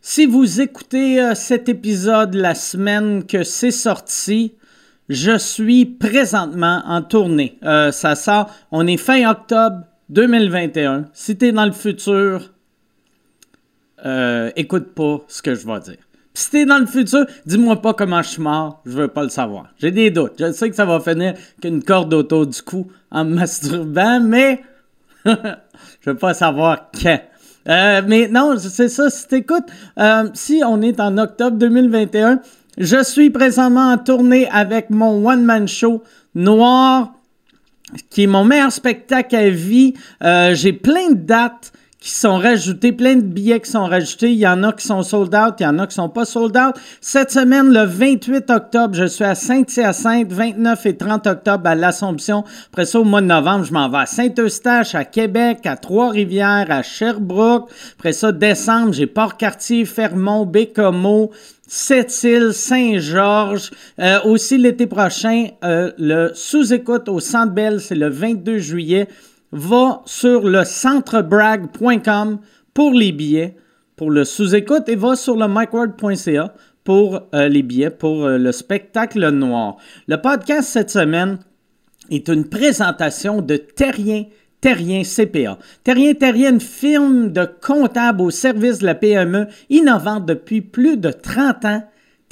Si vous écoutez cet épisode la semaine que c'est sorti, je suis présentement en tournée. Ça sort, on est fin octobre 2021. Si t'es dans le futur, écoute pas ce que je vais dire. Puis si t'es dans le futur, dis-moi pas comment je suis mort, je veux pas le savoir. J'ai des doutes. Je sais que ça va finir qu'une corde autour du cou en me masturbant, mais je veux pas savoir quand. Mais non, c'est ça, si t'écoutes, si on est en octobre 2021, je suis présentement en tournée avec mon one-man show Noir, qui est mon meilleur spectacle à vie. J'ai plein de dates qui sont rajoutées, plein de billets qui sont rajoutés. Il y en a qui sont sold out, il y en a qui sont pas sold out. Cette semaine, le 28 octobre, je suis à Saint-Hyacinthe, 29 et 30 octobre à l'Assomption. Après ça, au mois de novembre, je m'en vais à Saint-Eustache, à Québec, à Trois-Rivières, à Sherbrooke. Après ça, décembre, j'ai Port-Cartier, Fermont, Bécomo, Sept-Îles, Saint-Georges. Aussi l'été prochain, le sous-écoute au Centre Bell, c'est le 22 juillet. Va sur le centrebrag.com pour les billets pour le sous-écoute et va sur le mikeward.ca pour les billets pour le spectacle noir. Le podcast cette semaine est une présentation de Terrien CPA. Terrien, une firme de comptable au service de la PME innovante depuis plus de 30 ans.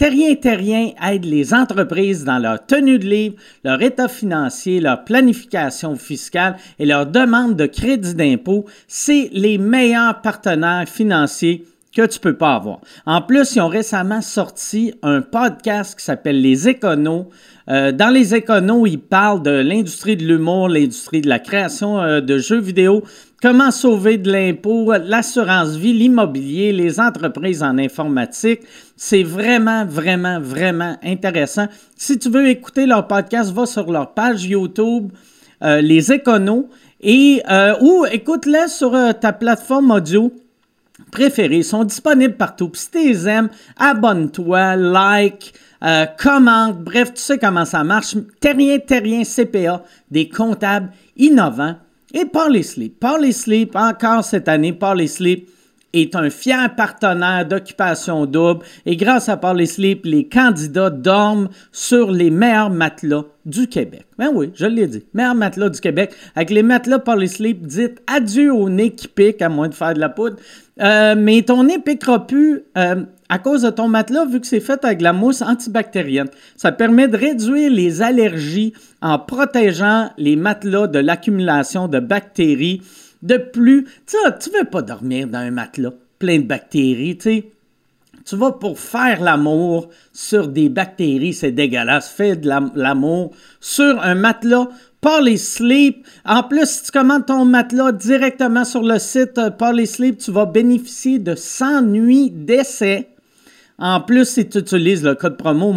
Terrien aide les entreprises dans leur tenue de livre, leur état financier, leur planification fiscale et leur demande de crédit d'impôt. C'est les meilleurs partenaires financiers que tu peux pas avoir. En plus, ils ont récemment sorti un podcast qui s'appelle Les Éconos. Dans Les Éconos, ils parlent de l'industrie de l'humour, l'industrie de la création de jeux vidéo, comment sauver de l'impôt, l'assurance vie, l'immobilier, les entreprises en informatique. C'est vraiment, vraiment, vraiment intéressant. Si tu veux écouter leur podcast, va sur leur page YouTube, Les Éconos, et ou écoute-les sur ta plateforme audio préférés, sont disponibles partout. Puis si tu les aimes, abonne-toi, like, commente, bref, tu sais comment ça marche. Terrien CPA, des comptables innovants. Et Parley Sleep, encore cette année, Parley Sleep est un fier partenaire d'Occupation Double. Et grâce à Parley Sleep, les candidats dorment sur les meilleurs matelas du Québec. Ben oui, je l'ai dit, meilleurs matelas du Québec. Avec les matelas Parley Sleep, dites adieu au nez qui pique, à moins de faire de la poudre. Mais ton nez piquera plus à cause de ton matelas, vu que c'est fait avec de la mousse antibactérienne. Ça permet de réduire les allergies en protégeant les matelas de l'accumulation de bactéries. De plus, tu veux pas dormir dans un matelas plein de bactéries, tu sais. Tu vas pour faire l'amour sur des bactéries, c'est dégueulasse. Fais de l'amour sur un matelas Parley Sleep. En plus, si tu commandes ton matelas directement sur le site Parley Sleep, tu vas bénéficier de 100 nuits d'essai. En plus, si tu utilises le code promo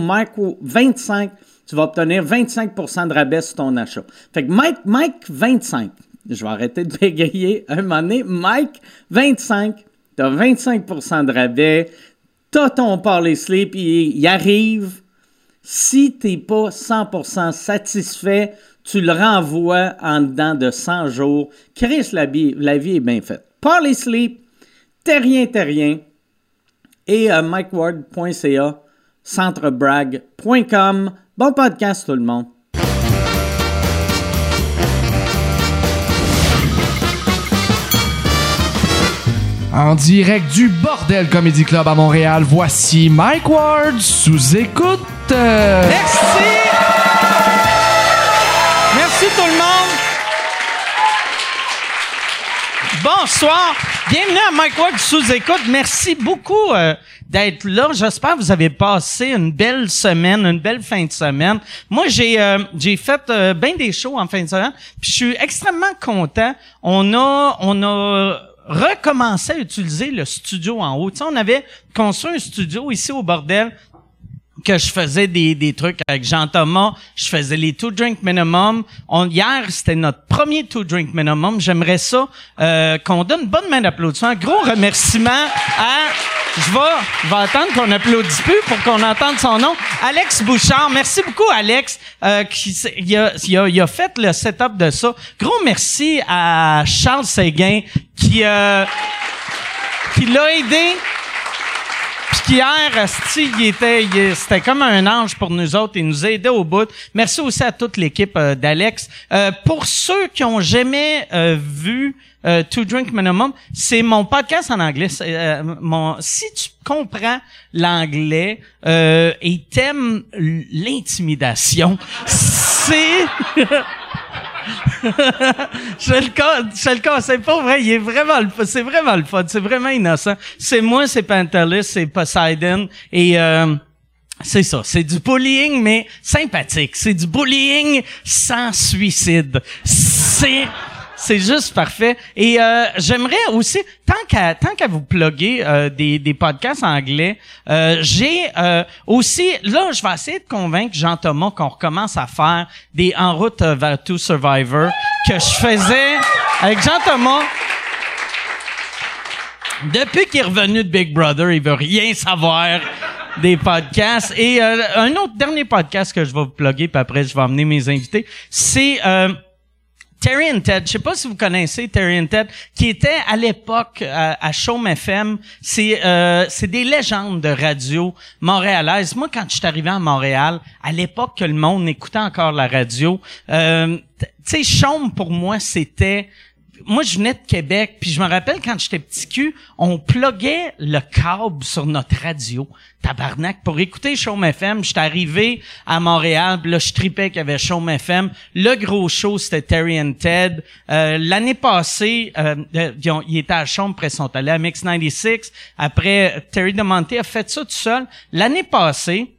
Mike25, tu vas obtenir 25% de rabais sur ton achat. Fait que Mike25, je vais arrêter de bégayer un moment donné. Mike25, tu as 25% de rabais. Tu as ton Parley Sleep, il arrive. Si tu n'es pas 100% satisfait, tu le renvoies en dedans de 100 jours. Chris, la vie est bien faite. Parley Sleep, Terrien et mikeward.ca, centrebrag.com. Bon podcast tout le monde. En direct du Bordel Comedy Club à Montréal, voici Mike Ward sous écoute. Merci! Merci tout le monde! Bonsoir! Bienvenue à Mike Ward sous écoute. Merci beaucoup d'être là. J'espère que vous avez passé une belle semaine, une belle fin de semaine. Moi, j'ai fait bien des shows en fin de semaine, puis je suis extrêmement content. On a recommencer à utiliser le studio en haut. Tu sais, on avait construit un studio ici au Bordel que je faisais des trucs avec Jean-Thomas. Je faisais les 2 Drink Minimum. Hier, c'était notre premier 2 Drink Minimum. J'aimerais ça qu'on donne une bonne main d'applaudissement. Un gros remerciement à... Je vais attendre qu'on applaudisse plus pour qu'on entende son nom. Alex Bouchard. Merci beaucoup, Alex, il a fait le setup de ça. Gros merci à Charles Séguin qui l'a aidé. Pierre, asti, c'était comme un ange pour nous autres. Il nous a aidés au bout. Merci aussi à toute l'équipe d'Alex. Pour ceux qui ont jamais vu To Drink Minimum, c'est mon podcast en anglais. Si tu comprends l'anglais et t'aimes l'intimidation, c'est... je le conseille pas vrai, c'est vraiment le fun, c'est vraiment innocent. C'est moi, c'est Pantelis, c'est Poseidon et c'est ça, c'est du bullying mais sympathique, c'est du bullying sans suicide. C'est juste parfait. Et j'aimerais aussi, tant qu'à vous plugger des podcasts anglais, j'ai aussi, là, je vais essayer de convaincre Jean-Thomas qu'on recommence à faire des En route vers To Survivor que je faisais avec Jean-Thomas. Depuis qu'il est revenu de Big Brother, il veut rien savoir des podcasts. Et un autre dernier podcast que je vais vous plugger, puis après, je vais emmener mes invités, c'est... Terry and Ted, je sais pas si vous connaissez Terry and Ted, qui était à l'époque à Chaume FM. C'est des légendes de radio montréalaise. Moi, quand je suis arrivé à Montréal, à l'époque que le monde écoutait encore la radio, tu sais, Chaume pour moi c'était... Moi, je venais de Québec, puis je me rappelle quand j'étais petit cul, on pluguait le câble sur notre radio. Tabarnak, pour écouter Chaume FM, j'étais arrivé à Montréal, puis là, je tripais qu'il y avait Chaume FM. Le gros show, c'était Terry and Ted. L'année passée, ils étaient à Chaume, après ils sont allés à Mix 96. Après, Terry DeMonte a fait ça tout seul. L'année passée,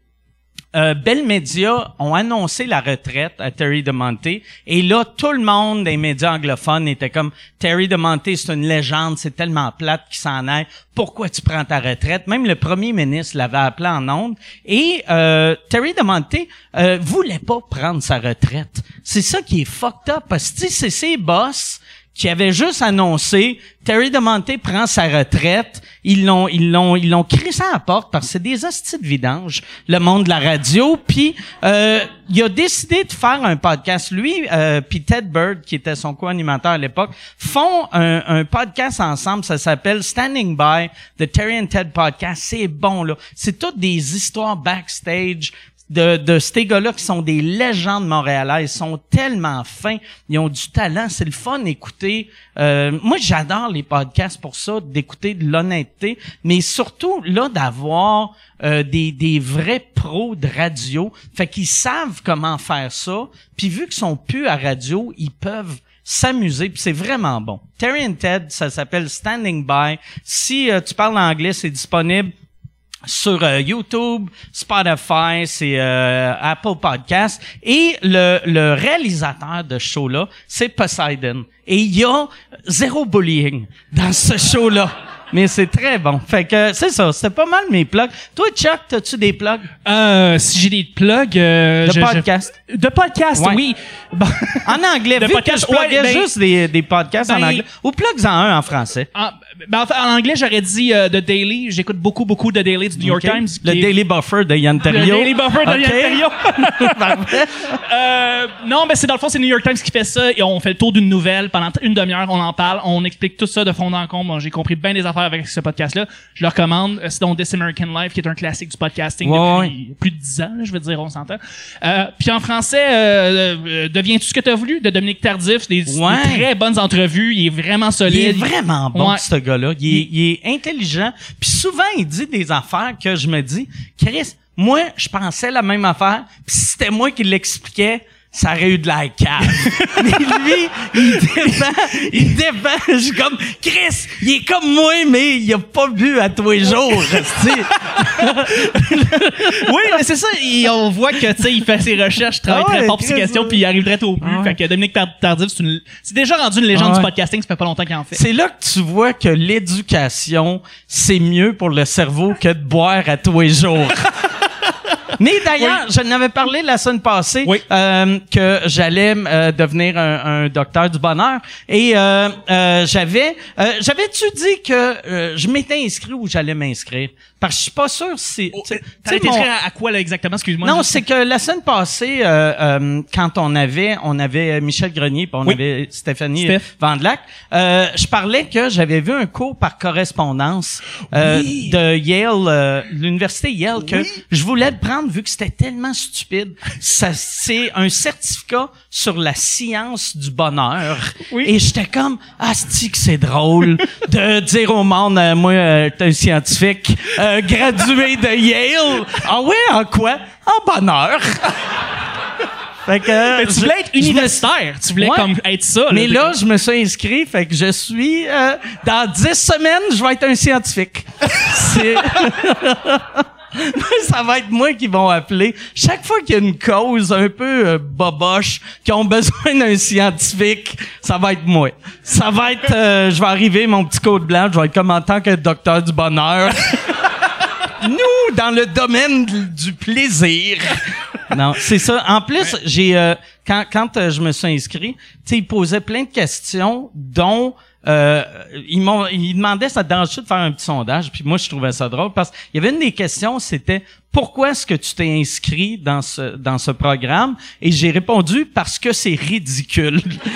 Bell Media ont annoncé la retraite à Terry DeMonte et là tout le monde des médias anglophones était comme Terry DeMonte c'est une légende, c'est tellement plate qu'il s'en aille, pourquoi tu prends ta retraite? Même le premier ministre l'avait appelé en ondes et Terry DeMonte voulait pas prendre sa retraite. C'est ça qui est fucked up parce que c'est ses boss qui avaient juste annoncé Terry DeMonte prend sa retraite. Ils l'ont crissé à la porte parce que c'est des hosties de vidange, le monde de la radio. Puis il a décidé de faire un podcast. Lui, puis Ted Bird, qui était son co-animateur à l'époque, font un podcast ensemble. Ça s'appelle Standing By, The Terry and Ted Podcast. C'est bon, là. C'est toutes des histoires backstage de ces gars-là qui sont des légendes montréalaises, sont tellement fins, ils ont du talent, c'est le fun d'écouter. Moi, j'adore les podcasts pour ça, d'écouter de l'honnêteté, mais surtout là d'avoir des vrais pros de radio, fait qu'ils savent comment faire ça, puis vu qu'ils sont plus à radio, ils peuvent s'amuser, puis c'est vraiment bon. Terry and Ted, ça s'appelle Standing By. Si tu parles anglais, c'est disponible sur YouTube, Spotify, c'est Apple Podcast. Et le réalisateur de ce show-là, c'est Poseidon. Et il y a zéro bullying dans ce show-là. Mais c'est très bon. Fait que c'est ça, c'était pas mal mes plugs. Toi, Chuck, t'as-tu des plugs? Si j'ai des plugs... de podcast. De podcast, ouais. Oui. Bon. En anglais, de vu podcast, que je pluguais ouais, juste des podcasts en anglais. Ou plugs-en un en français. En anglais, j'aurais dit The Daily. J'écoute beaucoup de Daily du New York Times. Le Daily Buffer de Yann Terriot. Le Daily Buffer de Yann Terriot. Non, mais c'est dans le fond, c'est New York Times qui fait ça et on fait le tour d'une nouvelle. Pendant une demi-heure, on en parle. On explique tout ça de fond en comble. Bon, j'ai compris bien des affaires avec ce podcast-là. Je le recommande. C'est donc This American Life, qui est un classique du podcasting depuis plus de 10 ans, là, je veux dire, on s'entend. Puis en français, Deviens-tu ce que t'as voulu, de Dominique Tardif. Des très bonnes entrevues. Il est vraiment solide. Il est vraiment bon, ce gars-là. Il est intelligent. Puis souvent, il dit des affaires que je me dis, Chris, moi, je pensais la même affaire. Puis si c'était moi qui l'expliquais, ça aurait eu de la cave. Mais lui, il défend. Je suis comme, Chris, il est comme moi, mais il a pas bu à tous les jours. Oui, mais c'est ça. On voit que, tu sais, il fait ses recherches, travaille très fort pour ses questions, puis il arriverait au but. Fait que Dominique Tardif, c'est déjà rendu une légende du podcasting, ça fait pas longtemps qu'il en fait. C'est là que tu vois que l'éducation, c'est mieux pour le cerveau que de boire à tous les jours. Mais d'ailleurs, je n'avais parlé la semaine passée que j'allais devenir un docteur du bonheur. Et j'avais-tu dit que je m'étais inscrit ou j'allais m'inscrire? Parce que je suis pas sûr si... T'as été inscrit à quoi, là, exactement? Excuse-moi. Non, c'est que la semaine passée, quand on avait Michel Grenier puis on avait Stéphanie Vandelac, je parlais que j'avais vu un cours par correspondance de Yale, l'université Yale, que je voulais le prendre vu que c'était tellement stupide. C'est un certificat sur la science du bonheur. Oui. Et j'étais comme, asti que c'est drôle de dire au monde, moi, t'es un scientifique, gradué de Yale. Ah ouais, en quoi? En bonheur. Fait que, mais tu voulais être universitaire. Tu voulais comme être ça. Mais là, je me suis inscrit, fait que je suis... dans 10 semaines, je vais être un scientifique. Ça va être moi qui vont appeler. Chaque fois qu'il y a une cause un peu boboche, qui ont besoin d'un scientifique, ça va être moi. Ça va être... je vais arriver, mon petit code blanc, je vais être comme en tant que docteur du bonheur. Nous, dans le domaine du plaisir. Non, c'est ça. En plus, j'ai quand je me suis inscrit, tu sais, ils posaient plein de questions, dont ils demandaient ça de faire un petit sondage, puis moi je trouvais ça drôle parce qu'il y avait une des questions, c'était pourquoi est-ce que tu t'es inscrit dans ce programme? Et j'ai répondu parce que c'est ridicule.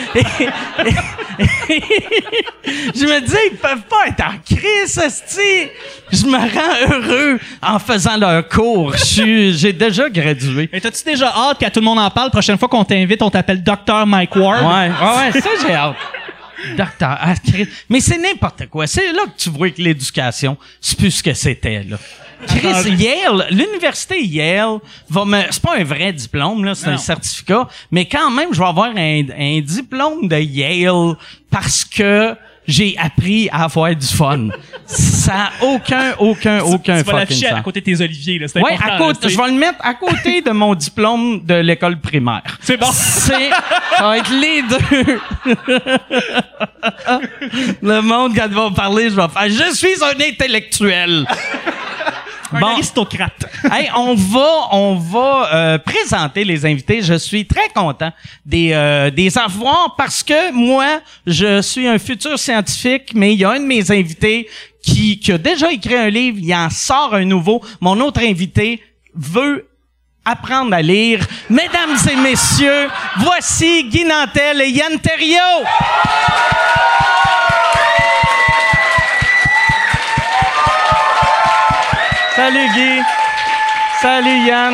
Je me disais, ils peuvent pas être en crise, esti. Je me rends heureux en faisant leur cours. J'ai déjà gradué. Et t'as-tu déjà hâte qu'à tout le monde en parle? Prochaine fois qu'on t'invite, on t'appelle Dr. Mike Ward. Ouais, ça j'ai hâte. Docteur, mais c'est n'importe quoi. C'est là que tu vois que l'éducation, c'est plus ce que c'était, là. Chris, Yale, l'université Yale c'est pas un vrai diplôme, là, c'est un certificat, mais quand même, je vais avoir un diplôme de Yale parce que j'ai appris à avoir du fun. Ça a aucun tu vas l'afficher à côté de tes oliviers, là. C'est important. Je vais le mettre à côté de mon diplôme de l'école primaire. C'est bon. Ça va être les deux. Le monde, quand ils vont parler, je vais faire, je suis un intellectuel. Un aristocrate. Hey, on va présenter les invités. Je suis très content des avoir parce que moi, je suis un futur scientifique, mais il y a un de mes invités qui a déjà écrit un livre, il en sort un nouveau. Mon autre invité veut apprendre à lire. Mesdames et messieurs, voici Guy Nantel et Yann Terriot. Salut Guy. Salut Yann.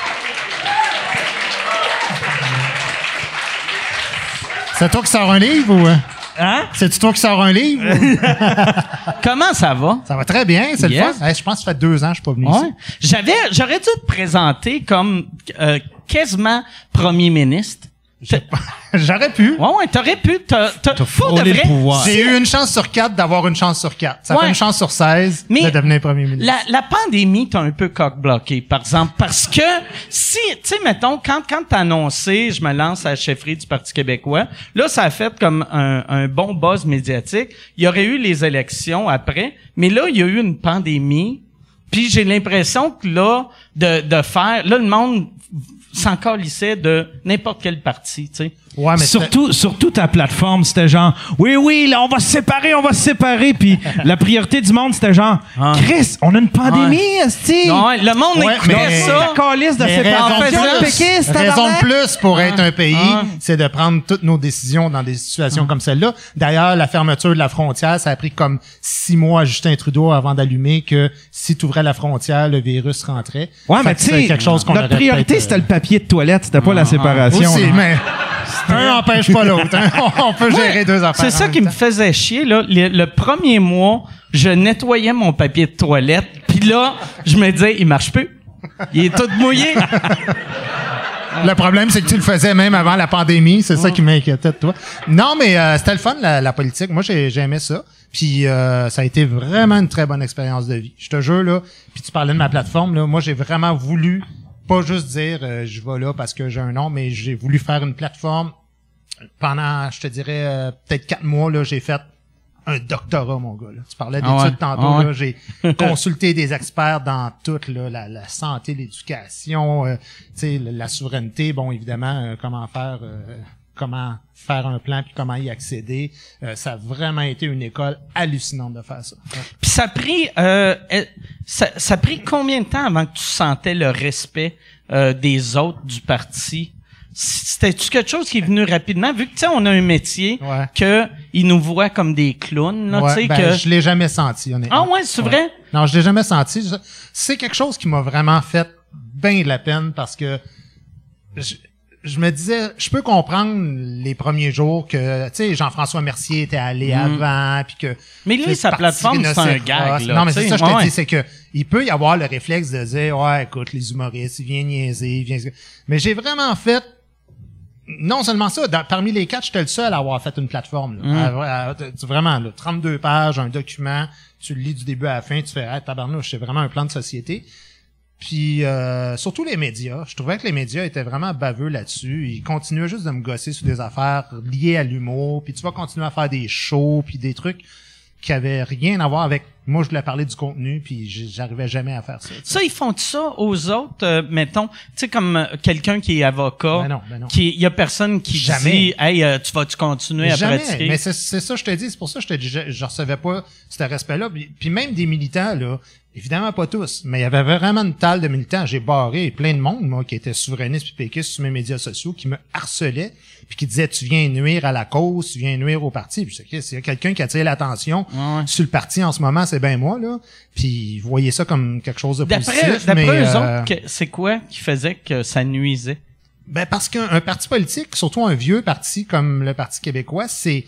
C'est toi qui sors un livre ou... Hein? C'est-tu toi qui sors un livre? Comment ça va? Ça va très bien, c'est le fun. Je pense que ça fait 2 ans que je suis pas venu ici. J'aurais dû te présenter comme quasiment premier ministre. J'aurais pu. Ouais, t'aurais pu. T'as frôlé le pouvoir. J'ai eu une chance sur 4 d'avoir une chance sur 4. Ça fait une chance sur 16 de devenir premier ministre. La pandémie t'a un peu coq-bloqué, par exemple, parce que si, tu sais, mettons, quand t'as annoncé, je me lance à la chefferie du Parti québécois, là, ça a fait comme un bon buzz médiatique. Il y aurait eu les élections après, mais là, il y a eu une pandémie, puis j'ai l'impression que là, là, le monde s'en calissait de n'importe quel parti, tu sais. Ouais, mais surtout ta plateforme, c'était genre oui, là on va se séparer, puis la priorité du monde c'était genre Chris, on a une pandémie, esti. Non, le monde écoutait ça. La calisse de séparation péquiste. Raison de plus pour être un pays, c'est de prendre toutes nos décisions dans des situations comme celle-là. D'ailleurs, la fermeture de la frontière, ça a pris comme 6 mois à Justin Trudeau avant d'allumer que si tu ouvrais la frontière, le virus rentrait. Ouais, mais tu sais, notre priorité c'était le papier de toilette, c'était pas la séparation. Aussi, mais un n'empêche pas l'autre. Hein? On peut gérer 2 affaires. C'est ça qui me faisait chier, là. Le premier mois, je nettoyais mon papier de toilette, puis là, je me disais, il marche plus. Il est tout mouillé. Le problème, c'est que tu le faisais même avant la pandémie. C'est ça qui m'inquiétait de toi. Non, mais c'était le fun, la politique. Moi, j'ai aimé ça. Puis ça a été vraiment une très bonne expérience de vie. Je te jure, là, puis tu parlais de ma plateforme, là, moi, j'ai vraiment voulu pas juste dire je vais là parce que j'ai un nom, mais j'ai voulu faire une plateforme pendant, je te dirais, peut-être 4 mois, là, j'ai fait un doctorat, mon gars. Là. Tu parlais d'études tantôt. Là, j'ai consulté des experts dans tout, là, la santé, l'éducation, la souveraineté. Bon, évidemment, comment faire un plan puis comment y accéder. Ça a vraiment été une école hallucinante de faire ça. Puis ça a pris combien de temps avant que tu sentais le respect des autres du parti? C'était-tu quelque chose qui est venu rapidement? Vu que, tu sais, on a un métier que ils nous voient comme des clowns, là, tu sais, que... je l'ai jamais senti, honnêtement. Ah ouais, c'est vrai? Non, je l'ai jamais senti. C'est quelque chose qui m'a vraiment fait bien de la peine parce que je me disais, je peux comprendre les premiers jours que, tu sais, Jean-François Mercier était allé avant, puis que... Mais lui, sa plateforme, c'est un gag, là. Non, mais c'est ça, je te dis, c'est que il peut y avoir le réflexe de dire, ouais, écoute, les humoristes, ils viennent niaiser, Mais j'ai vraiment fait... Non seulement ça, parmi les 4, j'étais le seul à avoir fait une plateforme. Là. Vraiment, là, 32 pages, un document, tu le lis du début à la fin, tu fais hey, tabarnouche, c'est vraiment un plan de société. Puis surtout les médias, je trouvais que les médias étaient vraiment baveux là-dessus. Ils continuaient juste de me gosser sur des affaires liées à l'humour, puis tu vas continuer à faire des shows, puis des trucs qui avaient rien à voir avec... Moi, je voulais parler du contenu, puis j'arrivais jamais à faire ça. T'sais. Ça, ils font ça aux autres, mettons, tu sais, comme quelqu'un qui est avocat, ben non. Il y a personne qui dit « Hey, tu vas-tu continuer à pratiquer? » Mais c'est ça, je te dis, c'est pour ça que je te dis, je recevais pas ce respect-là. Puis même des militants, là, évidemment pas tous, mais il y avait vraiment une talle de militants. J'ai barré plein de monde, moi, qui était souverainiste puis péquiste sur mes médias sociaux, qui me harcelait, puis qui disait « Tu viens nuire à la cause, tu viens nuire au parti. » Puis je sais s'il y a quelqu'un qui attire l'attention sur le parti en ce moment, c'est bien moi, là. Puis vous voyez ça comme quelque chose de positif. D'après eux autres, c'est quoi qui faisait que ça nuisait? Ben parce qu'un parti politique, surtout un vieux parti comme le Parti québécois, c'est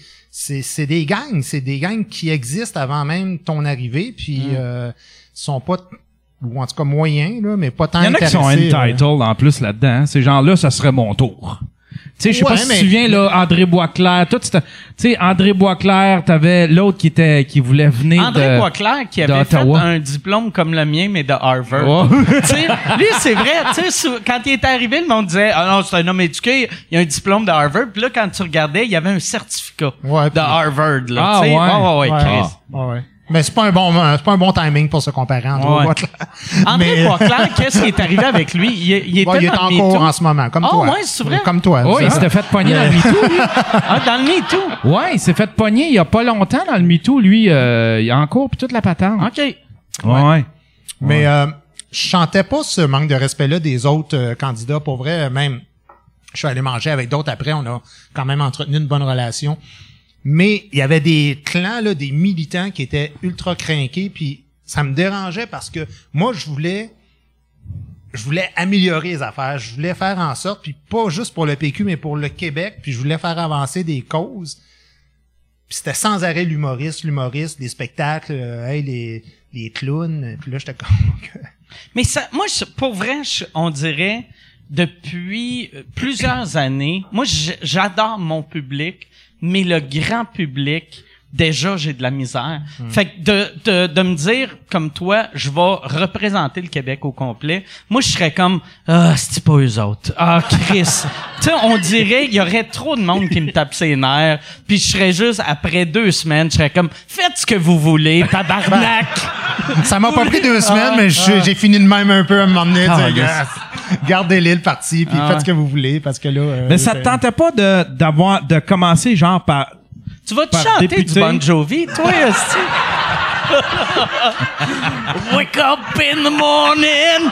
des gangs qui existent avant même ton arrivée, puis sont pas, ou en tout cas moyens, là, mais pas tant intéressés. Il y en a qui sont entitled en plus là-dedans. Ces gens-là, ça serait mon tour. Tu sais, je sais pas si tu te souviens, là, André Boisclair, tu sais, André Boisclair, t'avais l'autre qui voulait venir André Boisclair qui avait fait un diplôme comme le mien, mais de Harvard. Tu sais, lui, c'est vrai, tu sais, quand il est arrivé, le monde disait, ah non, c'est un homme éduqué, il a un diplôme de Harvard, puis là, quand tu regardais, il y avait un certificat de Harvard, là, tu sais. Ouais, Chris. Ouais. Mais c'est pas un bon timing pour se comparer André Boisclair. André Boisclair, qu'est-ce qui est arrivé avec lui? Il était il est en cours en ce moment, comme toi. Ah ouais, c'est vrai? Comme toi. Oui, il s'était fait pogner dans le MeToo, lui. Ah, dans le MeToo? Ouais, il s'est fait pogner il y a pas longtemps dans le MeToo, lui. Il est en cours puis toute la patente. OK. Ouais. Mais je sentais pas ce manque de respect-là des autres candidats. Pour vrai, même, je suis allé manger avec d'autres après. On a quand même entretenu une bonne relation. Mais il y avait des clans, là, des militants qui étaient ultra crinqués, puis ça me dérangeait parce que moi, je voulais améliorer les affaires. Je voulais faire en sorte, puis pas juste pour le PQ, mais pour le Québec, puis je voulais faire avancer des causes. Puis c'était sans arrêt l'humoriste, les spectacles, les clowns. Puis là, j'étais comme... Mais ça, moi, pour vrai, on dirait, depuis plusieurs années, moi, j'adore mon public, mais le grand public, déjà, j'ai de la misère. Fait que de me dire, comme toi, je vais représenter le Québec au complet, moi, je serais comme, c'est pas eux autres. Ah, Chris. Tu sais, on dirait, il y aurait trop de monde qui me tape ses nerfs, puis je serais juste, après 2 semaines, je serais comme, faites ce que vous voulez, tabarnak! Ça m'a pas pris 2 semaines, mais j'ai fini de même un peu à un moment donné. Gardez-les le parti, puis faites ce que vous voulez, parce que là... mais ça te tentait pas de commencer, genre, par... Tu vas te chanter député. Du Bon Jovi, toi, aussi? Wake up in the morning!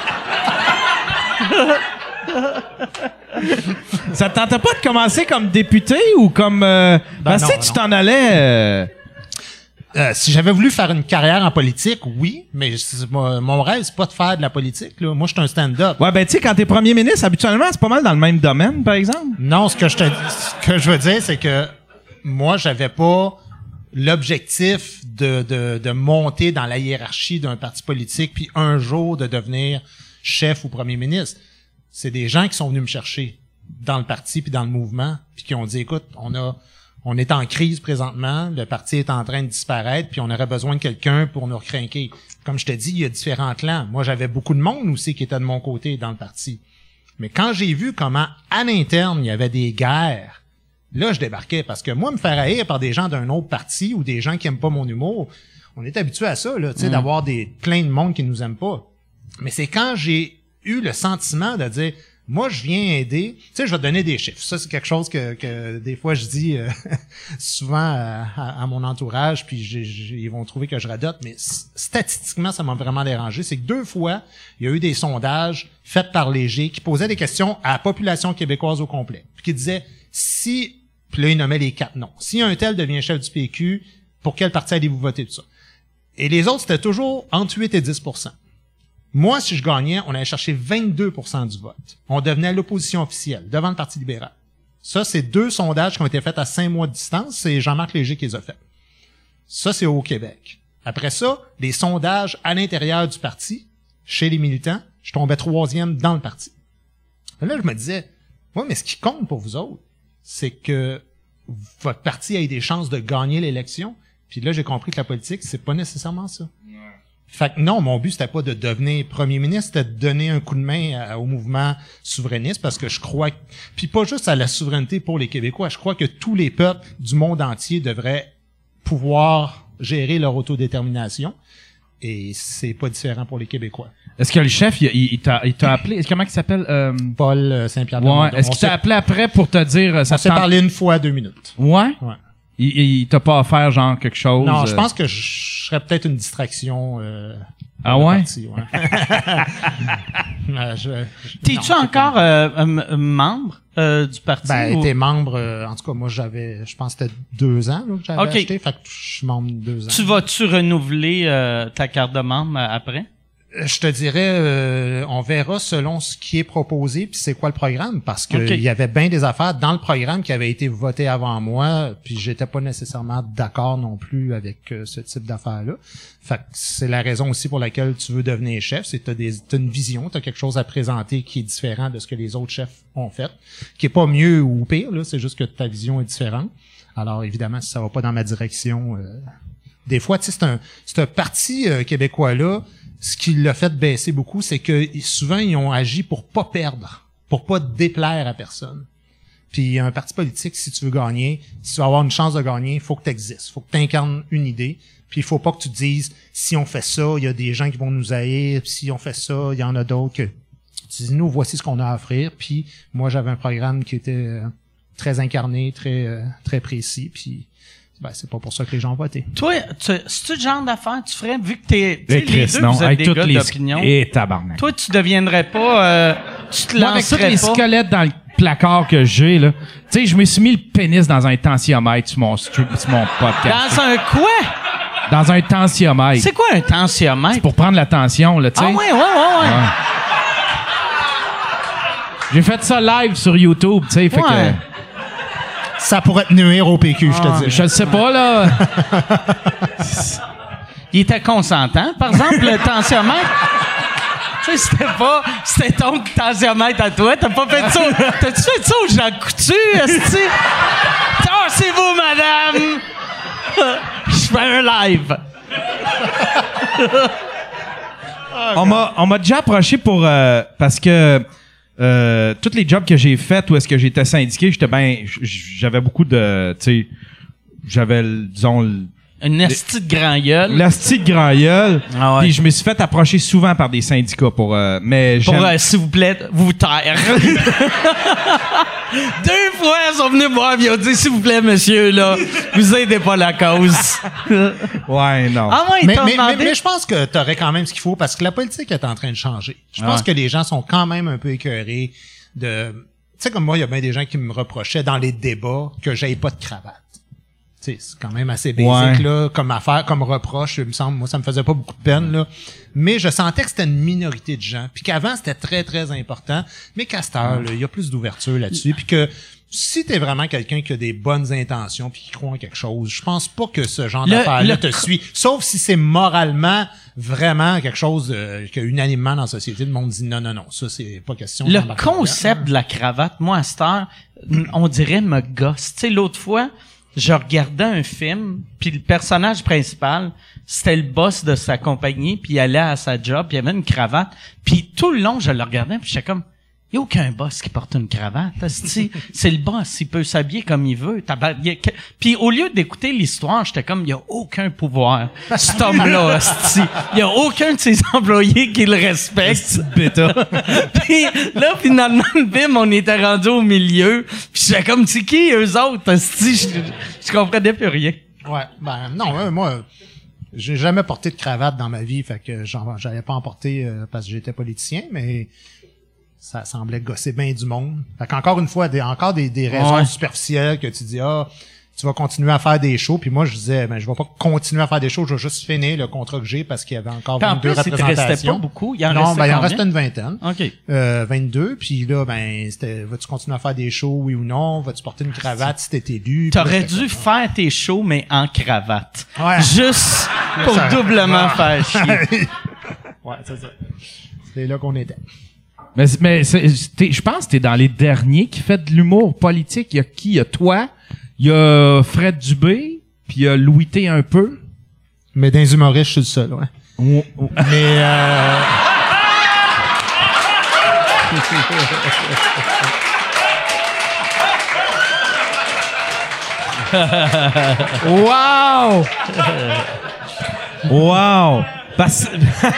Ça te tentait pas de commencer comme député ou comme... parce que tu t'en allais... si j'avais voulu faire une carrière en politique, oui, mais mon rêve, c'est pas de faire de la politique. Là. Moi, je suis un stand-up. Ouais, ben tu sais, quand t'es premier ministre, habituellement, c'est pas mal dans le même domaine, par exemple. Non, ce que je veux dire, c'est que moi, j'avais pas l'objectif de monter dans la hiérarchie d'un parti politique puis un jour de devenir chef ou premier ministre. C'est des gens qui sont venus me chercher dans le parti puis dans le mouvement puis qui ont dit, écoute, on est en crise présentement, le parti est en train de disparaître, puis on aurait besoin de quelqu'un pour nous recrinquer. Comme je te dis, il y a différents clans. Moi, j'avais beaucoup de monde aussi qui était de mon côté dans le parti. Mais quand j'ai vu comment, à l'interne, il y avait des guerres, Là, je débarquais parce que moi, me faire haïr par des gens d'un autre parti ou des gens qui aiment pas mon humour, on est habitué à ça, là, tu sais, d'avoir plein de monde qui nous aime pas. Mais c'est quand j'ai eu le sentiment de dire, moi, je viens aider. Tu sais, je vais te donner des chiffres. Ça, c'est quelque chose que des fois, je dis souvent à mon entourage, puis ils vont trouver que je radote, mais statistiquement, ça m'a vraiment dérangé. C'est que 2 fois, il y a eu des sondages faits par Léger qui posaient des questions à la population québécoise au complet, puis qui disaient, puis là, ils nommaient les 4 noms. Si un tel devient chef du PQ, pour quel parti allez-vous voter, tout ça? Et les autres, c'était toujours entre 8 et 10%. Moi, si je gagnais, on allait chercher 22% du vote. On devenait l'opposition officielle, devant le Parti libéral. Ça, c'est 2 sondages qui ont été faits à 5 mois de distance. C'est Jean-Marc Léger qui les a faits. Ça, c'est au Québec. Après ça, les sondages à l'intérieur du parti, chez les militants, je tombais 3e dans le parti. Là, je me disais, ouais, mais ce qui compte pour vous autres, c'est que votre parti ait des chances de gagner l'élection. Puis là, j'ai compris que la politique, c'est pas nécessairement ça. Fait que non, mon but, c'était pas de devenir premier ministre, c'était de donner un coup de main au mouvement souverainiste parce que je crois, puis pas juste à la souveraineté pour les Québécois, je crois que tous les peuples du monde entier devraient pouvoir gérer leur autodétermination et c'est pas différent pour les Québécois. Est-ce que le chef, il t'a appelé? Comment il s'appelle? Paul Saint-Pierre. Ouais. Est-ce qu'il t'a appelé après pour te dire... On s'est parlé une fois 2 minutes. Ouais? Ouais. Il t'a pas offert genre quelque chose? Non, je pense que je serais peut-être une distraction. Ah ouais? Parti, ouais. T'es-tu encore membre du parti? Ben, t'es membre, en tout cas, moi je pense que c'était 2 ans là, que j'avais acheté, fait que je suis membre 2 ans. Tu vas-tu renouveler ta carte de membre après? Je te dirais, on verra selon ce qui est proposé puis c'est quoi le programme, parce que il y avait bien des affaires dans le programme qui avaient été votées avant moi, puis j'étais pas nécessairement d'accord non plus avec ce type d'affaires-là. Fait que c'est la raison aussi pour laquelle tu veux devenir chef, c'est que t'as une vision, t'as quelque chose à présenter qui est différent de ce que les autres chefs ont fait, qui est pas mieux ou pire, là, c'est juste que ta vision est différente. Alors évidemment, si ça va pas dans ma direction, des fois, tu sais, c'est un parti québécois-là. Ce qui l'a fait baisser beaucoup, c'est que souvent, ils ont agi pour pas perdre, pour pas déplaire à personne. Puis un parti politique, si tu veux gagner, si tu veux avoir une chance de gagner, il faut que tu existes, il faut que tu incarnes une idée. Puis il faut pas que tu te dises, si on fait ça, il y a des gens qui vont nous haïr, si on fait ça, il y en a d'autres que... Tu dis, nous, voici ce qu'on a à offrir. Puis moi, j'avais un programme qui était très incarné, très précis, puis... Ben, c'est pas pour ça que les gens ont voté. Toi, c'est-tu le genre d'affaires tu ferais, vu que les deux, non, vous êtes des gars d'opinion? Et tabarnak. Toi, tu deviendrais pas, tu te Moi, avec tous lancerais les pas. squelettes dans le placard que j'ai, là, tu sais, je me suis mis le pénis dans un tensiomètre sur mon podcast. Dans un quoi? Dans un tensiomètre. C'est quoi un tensiomètre? Pour prendre la tension, là, tu sais. Ah ouais. J'ai fait ça live sur YouTube, tu sais, fait que... Ça pourrait te nuire au PQ, je te dis. Je le sais pas, là. Il était consentant, par exemple, le tensiomètre. Tu sais, c'était ton tensiomètre à toi. T'as pas fait ça. T'as-tu fait ça au Jean Coutu, esti? Ah, c'est vous, madame! Je fais un live. On m'a déjà approché pour... parce que... tous les jobs que j'ai faits où est-ce que j'étais syndiqué, j'avais beaucoup de, tu sais, j'avais, disons, une esti de grand gueule. L'asti de grand gueule. Ah ouais. Puis je me suis fait approcher souvent par des syndicats pour, mais pour, s'il vous plaît, vous taire. 2 fois, ils sont venus me voir et ils ont dit, s'il vous plaît, monsieur, là, vous aidez pas la cause. Ouais, non. Ah ouais, mais je pense que t'aurais quand même ce qu'il faut parce que la politique est en train de changer. Je pense que les gens sont quand même un peu écœurés de... Tu sais, comme moi, il y a bien des gens qui me reprochaient dans les débats que j'aille pas de cravate. Tu sais, c'est quand même assez basique, là, comme affaire, comme reproche, il me semble. Moi, ça me faisait pas beaucoup de peine, là. Mais je sentais que c'était une minorité de gens. Puis qu'avant, c'était très, très important. Mais qu'à cette heure, là, il y a plus d'ouverture là-dessus. Puis que si t'es vraiment quelqu'un qui a des bonnes intentions puis qui croit en quelque chose, je pense pas que ce genre d'affaires-là te suit. Sauf si c'est moralement vraiment quelque chose que unanimement dans la société, le monde dit non, ça c'est pas question. Le concept de la cravate, moi, à cette heure, on dirait me gosse. Tu sais, l'autre fois, je regardais un film, puis le personnage principal, c'était le boss de sa compagnie, puis il allait à sa job, puis il avait une cravate, puis tout le long, je le regardais, puis j'étais comme, y a aucun boss qui porte une cravate, asti. C'est le boss, il peut s'habiller comme il veut. Puis au lieu d'écouter l'histoire, j'étais comme, il y a aucun pouvoir, cet homme-là, asti. Il y a aucun de ses employés qui le respecte. Puis là, finalement, le film, on était rendu au milieu. Puis j'étais comme, c'est qui eux autres, asti? Je comprenais plus rien. Ouais, ben non, moi, j'ai jamais porté de cravate dans ma vie, fait que j'allais pas en porter parce que j'étais politicien, mais ça semblait gosser bien du monde. Fait qu'encore une fois, encore des raisons superficielles que tu dis, tu vas continuer à faire des shows, puis moi je disais, je vais pas continuer à faire des shows, je vais juste finir le contrat que j'ai parce qu'il y avait encore 22 représentations. Il restait pas beaucoup, il en restait une vingtaine. OK. 22, puis là, vas-tu continuer à faire des shows, oui ou non? Vas-tu porter une cravate si t'es élu? T'aurais dû faire tes shows, mais en cravate. Ouais. Juste pour doublement faire chier. Ouais, c'est ça. C'est là qu'on était. Mais je pense que t'es dans les derniers qui fait de l'humour politique. Il y a qui? Il y a toi, il y a Fred Dubé, puis il y a Louis T un peu. Mais dans les humoristes, je suis le seul, ouais. Mais Wow! Wow! Parce...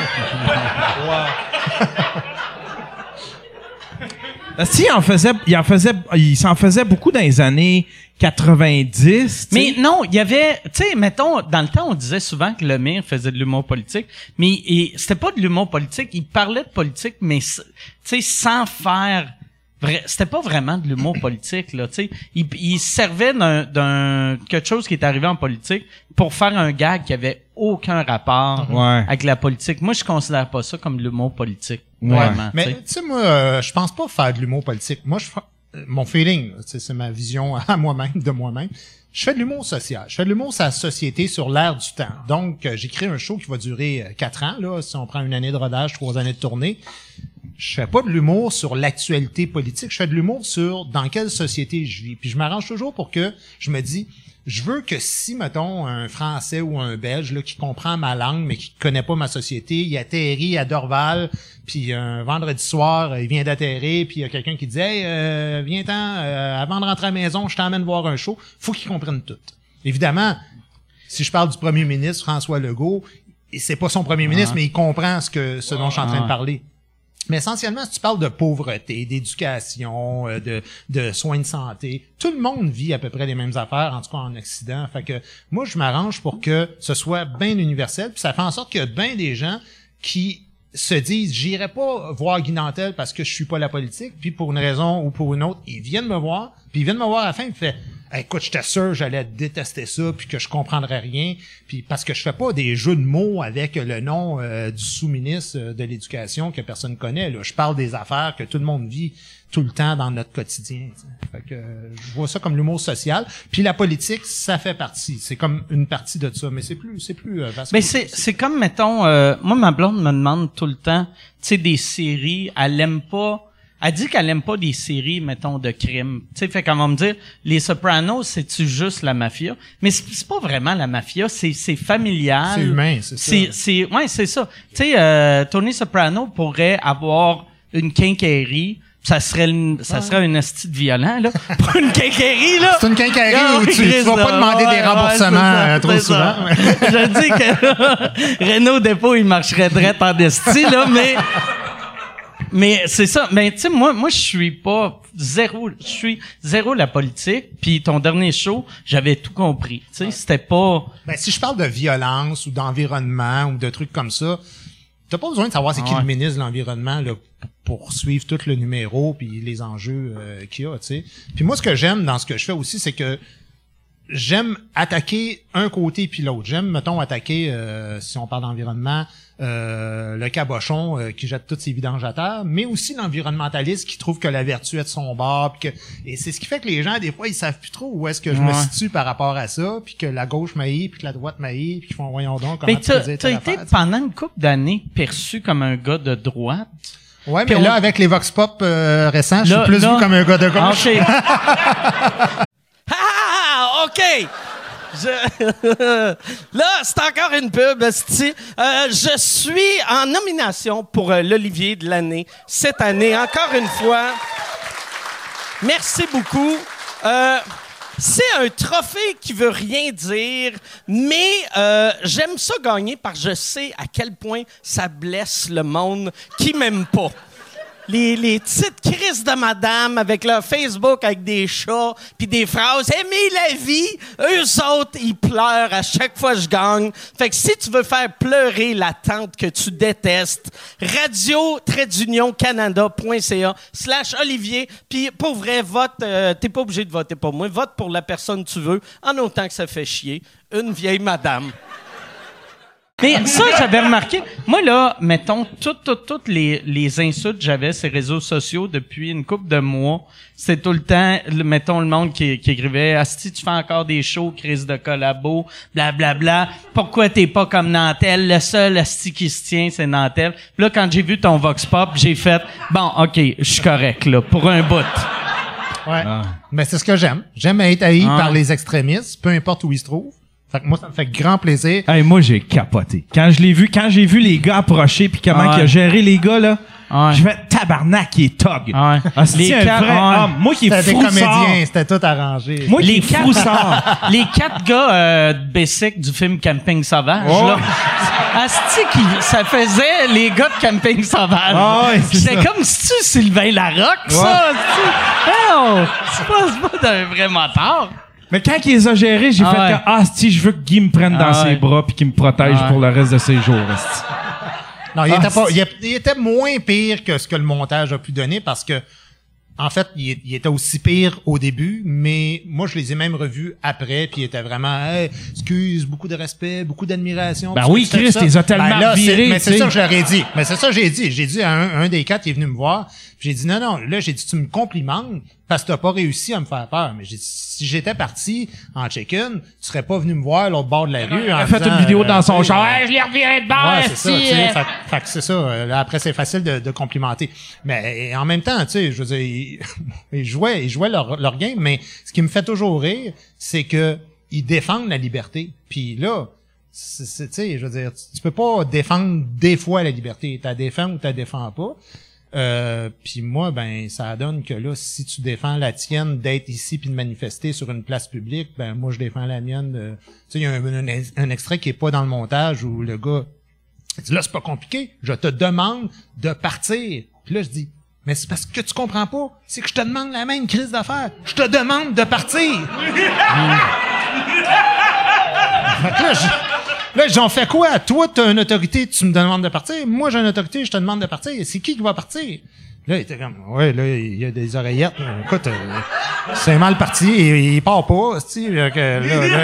il s'en faisait beaucoup dans les années 90. Mais non, il y avait, tu sais, mettons, dans le temps, on disait souvent que Lemire faisait de l'humour politique, mais c'était pas de l'humour politique, il parlait de politique, mais, tu sais, sans faire, c'était pas vraiment de l'humour politique, là, tu sais. Il servait d'un quelque chose qui est arrivé en politique pour faire un gag qui avait aucun rapport avec la politique. Moi, je considère pas ça comme de l'humour politique. Vraiment. Mais, tu sais, moi, je pense pas faire de l'humour politique. Moi, mon feeling, c'est ma vision à moi-même, de moi-même. Je fais de l'humour social. Je fais de l'humour sur la société, sur l'air du temps. Donc, j'écris un show qui va durer 4 ans, là, si on prend une année de rodage, 3 années de tournée. Je fais pas de l'humour sur l'actualité politique. Je fais de l'humour sur dans quelle société je vis. Puis je m'arrange toujours pour que je me dis, je veux que si, mettons, un Français ou un Belge là, qui comprend ma langue, mais qui connaît pas ma société, il atterrit à Dorval, puis un vendredi soir, il vient d'atterrir, puis il y a quelqu'un qui dit « Hey, viens-t'en, avant de rentrer à la maison, je t'emmène voir un show. » Faut qu'il comprenne tout. Évidemment, si je parle du premier ministre, François Legault, c'est pas son premier ministre, mais il comprend ce dont je suis en train de parler. Mais essentiellement, si tu parles de pauvreté, d'éducation, de soins de santé, tout le monde vit à peu près les mêmes affaires, en tout cas en Occident. Fait que moi, je m'arrange pour que ce soit bien universel. Puis ça fait en sorte qu'il y a bien des gens qui se disent, j'irai pas voir Guy Nantel parce que je suis pas la politique. Puis pour une raison ou pour une autre, ils viennent me voir. Puis ils viennent me voir à la fin, ils me font hey, écoute, j'étais sûr j'allais détester ça puis que je comprendrais rien, puis parce que je fais pas des jeux de mots avec le nom du sous-ministre de l'Éducation que personne connaît. Là, je parle des affaires que tout le monde vit tout le temps dans notre quotidien. T'sais. Fait que je vois ça comme l'humour social. Puis la politique, ça fait partie. C'est comme une partie de ça, mais c'est plus vaste. Mais c'est comme mettons, moi ma blonde me demande tout le temps, tu sais, des séries. Elle dit qu'elle aime pas des séries, mettons, de crimes. Tu sais, fait qu'elle va me dire, Les Sopranos, c'est-tu juste la mafia? Mais c'est pas vraiment la mafia, c'est familial. C'est humain, c'est ça. Ouais, c'est ça. Tu sais, Tony Soprano pourrait avoir une quincaillerie, ça serait une esti de violent, là. Pour une quincaillerie, là. C'est une quincaillerie où tu vas pas demander des remboursements trop souvent. Je dis que Renault Dépôt, il marcherait direct en esti, là, mais c'est ça. Mais tu sais, moi, je suis zéro la politique. Puis ton dernier show, j'avais tout compris. Tu sais, c'était pas. Ben si je parle de violence ou d'environnement ou de trucs comme ça, t'as pas besoin de savoir c'est qui le ministre de l'environnement là pour suivre tout le numéro puis les enjeux qu'il y a. Tu sais. Puis moi, ce que j'aime dans ce que je fais aussi, c'est que j'aime attaquer un côté puis l'autre. J'aime, mettons, attaquer, si on parle d'environnement, le cabochon qui jette toutes ses vidanges à terre, mais aussi l'environnementaliste qui trouve que la vertu est de son bord. Et c'est ce qui fait que les gens, des fois, ils savent plus trop où est-ce que je me situe par rapport à ça, puis que la gauche m'haït, puis que la droite m'haït, puis qu'ils font, voyons donc, comment tu faisais t'as été, pendant une couple d'années, perçu comme un gars de droite. Ouais, mais là, avec les Vox Pop récents, je suis plus vu comme un gars de gauche. OK. OK! Là, c'est encore une pub, esti. Je suis en nomination pour l'Olivier de l'année cette année, encore une fois. Merci beaucoup. C'est un trophée qui veut rien dire, mais j'aime ça gagner parce que je sais à quel point ça blesse le monde qui m'aime pas. Les petites crises de madame avec leur Facebook avec des chats puis des phrases « Aimez la vie », eux autres, ils pleurent à chaque fois que je gagne. Fait que si tu veux faire pleurer la tante que tu détestes, radio-canada.ca/Olivier, puis pour vrai, vote, t'es pas obligé de voter pour moi, vote pour la personne que tu veux, en autant que ça fait chier. Une vieille madame. Mais ça, j'avais remarqué. Moi, là, mettons, toutes les insultes que j'avais sur les réseaux sociaux depuis une couple de mois, c'est tout le temps, mettons, le monde qui écrivait « Asti, tu fais encore des shows, crise de collabo, blablabla. Pourquoi t'es pas comme Nantel? Le seul Asti qui se tient, c'est Nantel. » Puis là, quand j'ai vu ton Vox Pop, j'ai fait « Bon, OK, je suis correct, là, pour un bout. » Ouais. Mais c'est ce que j'aime. J'aime être haï par les extrémistes, peu importe où ils se trouvent. Fait que moi, ça me fait grand plaisir. Hey, moi, j'ai capoté. Quand j'ai vu les gars approcher puis comment il a géré les gars, là, je fais tabarnak, il est tog. Ah, c'est un vrai homme. Moi qui est C'était des froussard. comédiens, c'était tout arrangé. Moi qui est froussard. Les 4 gars de Bessic du film Camping Sauvage, là. Asti, ça faisait les gars de Camping Sauvage. C'était comme si tu Sylvain Larocque, ça. Oh, c'est pas d'un vrai moteur. Mais quand il les a gérés, j'ai fait que, si je veux que Guy me prenne dans ses bras puis qu'il me protège pour le reste de ses jours. Non, il était moins pire que ce que le montage a pu donner parce que, en fait, il était aussi pire au début, mais moi, je les ai même revus après, puis il était vraiment, excuse, beaucoup de respect, beaucoup d'admiration. Ben oui, Chris, t'es tellement viré. Mais c'est ça que je leur ai dit. Mais c'est ça que j'ai dit. J'ai dit à un des 4 qui est venu me voir, puis j'ai dit, non, là, j'ai dit, tu me complimentes parce que t'as pas réussi à me faire peur. Mais j'ai dit, si j'étais parti en check-in, tu serais pas venu me voir à l'autre bord de la rue. Il a fait une vidéo dans son char. Je l'ai reviré de bord, ouais, c'est ça, tu sais. Fait que c'est ça. Là, après, c'est facile de complimenter. Mais en même temps, tu sais, je veux dire, ils jouaient leur game, mais ce qui me fait toujours rire, c'est que ils défendent la liberté. Puis là, tu sais, je veux dire, tu peux pas défendre des fois la liberté. T'as défends ou t'as défends pas. Puis moi, ben, ça donne que là, si tu défends la tienne d'être ici puis de manifester sur une place publique, ben moi, je défends la mienne. Tu sais, il y a un extrait qui est pas dans le montage où le gars dit, là, c'est pas compliqué. Je te demande de partir. Puis là, je dis, mais c'est parce que tu comprends pas. C'est que je te demande la même crise d'affaires. Je te demande de partir. Fait que là, j'en fais quoi? Toi, t'as une autorité, tu me demandes de partir. Moi, j'ai une autorité, je te demande de partir. C'est qui va partir? Là, il était comme, ouais, là, il y a des oreillettes. Écoute, c'est mal parti, il part pas, tu sais.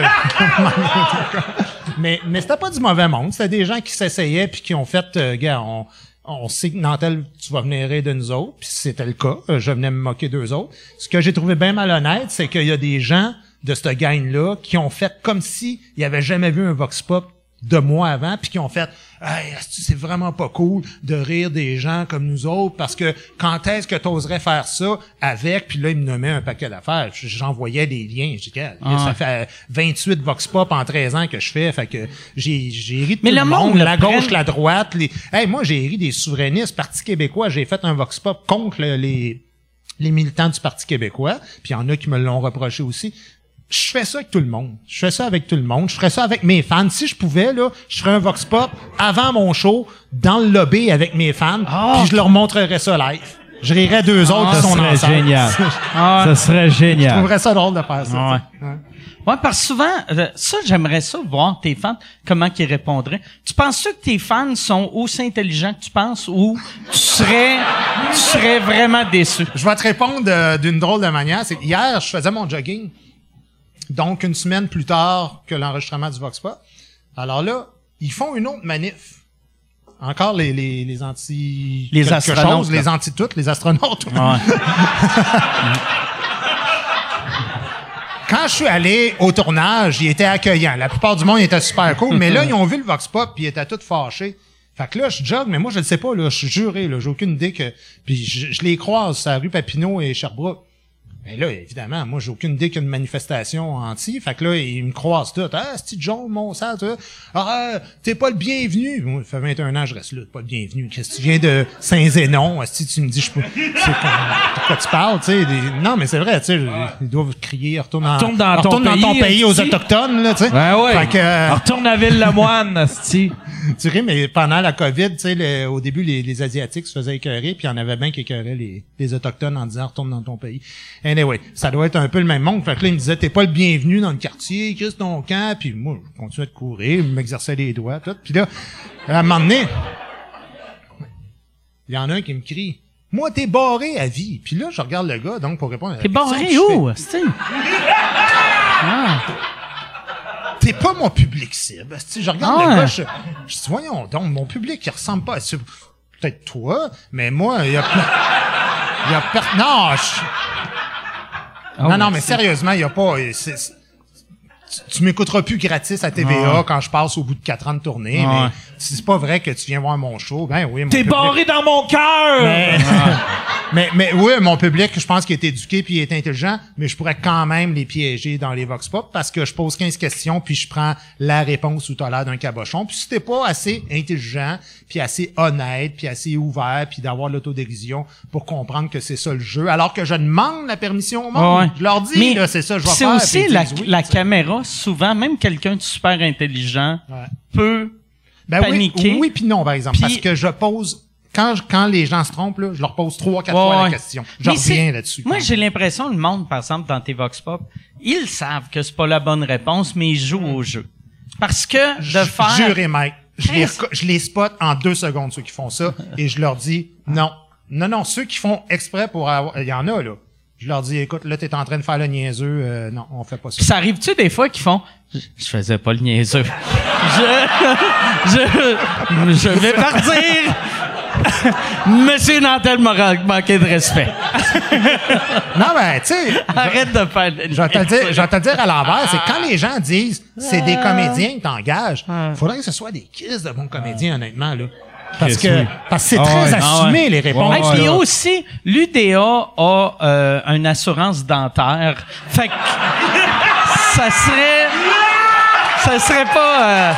Mais c'était pas du mauvais monde. C'était des gens qui s'essayaient puis qui ont fait, gars, on sait que Nantel, tu vas venir rire de nous autres, puis c'était le cas. Je venais me moquer d'eux autres. Ce que j'ai trouvé bien malhonnête, c'est qu'il y a des gens de cette gang-là qui ont fait comme si ils avaient jamais vu un Vox Pop de moi avant, puis qui ont fait « Hey, c'est vraiment pas cool de rire des gens comme nous autres, parce que quand est-ce que t'oserais faire ça avec? » Puis là, ils me nommaient un paquet d'affaires. J'envoyais des liens. Je disais, ça fait 28 Vox Pop en 13 ans que je fais, fait que j'ai ri de tout le monde, la gauche, la droite. Hey, moi, j'ai ri des souverainistes, Parti québécois. J'ai fait un Vox Pop contre les militants du Parti québécois, puis il y en a qui me l'ont reproché aussi. Je fais ça avec tout le monde. Je fais ça avec tout le monde. Je ferais ça avec mes fans. Si je pouvais, là, je ferais un Vox Pop avant mon show, dans le lobby avec mes fans, puis je leur montrerais ça live. Je rirais d'eux autres qui sont ensemble. Ça serait génial. Ça serait génial. Je trouverais ça drôle de faire ça. Ouais, parce que souvent, ça, j'aimerais ça, voir tes fans, comment qu'ils répondraient. Tu penses-tu que tes fans sont aussi intelligents que tu penses, ou tu serais vraiment déçu? Je vais te répondre d'une drôle de manière. C'est que hier, je faisais mon jogging. Donc, une semaine plus tard que l'enregistrement du Vox Pop. Alors là, ils font une autre manif. Encore les anti... Les astronautes. Les anti-toutes, les astronautes. Ouais. Quand je suis allé au tournage, ils étaient accueillants. La plupart du monde était super cool, mais là, ils ont vu le Vox Pop puis ils étaient tous fâchés. Fait que là, je jogue, mais moi, je le sais pas, là. Je suis juré, là. J'ai aucune idée que... Puis je les croise sur la rue Papineau et Sherbrooke. Mais là, évidemment, moi, j'ai aucune idée qu'il y a une manifestation anti. Fait que là, ils me croisent tout. Ah, c'est John, mon sang, toi. Ah, t'es pas le bienvenu. Moi, ça fait 21 ans, je reste là, t'es pas le bienvenu. Qu'est-ce que tu viens de Saint-Zénon? Si tu me dis, de quoi tu parles, tu sais. Non, mais c'est vrai, tu sais, ils doivent crier, retourne dans ton pays aux Autochtones, là, tu sais. Ouais. Fait que, Retourne à Ville-le-Moine, asti. tu sais, mais pendant la COVID, tu sais, au début, les Asiatiques se faisaient écœurer, puis il y en avait bien qui écœuraient les Autochtones en disant, retourne dans ton pays. Anyway, ça doit être un peu le même monde. Fait que là, il me disait, t'es pas le bienvenu dans le quartier, qu'est-ce ton camp? Puis moi, je continuais de courir, je m'exerçais les doigts, tout. Puis là, à un moment donné, il y en a un qui me crie, moi, t'es barré à vie. Puis là, je regarde le gars, donc, pour répondre à la T'es question, barré je où, fais, c'est? Ah. t'es pas mon public cible. Je regarde le gars, je dis, voyons donc, mon public, il ressemble pas à ça. Peut-être toi, mais moi, il y a non, non, mais sérieusement, il y a pas, tu m'écouteras plus gratis à TVA quand je passe au bout de 4 ans de tournée, mais c'est pas vrai que tu viens voir mon show. Ben oui, mon T'es public, barré dans mon cœur! mais oui, mon public, je pense qu'il est éduqué puis il est intelligent, mais je pourrais quand même les piéger dans les Vox Pop parce que je pose 15 questions puis je prends la réponse où t'as l'air d'un cabochon. Puis si t'es pas assez intelligent puis assez honnête puis assez ouvert puis d'avoir l'autodérision pour comprendre que c'est ça le jeu, alors que je demande la permission au monde. Ouais. Je leur dis, Mais là, c'est ça, je vais c'est faire. aussi puis ils disent oui, la tu sais. caméra, souvent, même quelqu'un de super intelligent peut Ben paniquer. oui puis non, par exemple, Puis- parce que je pose quand les gens se trompent, là, je leur pose 3-4 fois la question. Je Mais reviens là-dessus. Moi, j'ai l'impression, le monde, par exemple, dans tes Vox Pop, ils savent que c'est pas la bonne réponse, mais ils jouent au jeu. Parce que de faire... Juré, mec. Je les spot en 2 secondes, ceux qui font ça, et je leur dis, non. Non, ceux qui font exprès pour avoir... Il y en a, là. Je leur dis, écoute, là, t'es en train de faire le niaiseux. Non, on fait pas ça. Puis ça arrive-tu des fois qu'ils font... Je faisais pas le niaiseux. Je vais partir. Monsieur Nantel m'a manqué de respect. Non, ben, tu sais... Arrête de faire... Je vais te le dire à l'envers, c'est quand les gens disent c'est des comédiens que t'engages, faudrait que ce soit des kisses de bons comédiens, honnêtement, là. Parce que c'est très assumé, les réponses. Hey, puis aussi, l'UDA a une assurance dentaire. Fait que ça serait pas...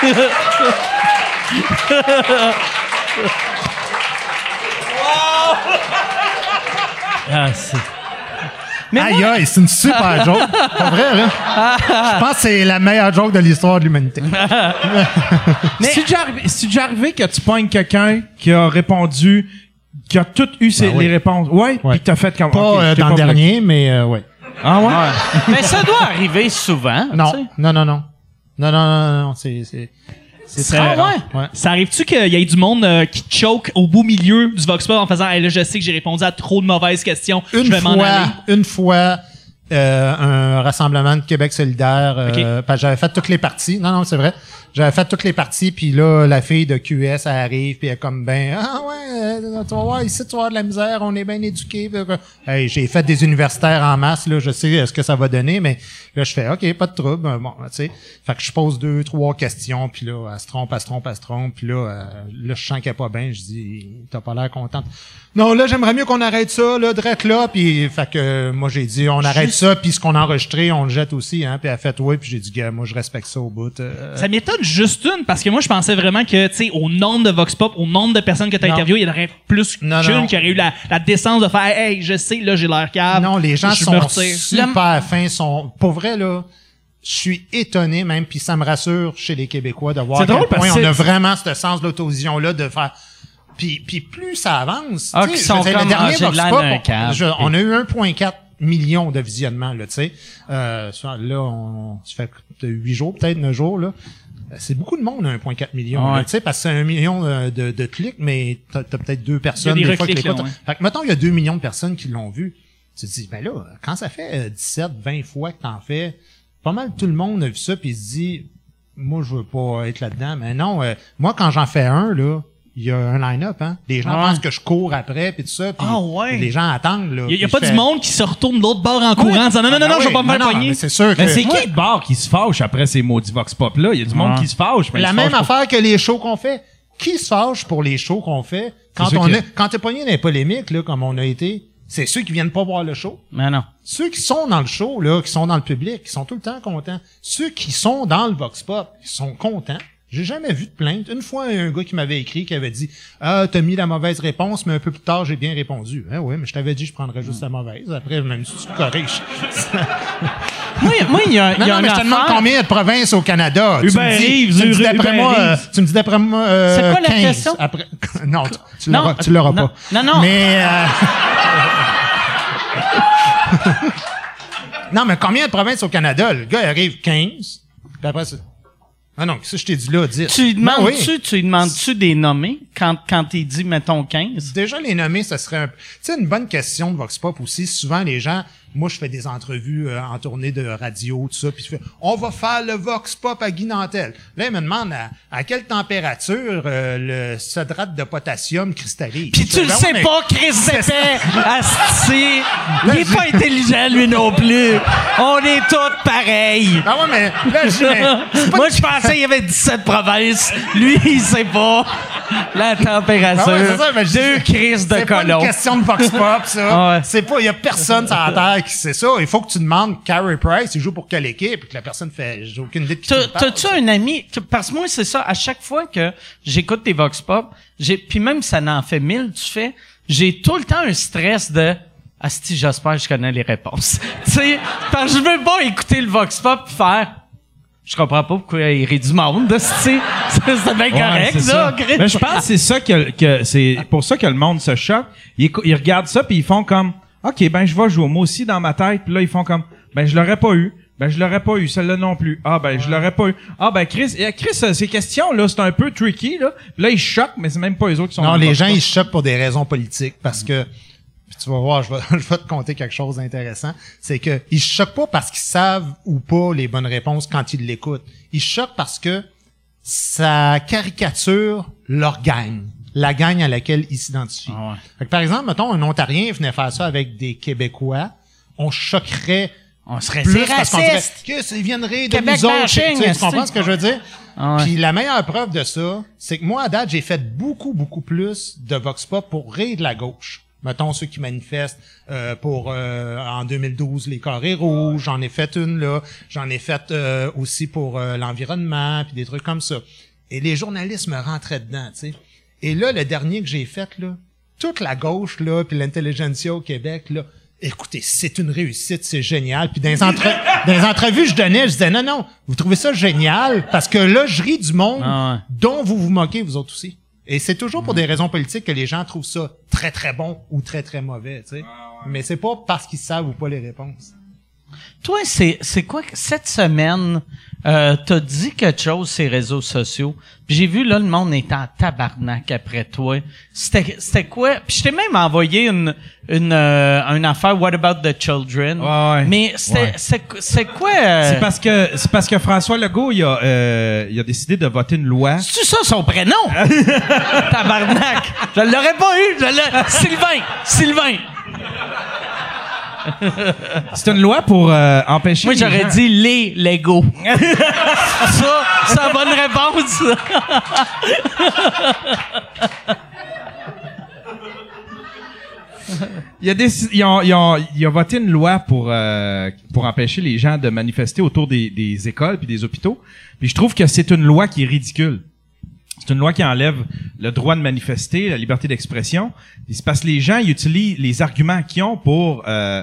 Aïe, c'est une super joke. Pas vrai, là? Je pense que c'est la meilleure joke de l'histoire de l'humanité. C'est déjà arrivé que tu pognes quelqu'un qui a répondu, qui a tout eu les réponses. Ouais. Puis que t'as fait comme... Pas ok, je t'ai dans le pas bloqué. dernier, mais ouais. Ah ouais? Mais ça doit arriver souvent. Non, tu sais. non, c'est très Ah rare. ouais? Ça arrive-tu qu'il y ait du monde qui choke au beau milieu du Vox Pop en faisant hey, là, je sais que j'ai répondu à trop de mauvaises questions, je vais m'en aller. Une fois, un rassemblement de Québec solidaire, Ok. parce que j'avais fait toutes les parties. Non, c'est vrai. J'avais fait toutes les parties, puis là, la fille de QS, elle arrive, puis elle est comme ben, ah ouais, tu vas voir, ici, tu vas avoir de la misère, on est bien éduqués. Hey, j'ai fait des universitaires en masse, là, je sais ce que ça va donner, mais là, je fais, OK, pas de trouble, bon, tu sais. Fait que je pose 2-3 questions, puis là, elle se trompe, puis là, je sens qu'elle est pas bien, je dis, t'as pas l'air contente. Non, là, j'aimerais mieux qu'on arrête ça, là, direct là, puis fait que moi, j'ai dit, on arrête ça, puis ce qu'on a enregistré, on le jette aussi, hein, puis elle a fait, oui, puis j'ai dit, gars, moi, je respecte ça au bout. Ça m'étonne juste une, parce que moi, je pensais vraiment que, tu sais, au nombre de Vox Pop, au nombre de personnes que tu as Non. interviewées, il y en aurait plus Non. qu'une qui aurait eu la décence de faire hey, je sais, là, j'ai l'air cave. Non, les gens je me sont retire. super fins, pour vrai, là, je suis étonné même, puis ça me rassure chez les Québécois de voir à C'est drôle quel point parce que on a vraiment ce sens de l'autovision-là de faire... Puis plus ça avance... Ah, tu sais, qui sont je veux dire, comme, le dernier j'ai de Vox l'air Pop, d'un cave. on a eu 1,4 million de visionnements, là, tu sais. Là, ça fait 8 jours, peut-être 9 jours, là. C'est beaucoup de monde, 1,4 million. Ouais. Tu sais, parce que c'est 1 million de clics, mais t'as peut-être 2 personnes Il y a des des fois qui reclics, là, l'écoutent. ouais. Fait que, mettons, il y a 2 millions de personnes qui l'ont vu. Tu te dis, ben là, quand ça fait 17, 20 fois que t'en fais, pas mal tout le monde a vu ça puis il se dit, moi, je veux pas être là-dedans. Mais non, moi, quand j'en fais un, là, il y a un line-up, hein. Les gens pensent que je cours après puis tout ça. Puis Ah ouais. les gens attendent, là. Il y a Puis pas je du fais- monde qui se retourne de l'autre bord en courant en disant non, Ah, je vais pas me ben faire non, pogner. mais c'est sûr que... Mais c'est qui de bord qui se fâche après ces maudits Vox Pop-là? Il y a du monde qui se fâche, mais La ils se même fâchent affaire que les shows qu'on fait. Qui se fâche pour les shows qu'on fait? Quand ceux on qui- est, quand t'es pogné dans les polémiques, là, comme on a été, C'est ceux qui viennent pas voir le show. Mais non. Ceux qui sont dans le show, là, qui sont dans le public, qui sont tout le temps contents. Ceux qui sont dans le Vox Pop, ils sont contents. J'ai jamais vu de plainte. Une fois, il y a un gars qui m'avait écrit, qui avait dit « Ah, t'as mis la mauvaise réponse, mais un peu plus tard, j'ai bien répondu. » Oui, mais je t'avais dit que je prendrais juste la mauvaise. Après, même si tu te corriges. Moi, il y a Non, mais je te demande combien il y a de provinces au Canada. Tu me dis d'après moi, c'est quoi la 15. question? Après, non, tu l'auras pas. Non. Mais, non, mais combien de provinces au Canada? Le gars, il arrive 15. Puis après, c'est... Ah non, ça, je t'ai dit là, 10. Tu lui demandes-tu des nommés quand il dit, mettons, 15? Déjà, les nommer, ça serait une bonne question de Vox Pop aussi. Souvent, les gens, moi, je fais des entrevues en tournée de radio, tout ça, puis je fais, on va faire le Vox Pop à Guy Nantel. Là, il me demande à quelle température le sodrate de potassium cristallise. Puis tu le sais pas, Chris Épais, asti. Il est pas intelligent, lui non plus. On est tous pareils. Ah ouais, mais là, moi, je pensais qu'il y avait 17 provinces. Lui, il sait pas la température. Ah ouais, c'est ça, mais deux crises de c'est pas colons. une question de Vox Pop, ça. Ah ouais. C'est pas, il y a personne sur la Terre qui sait ça. Il faut que tu demandes Carey Price, il joue pour quelle équipe, et que la personne fait, j'ai aucune idée de qui tu parles. T'as-tu un ami, parce que moi, c'est ça, à chaque fois que j'écoute tes Vox Pop, puis même ça n'en fait 1000, j'ai tout le temps un stress de, asti, j'espère que je connais les réponses. Tu sais, parce que je veux pas écouter le Vox Pop pis faire, je comprends pas pourquoi il rit du monde, c'est bien correct, ça. Mais je pense que c'est ça que c'est pour ça que le monde se choque. Ils regardent ça puis ils font comme, OK, ben je vais jouer moi aussi dans ma tête, puis là ils font comme, ben je l'aurais pas eu. Ben je l'aurais pas eu, celle-là non plus. Ah ben je l'aurais pas eu. Ah ben Chris, ces questions là, c'est un peu tricky là. Puis là ils choquent, mais c'est même pas les autres qui sont. Non, les gens ils se choquent pour des raisons politiques parce que tu vas voir, je vais te conter quelque chose d'intéressant, c'est que ils se choquent pas parce qu'ils savent ou pas les bonnes réponses quand ils l'écoutent. Ils se choquent parce que ça caricature leur gang, la gang à laquelle ils s'identifient. Ah ouais. Fait que, par exemple, mettons un Ontarien venait faire ça avec des Québécois, on choquerait on serait plus parce qu'on dirait raciste. qu'ils viendraient de Québec nous autres. bashing, Tu comprends ce que je veux dire? Ah ouais. Puis la meilleure preuve de ça, c'est que moi, à date, j'ai fait beaucoup plus de Vox Pop pour rire de la gauche. Mettons ceux qui manifestent pour en 2012 les carrés rouges, j'en ai fait une là, j'en ai fait aussi pour l'environnement puis des trucs comme ça. Et les journalistes me rentraient dedans, tu sais. Et là le dernier que j'ai fait là, toute la gauche là puis l'intelligentsia au Québec là, écoutez, c'est une réussite, c'est génial. Puis dans les entrevues je disais non, vous trouvez ça génial parce que là je ris du monde dont vous vous moquez vous autres aussi. Et c'est toujours pour des raisons politiques que les gens trouvent ça très, très bon ou très, très mauvais, tu sais. Mais c'est pas parce qu'ils savent ou pas les réponses. Toi, c'est quoi que cette semaine, t'as dit quelque chose sur les réseaux sociaux, puis j'ai vu, là, le monde était en tabarnak après toi. C'était quoi? Puis je t'ai même envoyé une affaire, What About the Children? Ouais. Mais c'est quoi? C'est parce que François Legault, il a décidé de voter une loi. C'est ça son prénom? Tabarnak! Je l'aurais pas eu! Sylvain! C'est une loi pour empêcher. Moi, j'aurais dit les Lego. Ça, c'est la bonne réponse. Il a voté une loi pour empêcher les gens de manifester autour des écoles puis des hôpitaux. Puis je trouve que c'est une loi qui est ridicule. C'est une loi qui enlève le droit de manifester, la liberté d'expression. Puis c'est parce que les gens ils utilisent les arguments qu'ils ont pour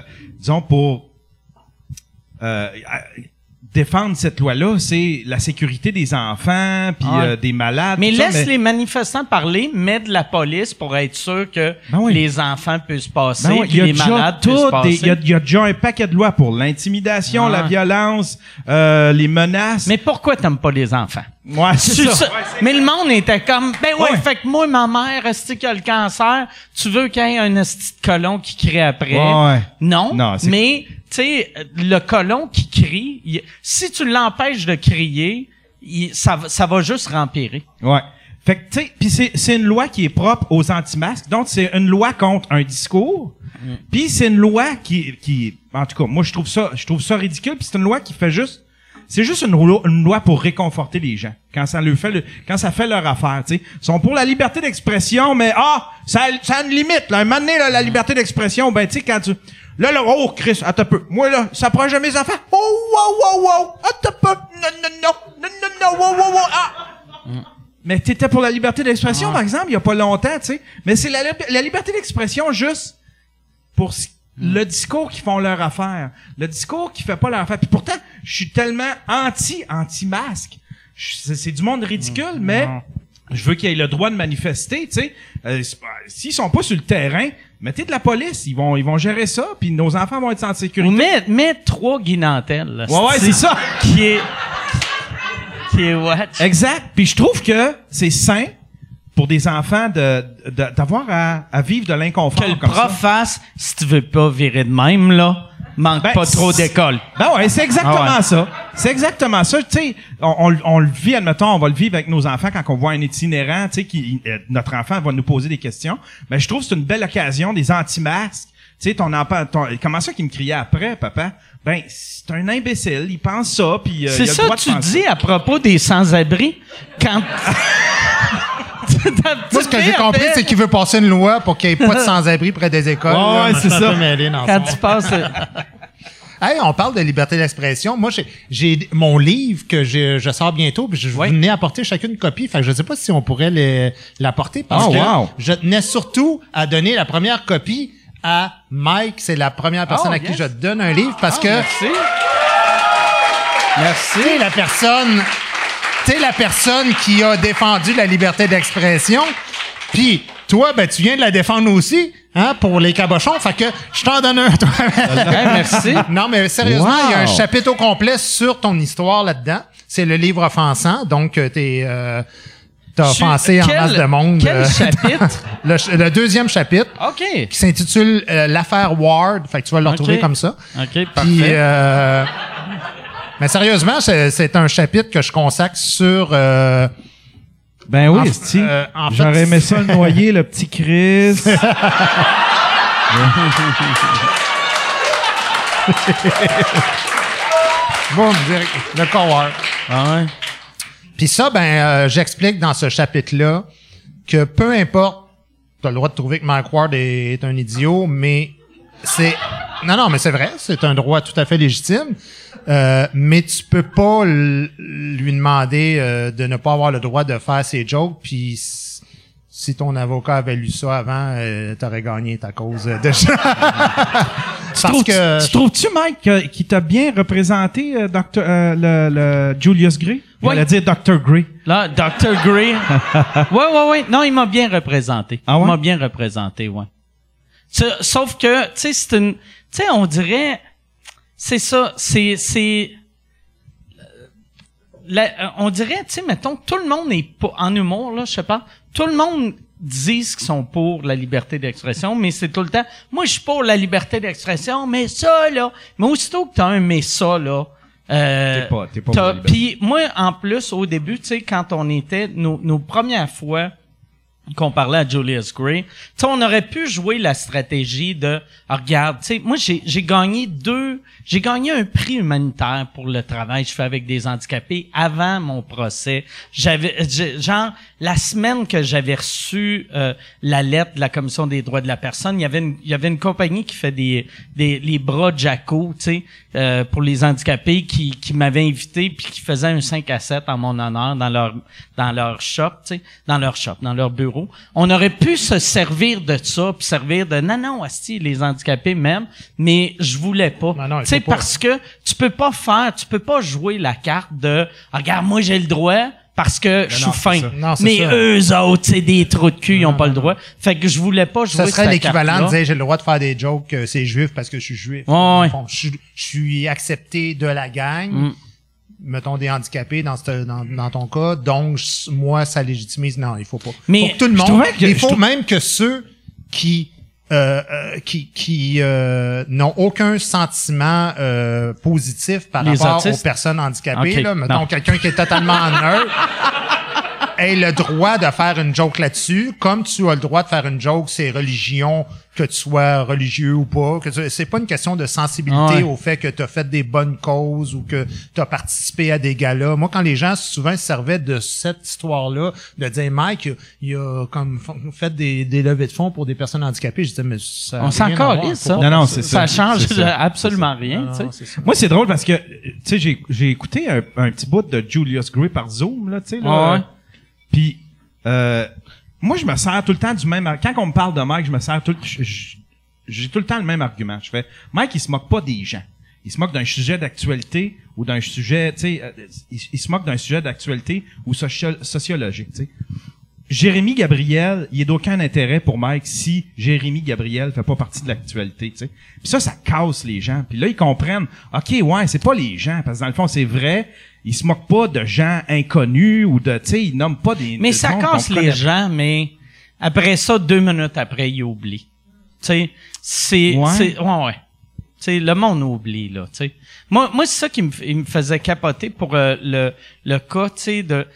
défendre cette loi-là, c'est la sécurité des enfants puis des malades. Mais laisse les manifestants parler, mets de la police pour être sûr que les enfants puissent passer, puis les malades puissent passer. Il y a déjà un paquet de lois pour l'intimidation, la violence, les menaces. Mais pourquoi t'aimes pas les enfants? Ouais, c'est ça. Mais le monde était comme, fait que moi, ma mère, est-ce qui a le cancer, tu veux qu'il y ait un esti de colon qui crie après? Ouais. Non, mais, tu sais, le colon qui crie, si tu l'empêches de crier, ça va juste rempirer. Ouais. Fait que, tu sais, pis c'est une loi qui est propre aux anti-masques. Donc, c'est une loi contre un discours. Puis c'est une loi qui, en tout cas, moi, je trouve ça ridicule. Puis c'est une loi qui fait juste c'est juste une loi pour réconforter les gens. Quand ça fait leur affaire, tu sais. Ils sont pour la liberté d'expression, mais ça a une limite, là. Un moment donné, là, la liberté d'expression, ben, tu sais, quand tu... Là, oh, Chris, attends un peu. Moi, là, ça approche de mes enfants. Oh, wow. Attends un peu. Non, wow. Mais t'étais pour la liberté d'expression, par exemple, il y a pas longtemps, tu sais. Mais c'est la liberté d'expression juste pour le discours qui font leur affaire. Le discours qui fait pas leur affaire. Puis pourtant, je suis tellement anti-masque. C'est du monde ridicule, mais je veux qu'ils aient le droit de manifester, tu sais. S'ils sont pas sur le terrain, mettez de la police, ils vont gérer ça, puis nos enfants vont être en sécurité. Mets 3 guinantelles, là. Ouais, c'est ça. Qui est what? Exact. Puis je trouve que c'est sain pour des enfants d'avoir à vivre de l'inconfort. Que le comme prof ça. fasse, si tu veux pas virer de même, là, manque pas trop d'école. Ben ouais, c'est exactement ça. C'est exactement ça. Tu sais, on le vit, admettons, on va le vivre avec nos enfants quand on voit un itinérant, tu sais, notre enfant va nous poser des questions. Mais je trouve que c'est une belle occasion, des anti-masques. Tu sais, ton enfant, comment ça qu'il me criait après, papa? Ben, c'est un imbécile, il pense ça, puis il a C'est le ça droit que de tu penser. dis à propos des sans-abri? Quand... Moi, ce que j'ai compris, c'est qu'il veut passer une loi pour qu'il n'y ait pas de sans-abri près des écoles. Ouais, Là, c'est je suis ça. un peu mêlé dans Quand ça. tu passes... Hey, on parle de liberté d'expression. Moi, j'ai mon livre que je sors bientôt, puis je venais apporter chacune une copie. Fait que je sais pas si on pourrait l'apporter parce que je tenais surtout à donner la première copie à Mike. C'est la première personne à qui je donne un livre parce que Merci. t'es la personne qui a défendu la liberté d'expression. Puis toi, ben tu viens de la défendre aussi, hein, pour les cabochons. Fait que je t'en donne un, toi. Merci. Non, mais sérieusement, il y a un chapitre au complet sur ton histoire là-dedans. C'est le livre offensant, donc t'as offensé en masse de monde. Quel chapitre? Le deuxième chapitre, OK. qui s'intitule l'affaire Ward. Fait que tu vas le retrouver comme ça. OK, Puis, parfait. mais sérieusement, c'est un chapitre que je consacre sur... Ben oui, en fait, j'aurais aimé ça le noyer, le petit Chris. Boum, direct, le cover. Ah ouais. Puis ça, j'explique dans ce chapitre-là que peu importe, t'as le droit de trouver que Mike Ward est un idiot, mais c'est... Non, mais c'est vrai, c'est un droit tout à fait légitime, mais tu peux pas lui demander de ne pas avoir le droit de faire ses jokes, puis si ton avocat avait lu ça avant, t'aurais gagné ta cause déjà. Tu trouves-tu, Mike, qui t'a bien représenté, le Julius Gray? Oui. J'allais dire Dr. Gray. Là, Dr. Gray. Ouais. Non, il m'a bien représenté. Ah ouais? Il m'a bien représenté, ouais. Sauf que, tu sais, c'est une... Tu sais, on dirait... C'est ça, on dirait, tu sais, mettons, tout le monde est pas... En humour, là, je sais pas, tout le monde disent qu'ils sont pour la liberté d'expression, mais c'est tout le temps... Moi, je suis pour la liberté d'expression, mais ça, là... Mais aussitôt que t'as un « mais ça », là... T'es pas pour la liberté. Puis moi, en plus, au début, tu sais, quand on était... Nos premières fois qu'on parlait à Julius Gray, tu sais, on aurait pu jouer la stratégie de regarde, tu sais, moi j'ai gagné un prix humanitaire pour le travail que je fais avec des handicapés avant mon procès. Genre la semaine que j'avais reçu la lettre de la Commission des droits de la personne, il y avait une compagnie qui fait les bras Jacko, tu sais, pour les handicapés qui m'avait invité puis qui faisait un 5 à 7 en mon honneur dans leur shop, tu sais, dans leur bureau. On aurait pu se servir de ça puis servir de non asti les handicapés même, mais je voulais pas. Tu sais, parce que tu peux pas jouer la carte de regarde, moi j'ai le droit parce que je suis fin. Mais eux autres, c'est des trous de cul, ils ont pas le droit. Fait que je voulais pas jouer ça serait l'équivalent de dire j'ai le droit de faire des jokes, c'est juif parce que je suis juif. Ouais. Bon, je suis accepté de la gang. Mettons des handicapés dans ton cas, donc moi ça légitimise. Non, il faut pas. Mais faut que tout le monde. Il faut même que ceux qui n'ont aucun sentiment positif par rapport aux personnes handicapées. Là, mettons quelqu'un qui est totalement neutre. ait le droit de faire une joke là-dessus, comme tu as le droit de faire une joke, c'est religion, que tu sois religieux ou pas. C'est pas une question de sensibilité au fait que tu as fait des bonnes causes ou que tu as participé à des galas. Moi, quand les gens souvent se servaient de cette histoire-là, de dire Mike, il a comme fait des levées de fonds pour des personnes handicapées, je disais mais ça on s'en calisse, ça. Non, c'est ça. Ça change C'est ça. absolument rien, Non, tu sais. c'est ça. Moi, c'est drôle parce que, tu sais, j'ai écouté un petit bout de Julius Gray par Zoom, là, tu sais, là. Ouais. Puis, moi, je me sers tout le temps du même... Quand on me parle de Mike, je me sers j'ai tout le temps le même argument. Je fais, Mike, il se moque pas des gens. Il se moque d'un sujet d'actualité ou d'un sujet, tu sais, il se moque d'un sujet d'actualité ou sociologique, tu sais. Jérémy Gabriel, il est d'aucun intérêt pour Mike si Jérémy Gabriel fait pas partie de l'actualité, tu sais. Puis ça casse les gens. Puis là, ils comprennent, OK, ouais, c'est pas les gens, parce que dans le fond, c'est vrai, ils se moquent pas de gens inconnus ou de, tu sais, ils nomment pas des... Mais ça casse les gens, mais après ça, 2 minutes après, ils oublient. Tu sais, ouais. Tu sais, le monde oublie, là, tu sais. Moi, c'est ça qui me faisait capoter pour le cas, tu sais, de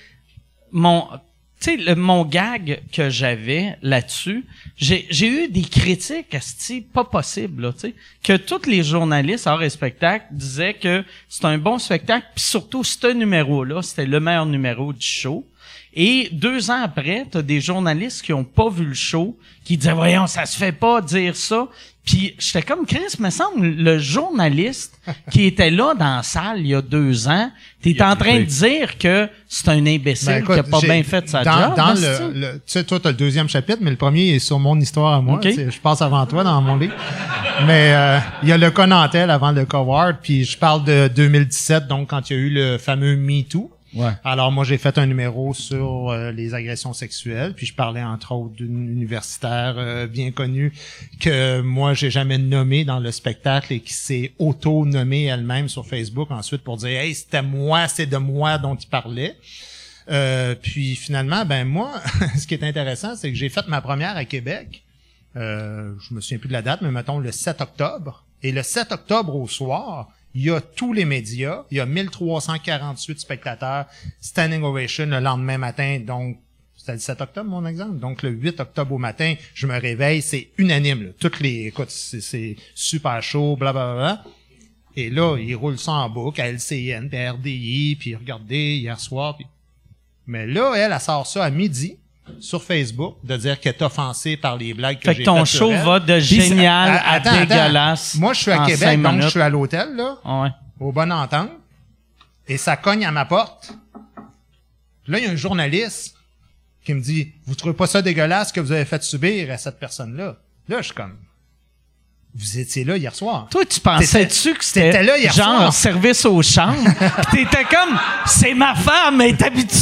tu sais, mon gag que j'avais là-dessus, j'ai eu des critiques, asti, pas possible, là, tu sais, que tous les journalistes hors et spectacle disaient que c'est un bon spectacle, puis surtout, ce numéro-là, c'était le meilleur numéro du show. Et 2 ans après, t'as des journalistes qui ont pas vu le show, qui disaient, voyons, ça se fait pas dire ça. Puis j'étais comme, Chris, me semble, le journaliste qui était là dans la salle il y a 2 ans, t'es en train de dire que c'est un imbécile Écoute, qui a pas bien fait sa job. Dans tu sais, toi, t'as le 2e chapitre, mais le premier est sur mon histoire à moi. Okay. Je passe avant toi dans mon livre. Mais il y a le cas Nantel avant le cas Ward, puis je parle de 2017, donc quand il y a eu le fameux MeToo. Ouais. Alors moi j'ai fait un numéro sur les agressions sexuelles, puis je parlais entre autres d'une universitaire bien connue que moi j'ai jamais nommée dans le spectacle et qui s'est auto-nommée elle-même sur Facebook ensuite pour dire hey c'était moi, c'est de moi dont il parlait. Puis finalement ben moi ce qui est intéressant c'est que j'ai fait ma première à Québec. Je me souviens plus de la date mais mettons le 7 octobre et le 7 octobre au soir il y a tous les médias, il y a 1348 spectateurs, standing ovation le lendemain matin, donc c'était le 7 octobre mon exemple, donc le 8 octobre au matin, je me réveille, c'est unanime, là. Toutes les, écoute, c'est super chaud, blablabla. Et là, ils roulent ça en boucle à LCN, puis à RDI, puis regardez, hier soir, puis... Mais là, elle sort ça à midi, sur Facebook, de dire qu'elle est offensée par les blagues que j'ai faites. Fait que ton show va de génial à dégueulasse. Moi, je suis à Québec, donc je suis à l'hôtel, là, ouais. au Bonne Entente, et ça cogne à ma porte. Puis là, il y a un journaliste qui me dit « Vous trouvez pas ça dégueulasse que vous avez fait subir à cette personne-là? » Là, je suis comme « Vous étiez là hier soir. » Toi, tu pensais-tu que T'étais là c'était hier genre soir. service aux chambres? Pis t'étais comme « C'est ma femme, elle est habituée! »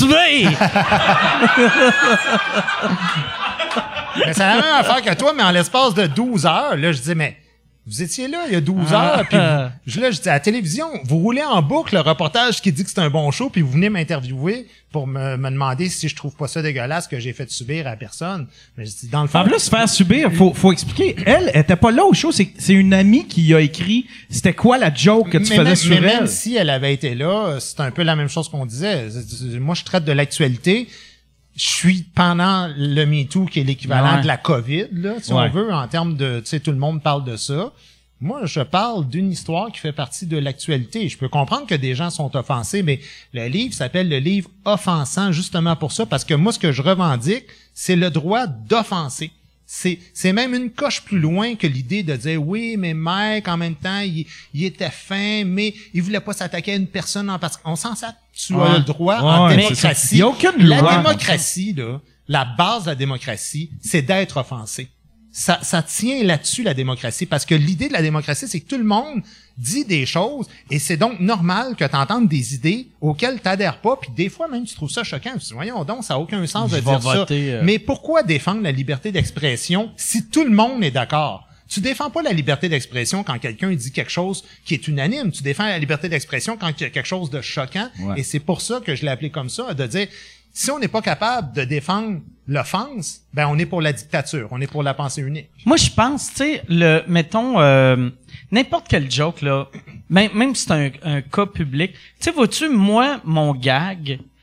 Mais c'est la même affaire que toi, mais en l'espace de 12 heures, là, je dis, mais vous étiez là il y a 12 heures, puis je dis à la télévision, vous roulez en boucle le reportage qui dit que c'est un bon show, puis vous venez m'interviewer pour me demander si je trouve pas ça dégueulasse que j'ai fait subir à personne. Mais je dis, dans le fond... En plus, se faire subir, faut expliquer. Elle était pas là au show, c'est une amie qui a écrit c'était quoi la joke que tu faisais sur elle. Même si elle avait été là, c'est un peu la même chose qu'on disait. Moi, je traite de l'actualité. Je suis pendant le MeToo, qui est l'équivalent de la COVID, là, si on veut, en termes de, tu sais, tout le monde parle de ça. Moi, je parle d'une histoire qui fait partie de l'actualité. Je peux comprendre que des gens sont offensés, mais le livre s'appelle le livre offensant justement pour ça, parce que moi, ce que je revendique, c'est le droit d'offenser. C'est même une coche plus loin que l'idée de dire oui, mais Mike, en même temps, il était fin, mais il voulait pas s'attaquer à une personne en particulier. On s'en sac. Tu as le droit en démocratie. Il y a aucune loi. La démocratie, là, la base de la démocratie, c'est d'être offensé. Ça tient là-dessus, la démocratie, parce que l'idée de la démocratie, c'est que tout le monde dit des choses, et c'est donc normal que tu entendes des idées auxquelles tu adhères pas, puis des fois même tu trouves ça choquant. Tu dis, voyons donc, ça n'a aucun sens de dire ça. Mais pourquoi défendre la liberté d'expression si tout le monde est d'accord? Tu défends pas la liberté d'expression quand quelqu'un dit quelque chose qui est unanime. Tu défends la liberté d'expression quand il y a quelque chose de choquant, et c'est pour ça que je l'ai appelé comme ça, de dire... Si on n'est pas capable de défendre l'offense, ben on est pour la dictature, on est pour la pensée unique. Moi, je pense, tu sais, mettons, n'importe quel joke, là, même si c'est un cas public, tu sais, vois-tu, moi, mon gag,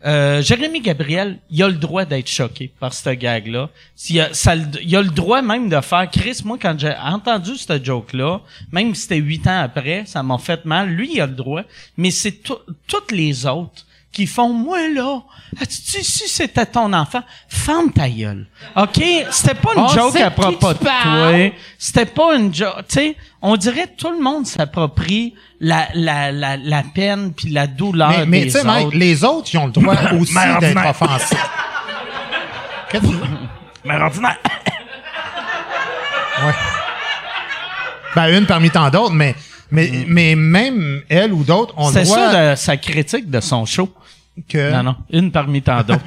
Jérémy Gabriel, il a le droit d'être choqué par ce gag-là. Il a le droit même de faire... Chris, moi, quand j'ai entendu cette joke-là, même si c'était 8 ans après, ça m'a fait mal. Lui, il a le droit. Mais c'est toutes les autres qui font, moi, là, si c'était ton enfant, ferme ta gueule. OK? C'était pas une joke à propos de toi. C'était pas une joke. Tu sais, on dirait que tout le monde s'approprie la peine puis la douleur mais des tu sais, Mike, autres. les autres, ils ont le droit aussi d'être offensés. Qu'est-ce que tu veux? Mère ordinaire. Ouais. Ben, une parmi tant d'autres, mais même elle ou d'autres ont le C'est droit ça sa critique de son show. que... Non, une parmi tant d'autres.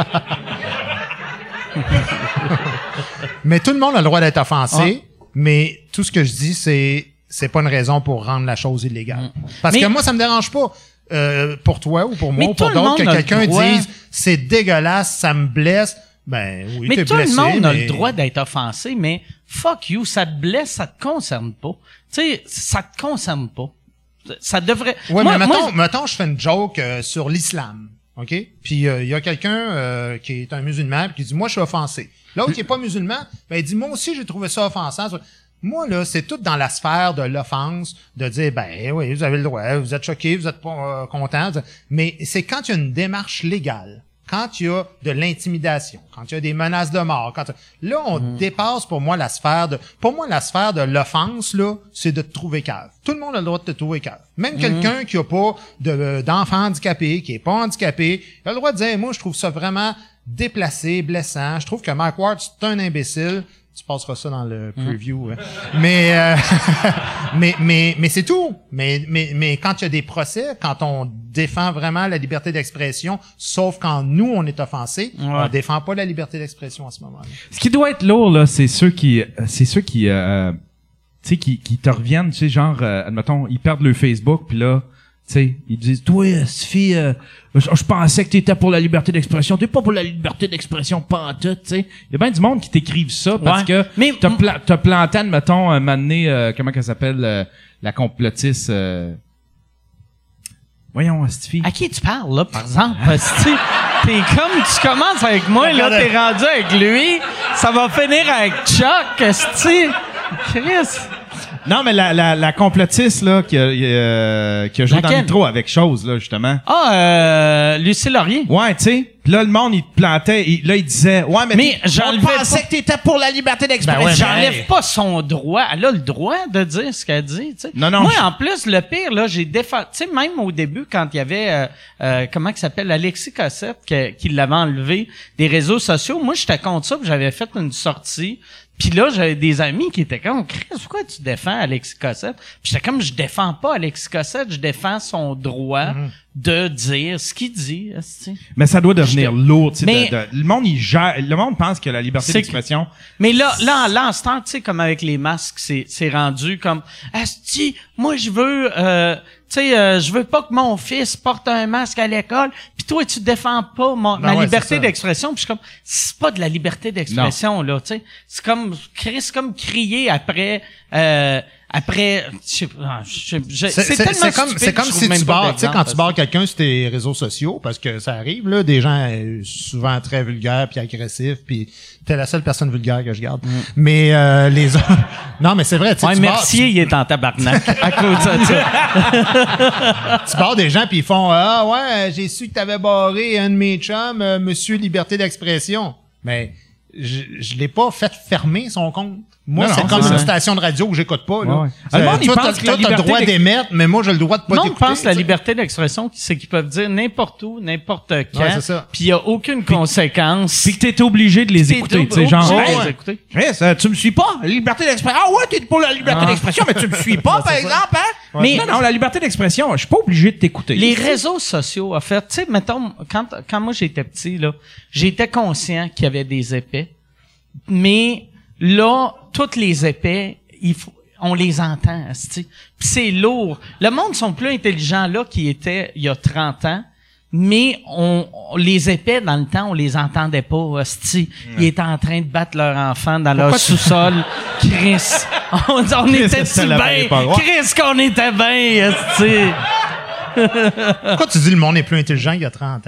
Mais tout le monde a le droit d'être offensé, mais tout ce que je dis, c'est pas une raison pour rendre la chose illégale. Parce que moi, ça me dérange pas, pour toi ou pour moi Mais ou pour tout le d'autres, que monde a le quelqu'un droit. dise « c'est dégueulasse, ça me blesse », ben oui, Mais t'es tout blessé, le monde a mais- le droit d'être offensé, mais fuck you, ça te blesse, ça te concerne pas. Tu sais, ça te concerne pas. Ça devrait... Ouais, Moi- mais moi, mettons, je fais une joke sur l'islam, OK? Puis il y a quelqu'un qui est un musulman puis qui dit « Moi, je suis offensé ». L'autre qui est pas musulman, ben il dit « Moi aussi, j'ai trouvé ça offensant ». Moi, là, c'est tout dans la sphère de l'offense, de dire « Ben oui, vous avez le droit, vous êtes choqué, vous êtes pas content ». Mais c'est quand il y a une démarche légale, quand il y a de l'intimidation, quand il y a des menaces de mort, là, on dépasse pour moi la sphère de l'offense, là, c'est de te trouver cave. Tout le monde a le droit de te trouver cave. Même quelqu'un qui a pas d'enfant handicapé, qui est pas handicapé, il a le droit de dire, moi, je trouve ça vraiment déplacé, blessant. Je trouve que Mike Ward, c'est un imbécile. Tu passeras ça dans le preview. Hein. Mais c'est tout. Mais quand il y a des procès, quand on défend vraiment la liberté d'expression, sauf quand nous, on est offensés, on défend pas la liberté d'expression à ce moment-là. Ce qui doit être lourd, là, c'est ceux qui tu sais, qui te reviennent, tu sais, genre, admettons, ils perdent leur Facebook, puis là, tu sais, ils disent, toi, Sophie, je pensais que t'étais pour la liberté d'expression. T'es pas pour la liberté d'expression, pas en tout, tu sais. Il y a bien du monde qui t'écrivent ça parce que Mais- t'as planté, admettons, un moment donné, comment qu'elle s'appelle, la complotiste, voyons, Sophie. à qui tu parles, là, par exemple? Parce que, t'es comme, tu commences avec moi, là, t'es rendu avec lui, ça va finir avec Chuck, esti. Chris. Non, mais la complotiste, là, qui a joué dans le Laquelle? métro avec chose, là, justement. Lucie Laurier. Ouais, tu sais. Puis là, le monde, il te plantait. Là, il disait, ouais, Mais j'enlevais on pensait pas- que t'étais pour la liberté d'expression. Ben ouais, J'enlève pas son droit. Elle a le droit de dire ce qu'elle dit, tu sais. Non, Moi, je- en plus, le pire, là, j'ai défendu... Tu sais, même au début, quand il y avait... comment il s'appelle? Alexis Cossette, qui l'avait enlevé des réseaux sociaux. Moi, j'étais contre ça, puis j'avais fait une sortie. Puis là, j'avais des amis qui étaient comme, Chris, pourquoi tu défends Alexis Cossette? Puis j'étais comme, je défends pas Alexis Cossette, je défends son droit de dire ce qu'il dit. esti. Mais ça doit devenir lourd, tu sais. Mais- Le monde, il gère. Le monde pense que la liberté C'est d'expression. Mais là, en ce temps, tu sais, comme avec les masques, c'est rendu comme, asti, moi, je veux, je veux pas que mon fils porte un masque à l'école, puis toi, tu défends pas ma ouais, liberté c'est ça. d'expression, puis je suis comme, c'est pas de la liberté d'expression, là, tu sais. C'est comme crier après, je sais pas, c'est tellement C'est comme, stupide, c'est comme je trouve si même tu pas barres, tu sais, d'exemple, quand tu parce barres quelqu'un sur tes réseaux sociaux, parce que ça arrive, là, des gens souvent très vulgaires puis agressifs, puis t'es la seule personne vulgaire que je garde. Mais les autres... Non, mais c'est vrai, tu sais, Ouais, tu barres- Mercier, il est en tabarnak à cause de ça. tu barres des gens puis ils font « Ah ouais, j'ai su que t'avais barré un de mes chums, Monsieur Liberté d'expression. » Mais je l'ai pas fait fermer son compte. Moi, Non, c'est non, comme c'est une ça. station de radio que j'écoute pas. Là. Ouais. Le monde, il toi, pense que la t'as le liberté droit d'émettre, mais moi, j'ai le droit de pas Non, t'écouter. je pense que la tu sais. liberté d'expression, c'est qu'ils peuvent dire n'importe où, n'importe quand. Ouais, c'est ça. Puis il y a aucune conséquence. Puis que t'es obligé de les écouter, tu sais, genre. obligé de Hey, les écouter. Chris, tu me suis pas? La liberté d'expression. Ah ouais, t'es pour la liberté d'expression, mais tu me suis pas, par exemple, hein? Mais- non, la liberté d'expression, je suis pas obligé de t'écouter. Les réseaux sociaux, en fait, tu sais, mettons, quand moi j'étais petit, là, j'étais conscient qu'il y avait des épais. Mais là, toutes les épais, on les entend, asti. Puis c'est lourd. Le monde sont plus intelligents là qu'ils étaient il y a 30 ans. Mais les épais, dans le temps, on les entendait pas, asti. Ils étaient en train de battre leur enfant dans leur sous-sol. Chris. On était ça si l'avait bien. pas droit. Chris, qu'on était bien, asti. Pourquoi tu dis le monde est plus intelligent qu'il y a 30 ans?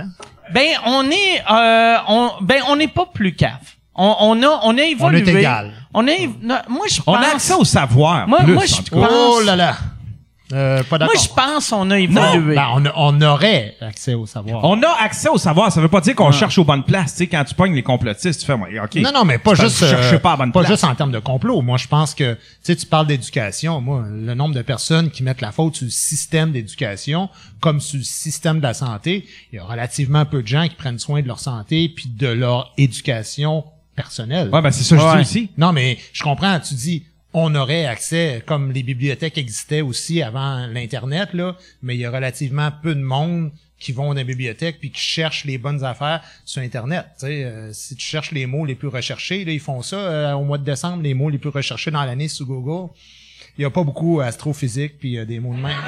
Ben, on n'est pas plus cave. On a évolué. On est égal. Moi, je pense. On a accès au savoir. Moi, plus, je en tout cas. pense- Oh là là. Pas d'accord. Moi, je pense qu'on a évolué. Ben, on aurait accès au savoir. On a accès au savoir. Ça veut pas dire qu'on cherche aux bonnes places. Tu sais, quand tu pognes les complotistes, tu fais, OK. Non, mais pas C'est juste, parce que vous cherchez pas à bonne pas place. juste en termes de complot. Moi, je pense que, tu sais, tu parles d'éducation. Moi, le nombre de personnes qui mettent la faute sur le système d'éducation, comme sur le système de la santé, il y a relativement peu de gens qui prennent soin de leur santé puis de leur éducation personnelle. Ouais, ben, c'est ça que je dis aussi. Non, mais je comprends. Tu dis, on aurait accès, comme les bibliothèques existaient aussi avant l'Internet, là, mais il y a relativement peu de monde qui vont dans les bibliothèques puis qui cherchent les bonnes affaires sur Internet. Tu sais, si tu cherches les mots les plus recherchés, là, ils font ça au mois de décembre, les mots les plus recherchés dans l'année sur Google. Il y a pas beaucoup astrophysique puis des mots de même.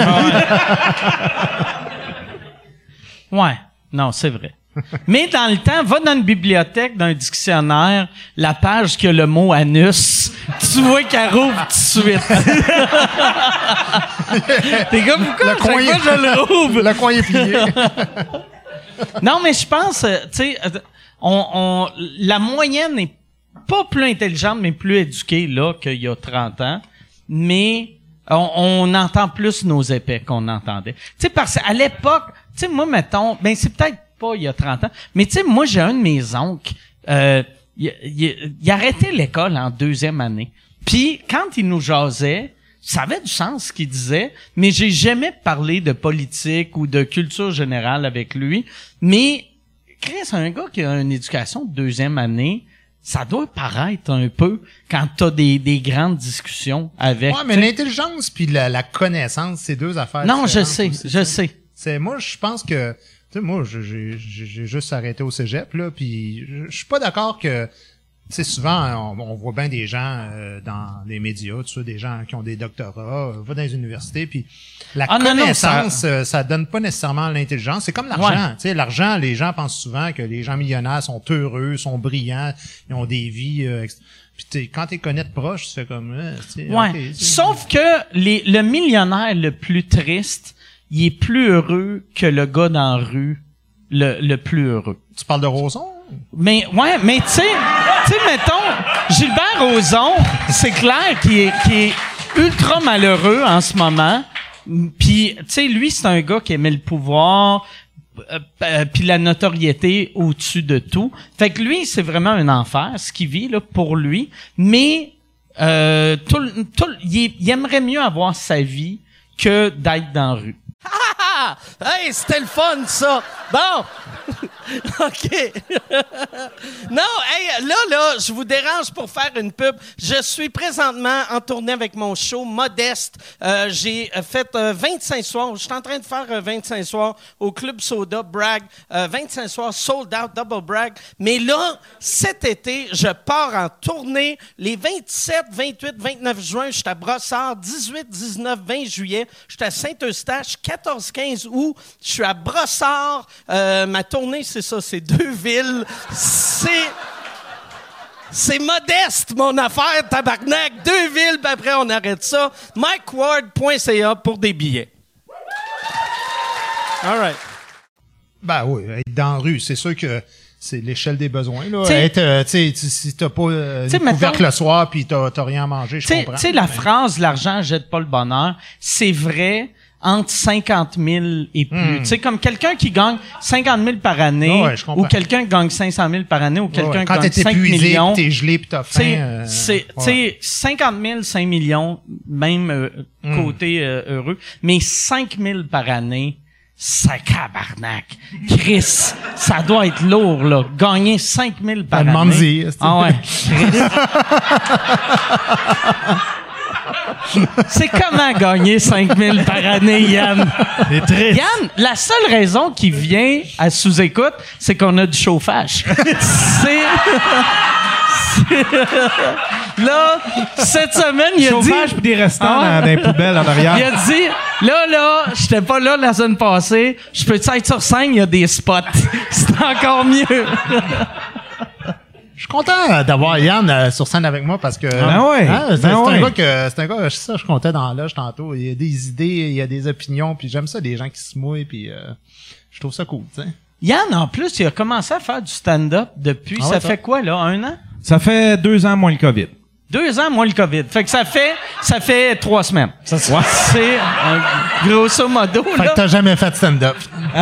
Ouais. Non, c'est vrai. Mais dans le temps, va dans une bibliothèque, dans un dictionnaire, la page qui a le mot anus, tu vois qu'elle rouvre tout de suite. T'es comme, pourquoi chaque fois je le rouvre? Le coin est plié. Non, mais je pense, tu sais, la moyenne n'est pas plus intelligente, mais plus éduquée, là, qu'il y a 30 ans. Mais on entend plus nos épais qu'on entendait. Tu sais, parce qu'à l'époque, tu sais, moi, mettons, ben c'est peut-être pas il y a 30 ans, mais tu sais, moi, j'ai un de mes oncles, il arrêtait l'école en 2e année. Puis, quand il nous jasait, ça avait du sens ce qu'il disait, mais j'ai jamais parlé de politique ou de culture générale avec lui. Mais, Chris, un gars qui a une éducation de 2e année, ça doit paraître un peu quand t'as des grandes discussions avec... Ouais, mais l'intelligence puis la connaissance, c'est deux affaires Non, je différentes sais, aussi, je sais. C'est moi, je pense que, tu sais, moi, j'ai juste arrêté au cégep là, puis je suis pas d'accord que, tu sais, souvent on voit bien des gens dans les médias, tu sais, des gens qui ont des doctorats, va dans les universités, puis la connaissance, ça donne pas nécessairement l'intelligence. C'est comme l'argent, Ouais. tu sais, l'argent, les gens pensent souvent que les gens millionnaires sont heureux, sont brillants, ils ont des vies. Puis quand t'es connais de proche, tu fais comme, tu sais, Ouais. ok, Sauf que le millionnaire le plus triste, il est plus heureux que le gars dans la rue le plus heureux. tu parles de Roson? Mais ouais, mais tu sais, mettons Gilbert Rozon, c'est clair qu'il est ultra malheureux en ce moment. Puis tu sais, lui c'est un gars qui aimait le pouvoir, puis la notoriété au-dessus de tout. Fait que lui, c'est vraiment un enfer ce qu'il vit là pour lui, mais il aimerait mieux avoir sa vie que d'être dans la rue. Ah! Hey, c'était le fun, ça! Bon! OK. Non, hey, là, je vous dérange pour faire une pub. Je suis présentement en tournée avec mon show Modeste. J'ai fait 25 soirs. Je suis en train de faire 25 soirs au Club Soda, Bragg. 25 soirs, sold out, double Bragg. Mais là, cet été, je pars en tournée. Les 27, 28, 29 juin, je suis à Brossard. 18, 19, 20 juillet, je suis à Saint-Eustache. 14, 15 août, je suis à Brossard. Ma tournée, c'est ça, c'est 2 villes. C'est modeste, mon affaire, tabarnak. 2 villes, puis après, on arrête ça. MikeWard.ca pour des billets. All right. Ben oui, être dans la rue, c'est sûr que c'est l'échelle des besoins. Là. T'sais, être, tu sais, si t'as pas couverte le soir puis t'as rien à manger, je comprends. Tu sais, la phrase « l'argent jette pas le bonheur », c'est vrai entre 50 000 et plus. Tu sais, comme quelqu'un qui gagne 50 000 par année, Ouais, je comprends. ou quelqu'un qui gagne 500 000 par année, ou quelqu'un qui Quand gagne t'es 5 épuisé, millions. t'es gelé puis t'as faim. Tu sais, 50 000, 5 millions, même côté heureux, mais 5 000 par année, c'est cabarnak. Chris, ça doit être lourd, là. Gagner 5 000 par année. Demande-y, Ah ouais. C'est comment gagner 5 000 par année, Yann? C'est triste. Yann, la seule raison qui vient à sous-écoute, c'est qu'on a du chauffage. Là, cette semaine, il a Chauffage dit... pis des restants Ah. dans les poubelles en arrière. Il a dit, là, j'étais pas là la semaine passée, je peux être sur scène, il y a des spots. C'est encore mieux. Je suis content d'avoir Yann sur scène avec moi parce que Ben ouais, c'est ben ouais. un gars ça je comptais dans l'âge tantôt, il y a des idées, il y a des opinions, puis j'aime ça des gens qui se mouillent, puis je trouve ça cool, tu sais. Yann, en plus, il a commencé à faire du stand-up depuis, Ah ouais, ça toi? fait quoi, là, 1 an? Ça fait 2 ans moins le COVID. 2 ans, moins le COVID. Fait que ça fait 3 semaines. C'est, grosso modo, Fait là. que t'as jamais fait de stand-up.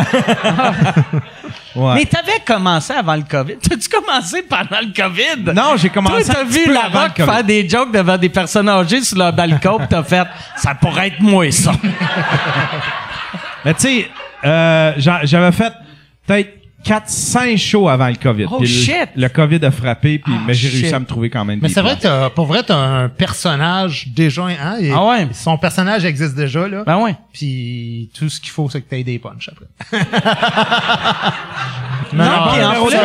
Ouais. Mais t'avais commencé avant le COVID. T'as-tu commencé pendant le COVID? Non, j'ai commencé Toi, t'as un petit vu peu la avant Rock le COVID. faire des jokes devant des personnes âgées sur leur balcon, pis t'as fait « Ça pourrait être moi, ça. Mais tu sais, j'avais fait peut-être 4-5 shows avant le COVID. Oh, Puis shit! Le COVID a frappé, puis mais j'ai réussi shit. à me trouver quand même. Mais des c'est vrai places. que pour vrai, t'as un personnage déjà, hein? Ah ouais? Son personnage existe déjà, là. » Ben ouais. Puis tout ce qu'il faut, c'est que t'aies des punchs après. Non, puis en plus,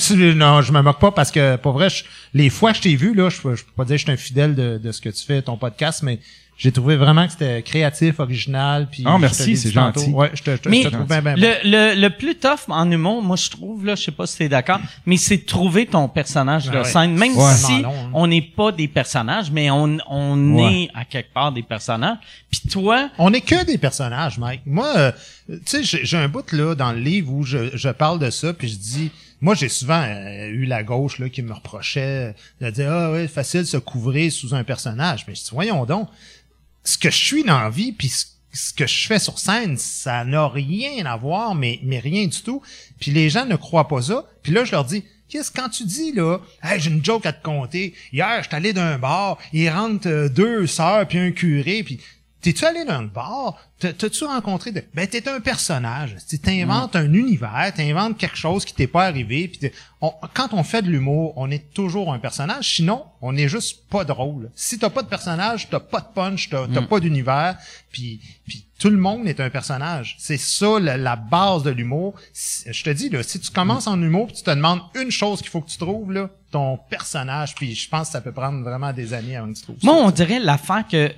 je me moque pas parce que, pour vrai, les fois que je t'ai vu, là, je peux pas dire que je suis un fidèle de ce que tu fais, ton podcast, mais j'ai trouvé vraiment que c'était créatif, original, puis... Ah, je merci, te l'ai dit c'est tantôt. gentil. Ouais, je te Mais trouve bien. le plus tough en humour, moi, je trouve, là, je sais pas si t'es d'accord, mais c'est de trouver ton personnage de Ah ouais. scène. Même Ouais. si Vraiment long, hein. on n'est pas des personnages, mais on Ouais. est à quelque part des personnages. Puis toi, On est que des personnages, Mike. Moi, tu sais, j'ai un bout là dans le livre où je parle de ça, puis je dis, moi j'ai souvent eu la gauche là qui me reprochait de dire ah ouais facile de se couvrir sous un personnage, mais je dis voyons donc, ce que je suis dans la vie puis ce que je fais sur scène, ça n'a rien à voir, mais rien du tout. Puis les gens ne croient pas ça. Puis là je leur dis qu'est-ce quand tu dis là, hey, j'ai une joke à te conter. Hier, je suis allé d'un bar, il rentre 2 sœurs puis un curé, puis t'es-tu allé dans le bar? T'as-tu rencontré de... Ben, t'es un personnage. Tu t'inventes un univers, t'inventes quelque chose qui t'est pas arrivé. Puis quand on fait de l'humour, on est toujours un personnage. Sinon, on est juste pas drôle. Si t'as pas de personnage, t'as pas de punch, t'as pas d'univers. Puis tout le monde est un personnage. C'est ça la base de l'humour. Je te dis, là, si tu commences en humour puis tu te demandes une chose qu'il faut que tu trouves, là, ton personnage, puis je pense que ça peut prendre vraiment des années avant que tu trouves ça. moi, on dirait l'affaire que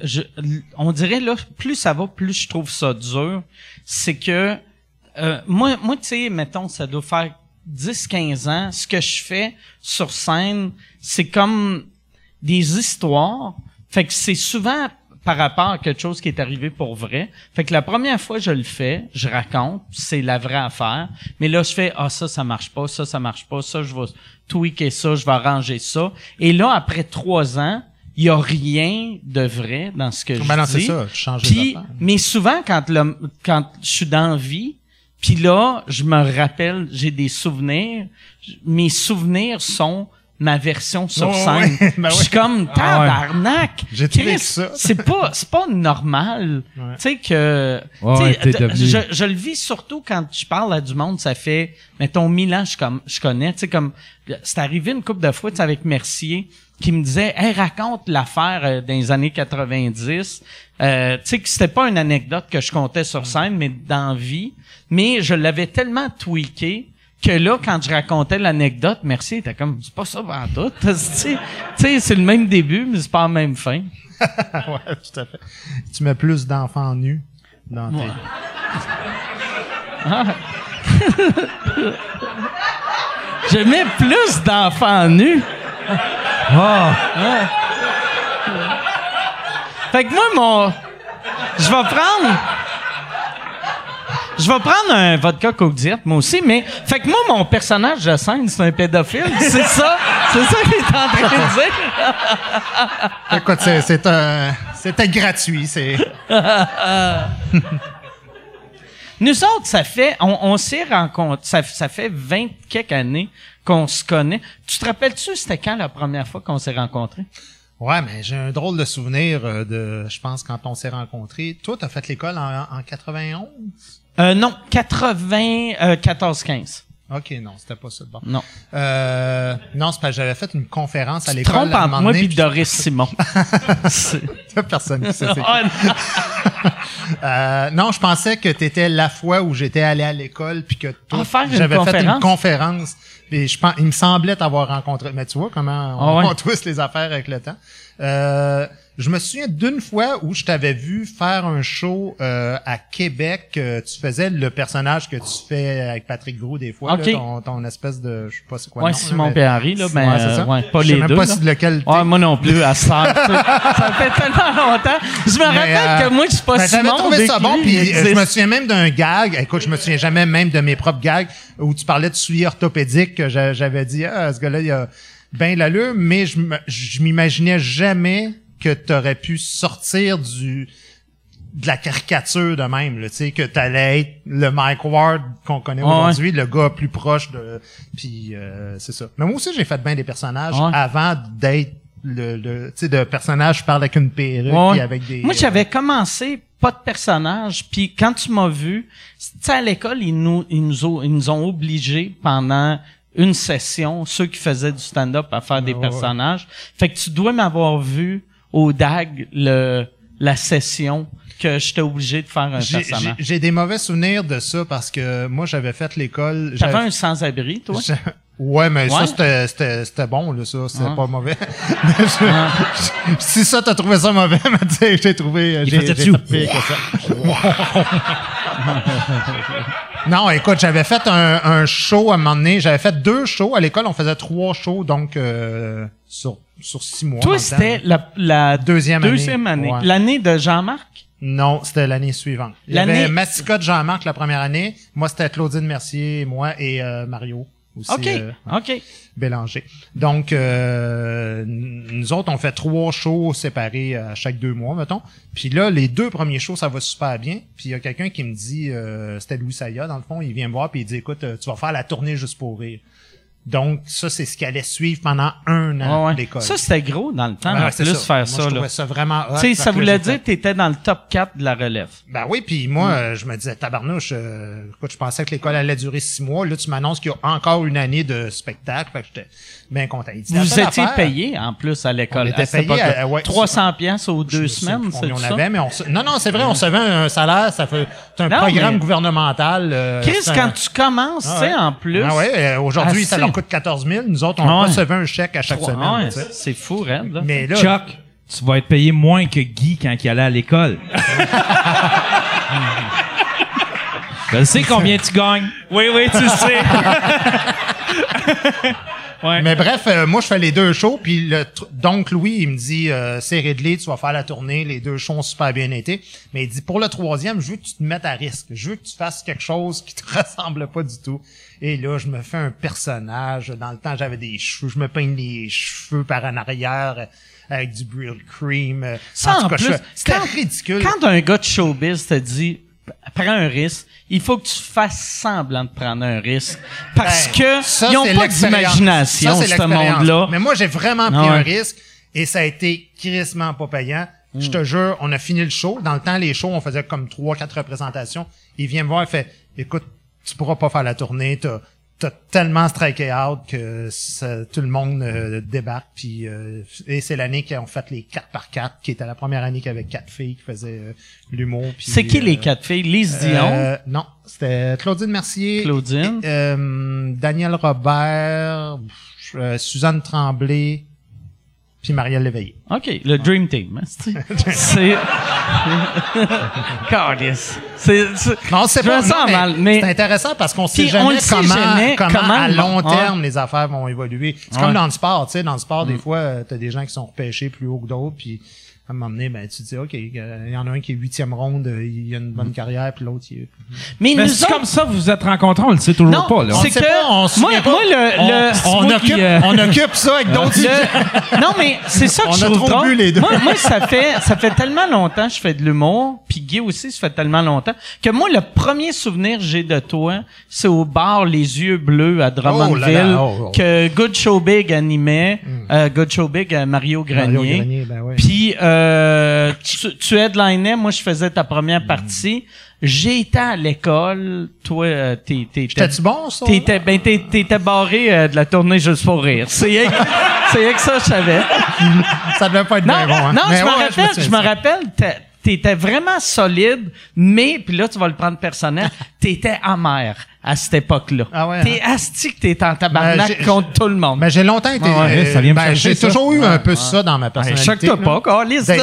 on dirait là, plus ça va, plus je trouve ça dur. C'est que moi, tu sais, mettons, ça doit faire 10-15 ans. Ce que je fais sur scène, c'est comme des histoires. Fait que c'est souvent par rapport à quelque chose qui est arrivé pour vrai. Fait que la première fois je le fais, je raconte, c'est la vraie affaire. Mais là, je fais, ça marche pas, ça marche pas, ça, je vais tweaker ça, je vais arranger ça. Et là, après 3 ans, il y a rien de vrai dans ce que je Ben non, dis. c'est ça, tu changes les Puis, affaires. mais souvent, quand je suis dans la vie, puis là, je me rappelle, j'ai des souvenirs. Mes souvenirs sont ma version sur Oh, scène. ouais. Ben Je suis comme tabarnak. J'ai trouvé Chris, ça. c'est pas normal. Ouais. Tu sais que Ouais, tu sais, t'es devenu- je le vis surtout quand je parle à du monde, ça fait mettons 1000 ans je connais, tu sais comme c'est arrivé une couple de fois tu sais, avec Mercier qui me disait hey raconte l'affaire dans les années 90. Tu sais que c'était pas une anecdote que je contais sur scène mais dans la vie, mais je l'avais tellement tweaké que là, quand je racontais l'anecdote, Mercier était comme, c'est pas ça tout. Tu sais, c'est le même début, mais c'est pas la même fin. Ouais, tout à fait. Tu mets plus d'enfants nus dans tes... Je mets plus d'enfants nus. Fait que moi, je vais prendre un vodka Coke Diet, moi aussi, mais fait que moi, mon personnage de scène, c'est un pédophile. C'est ça qu'il est en train de dire. Écoute, c'était gratuit, c'est... Nous autres, ça fait, on s'est rencontrés, ça fait 20 quelques années qu'on se connaît. Tu te rappelles-tu, c'était quand la première fois qu'on s'est rencontrés? Ouais, mais j'ai un drôle de souvenir je pense, quand on s'est rencontrés. Toi, t'as fait l'école en 91? Non, 94-15. OK, non, c'était pas ça. Bon. Non. Non, c'est parce que j'avais fait une conférence à Tu te l'école. trompes à un entre moment moi donné, et Doris Simon. T'as personne qui sait c'est qui. Ah, non. Non, je pensais que t'étais la fois où j'étais allé à l'école puis que toi, faire une j'avais fait une conférence? conférence. Et il me semblait t'avoir rencontré. Mais tu vois comment on twist les affaires avec le temps. Je me souviens d'une fois où je t'avais vu faire un show à Québec. Tu faisais le personnage que tu fais avec Patrick Gros des fois. Ok. Là, ton espèce de... Je sais pas c'est quoi Ouais, le nom, Simon là, et Henri, là, ben, ouais, c'est ça. pas Je sais les même deux. pas là. si de lequel t'es. Ouais, moi non plus, à ça. Ça fait tellement longtemps. Je me rappelle que moi, je c'est pas Ben, j'avais Simon trouvé ça Desclés, bon, puis il je existe. me souviens même d'un gag. Écoute, je me souviens jamais même de mes propres gags où tu parlais de souliers orthopédiques que j'avais dit, ce gars-là, il a bien l'allure, mais je m'imaginais jamais que t'aurais pu sortir de la caricature de même, là, tu sais, que t'allais être le Mike Ward qu'on connaît aujourd'hui, le gars plus proche de... Puis c'est ça. Mais moi aussi, j'ai fait bien des personnages avant d'être tu sais, de personnage, je parle avec une perruque et avec des... Moi, j'avais commencé pas de personnage, puis quand tu m'as vu, tu sais, à l'école, ils nous ont obligés pendant une session, ceux qui faisaient du stand-up, à faire des personnages. Fait que tu dois m'avoir vu au DAG la session que j'étais obligé de faire un personnage. J'ai des mauvais souvenirs de ça parce que moi, j'avais fait l'école... T'avais un sans-abri, toi? Ouais, mais ça, c'était bon, là, ça. C'était pas mauvais. Si ça, t'as trouvé ça mauvais, mais tu sais, j'ai trouvé... J'ai fait pire que ça. Non, écoute, j'avais fait un show à un moment donné. J'avais fait 2 shows. À l'école, on faisait 3 shows, donc sur 6 mois. Toi, c'était la deuxième année. Ouais. L'année de Jean-Marc? Non, c'était l'année suivante. Il y avait Mascotte Jean-Marc la première année. Moi, c'était Claudine Mercier, moi et Mario. Aussi, OK. Bélanger. Donc, nous autres, on fait 3 shows séparés à chaque 2 mois, mettons. Puis là, les 2 premiers shows, ça va super bien. Puis il y a quelqu'un qui me dit, c'était Louis Saya, dans le fond, il vient me voir puis il dit, écoute, tu vas faire la tournée juste pour rire. Donc, ça, c'est ce qui allait suivre pendant 1 an d'école. Ça, c'était gros dans le temps, en plus, faire moi, ça. Je trouvais ça vraiment hot. Tu sais, ça voulait dire que t'étais dans le top 4 de la relève. Ben oui, puis moi, je me disais, tabarnouche, écoute, je pensais que l'école allait durer 6 mois. Là, tu m'annonces qu'il y a encore une année de spectacle. Fait que j'étais bien content. Vous étiez payé, en plus, à l'école. On était payé, 300 piastres aux 2 semaines, c'est ça? Avait, mais non, c'est vrai, on recevait un salaire, c'est un programme gouvernemental. Chris, quand tu commences, tu sais, en plus. Ah ouais, aujourd'hui, ça leur coûte 14 000. Nous autres, on recevait un chèque à chaque semaine. C'est fou, Red. Là. Mais là, Chuck, tu vas être payé moins que Guy quand il allait à l'école. Je sais combien tu gagnes. Oui, tu le sais. Ouais. Mais bref, moi, je fais les 2 shows, puis donc Louis, il me dit, c'est Ridley, tu vas faire la tournée, les 2 shows ont super bien été. Mais il dit, pour le 3e, je veux que tu te mettes à risque. Je veux que tu fasses quelque chose qui te ressemble pas du tout. Et là, je me fais un personnage. Dans le temps, j'avais des cheveux. Je me peigne les cheveux par en arrière avec du Brill Cream. Ça, en plus, c'était ridicule. Quand un gars de showbiz te dit, prends un risque, il faut que tu fasses semblant de prendre un risque. Parce que ça, ils n'ont pas d'imagination, ce monde-là. Mais moi, j'ai vraiment pris un risque et ça a été crissement pas payant. Je te jure, on a fini le show. Dans le temps, les shows, on faisait comme 3-4 représentations. Il vient me voir et fait, écoute, tu pourras pas faire la tournée, t'as tellement striké out que tout le monde débarque. Puis et c'est l'année qu'ils ont fait les 4x4, qui était la première année qu'il y avait 4 filles qui faisaient l'humour. C'est qui les 4 filles? Lise Dion? Non, c'était Claudine Mercier. Daniel Robert, Suzanne Tremblay, puis Marielle Léveillé. OK, le Dream Team. C'est... Cardius. Non, c'est pas mal, mais c'est intéressant parce qu'on sait jamais comment à long terme les affaires vont évoluer. C'est comme dans le sport, tu sais, dans le sport des fois t'as des gens qui sont repêchés plus haut que d'autres, puis à un moment donné, ben tu te dis OK, il y en a un qui est 8e ronde, il a une bonne carrière, puis l'autre il est... Mais c'est comme ça vous vous êtes rencontrés, on le sait toujours pas là. C'est que on occupe ça avec d'autres. Non mais c'est ça que je trouve drôle. Moi ça fait tellement longtemps que je fais de l'humour, puis Guy aussi ça fait tellement longtemps que moi le premier souvenir que j'ai de toi, c'est au bar Les Yeux Bleus à Drummondville que Good Show Big animait, Good Show Big Mario Grenier. Puis tu headlinais, moi je faisais ta première partie. J'ai été à l'école, toi J'étais-tu bon ça? T'étais barré de la tournée juste pour rire. C'est que ça je savais. Ça devait pas être bien bon. Hein? Non, je me rappelle, t'étais vraiment solide, mais puis là tu vas le prendre personnel, t'étais amer à cette époque-là. Ah ouais, t'es asti que t'es en tabarnak contre tout le monde. Mais j'ai longtemps été... ça vient me chercher, j'ai toujours eu un peu ça dans ma personnalité. Choque-toi pas, Carlis, ça.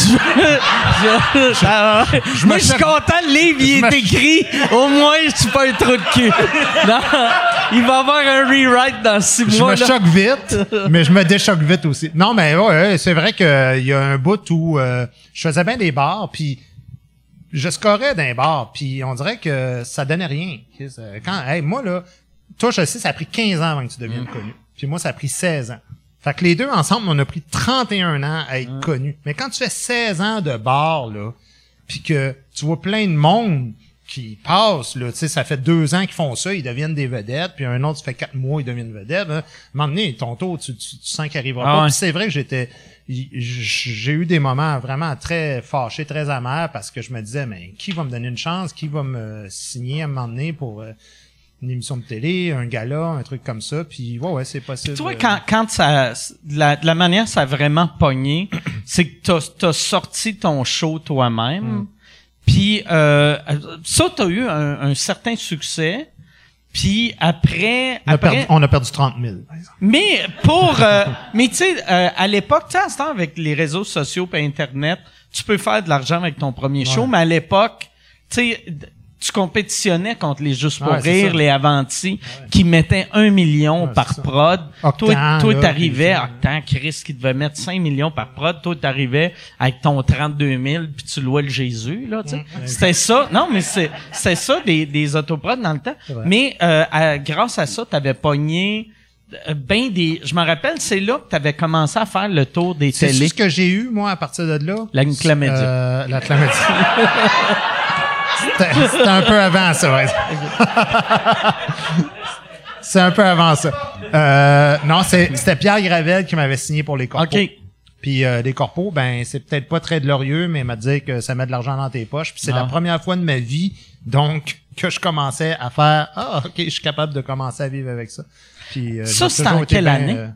Moi, je suis content, le livre, il est écrit. Au moins, je suis pas un trou de cul. Non, il va y avoir un rewrite dans 6 mois. Je me choque vite, mais je me déchoque vite aussi. Non, mais ouais, c'est vrai qu'il y a un bout où je faisais bien des bars, puis je scorais d'un bar, puis on dirait que ça donnait rien. Moi, là, toi, je sais, ça a pris 15 ans avant que tu deviennes connu. Puis moi, ça a pris 16 ans. Fait que les deux, ensemble, on a pris 31 ans à être connus. Mais quand tu fais 16 ans de bar, là, puis que tu vois plein de monde qui passe, là, tu sais, ça fait 2 ans qu'ils font ça, ils deviennent des vedettes, puis un autre, ça fait 4 mois, ils deviennent vedettes. Hein. À un moment donné, ton tour, tu sens qu'il arrivera pas. ouais. Puis c'est vrai que j'ai eu des moments vraiment très fâchés, très amers, parce que je me disais, mais qui va me donner une chance? Qui va me signer à un moment donné pour une émission de télé, un gala, un truc comme ça? Puis ouais, c'est possible. Tu vois, quand ça, la manière ça a vraiment pogné, c'est que t'as sorti ton show toi-même. Puis ça, t'as eu un certain succès. Puis après, on a perdu 30 000, par exemple. mais mais tu sais, à l'époque, tu sais, à ce temps, avec les réseaux sociaux et Internet, tu peux faire de l'argent avec ton premier show, mais à l'époque, tu sais, tu compétitionnais contre les Juste pour rire, les Avanti, qui mettaient 1 million par prod. Octan, toi là, t'arrivais, puis Octan, Chris, qui devait mettre 5 millions par prod, toi t'arrivais avec ton 32 000 puis tu louais le Jésus, là, tu sais. C'était ça. Non, mais c'est ça des autoprods dans le temps. Mais, grâce à ça, t'avais pogné je me rappelle, c'est là que t'avais commencé à faire le tour des C'est télés. ce que j'ai eu, moi, à partir de là. La chlamydia. La chlamydia. C'était un peu avant ça, ouais. C'est un peu avant ça. Non, c'était Pierre Gravel qui m'avait signé pour les corpos. OK. Puis les corpos, ben c'est peut-être pas très glorieux, mais il m'a dit que ça met de l'argent dans tes poches. Puis c'est la première fois de ma vie, donc, que je commençais à faire « Ah, OK, je suis capable de commencer à vivre avec ça. » Puis ça, c'était en quelle année?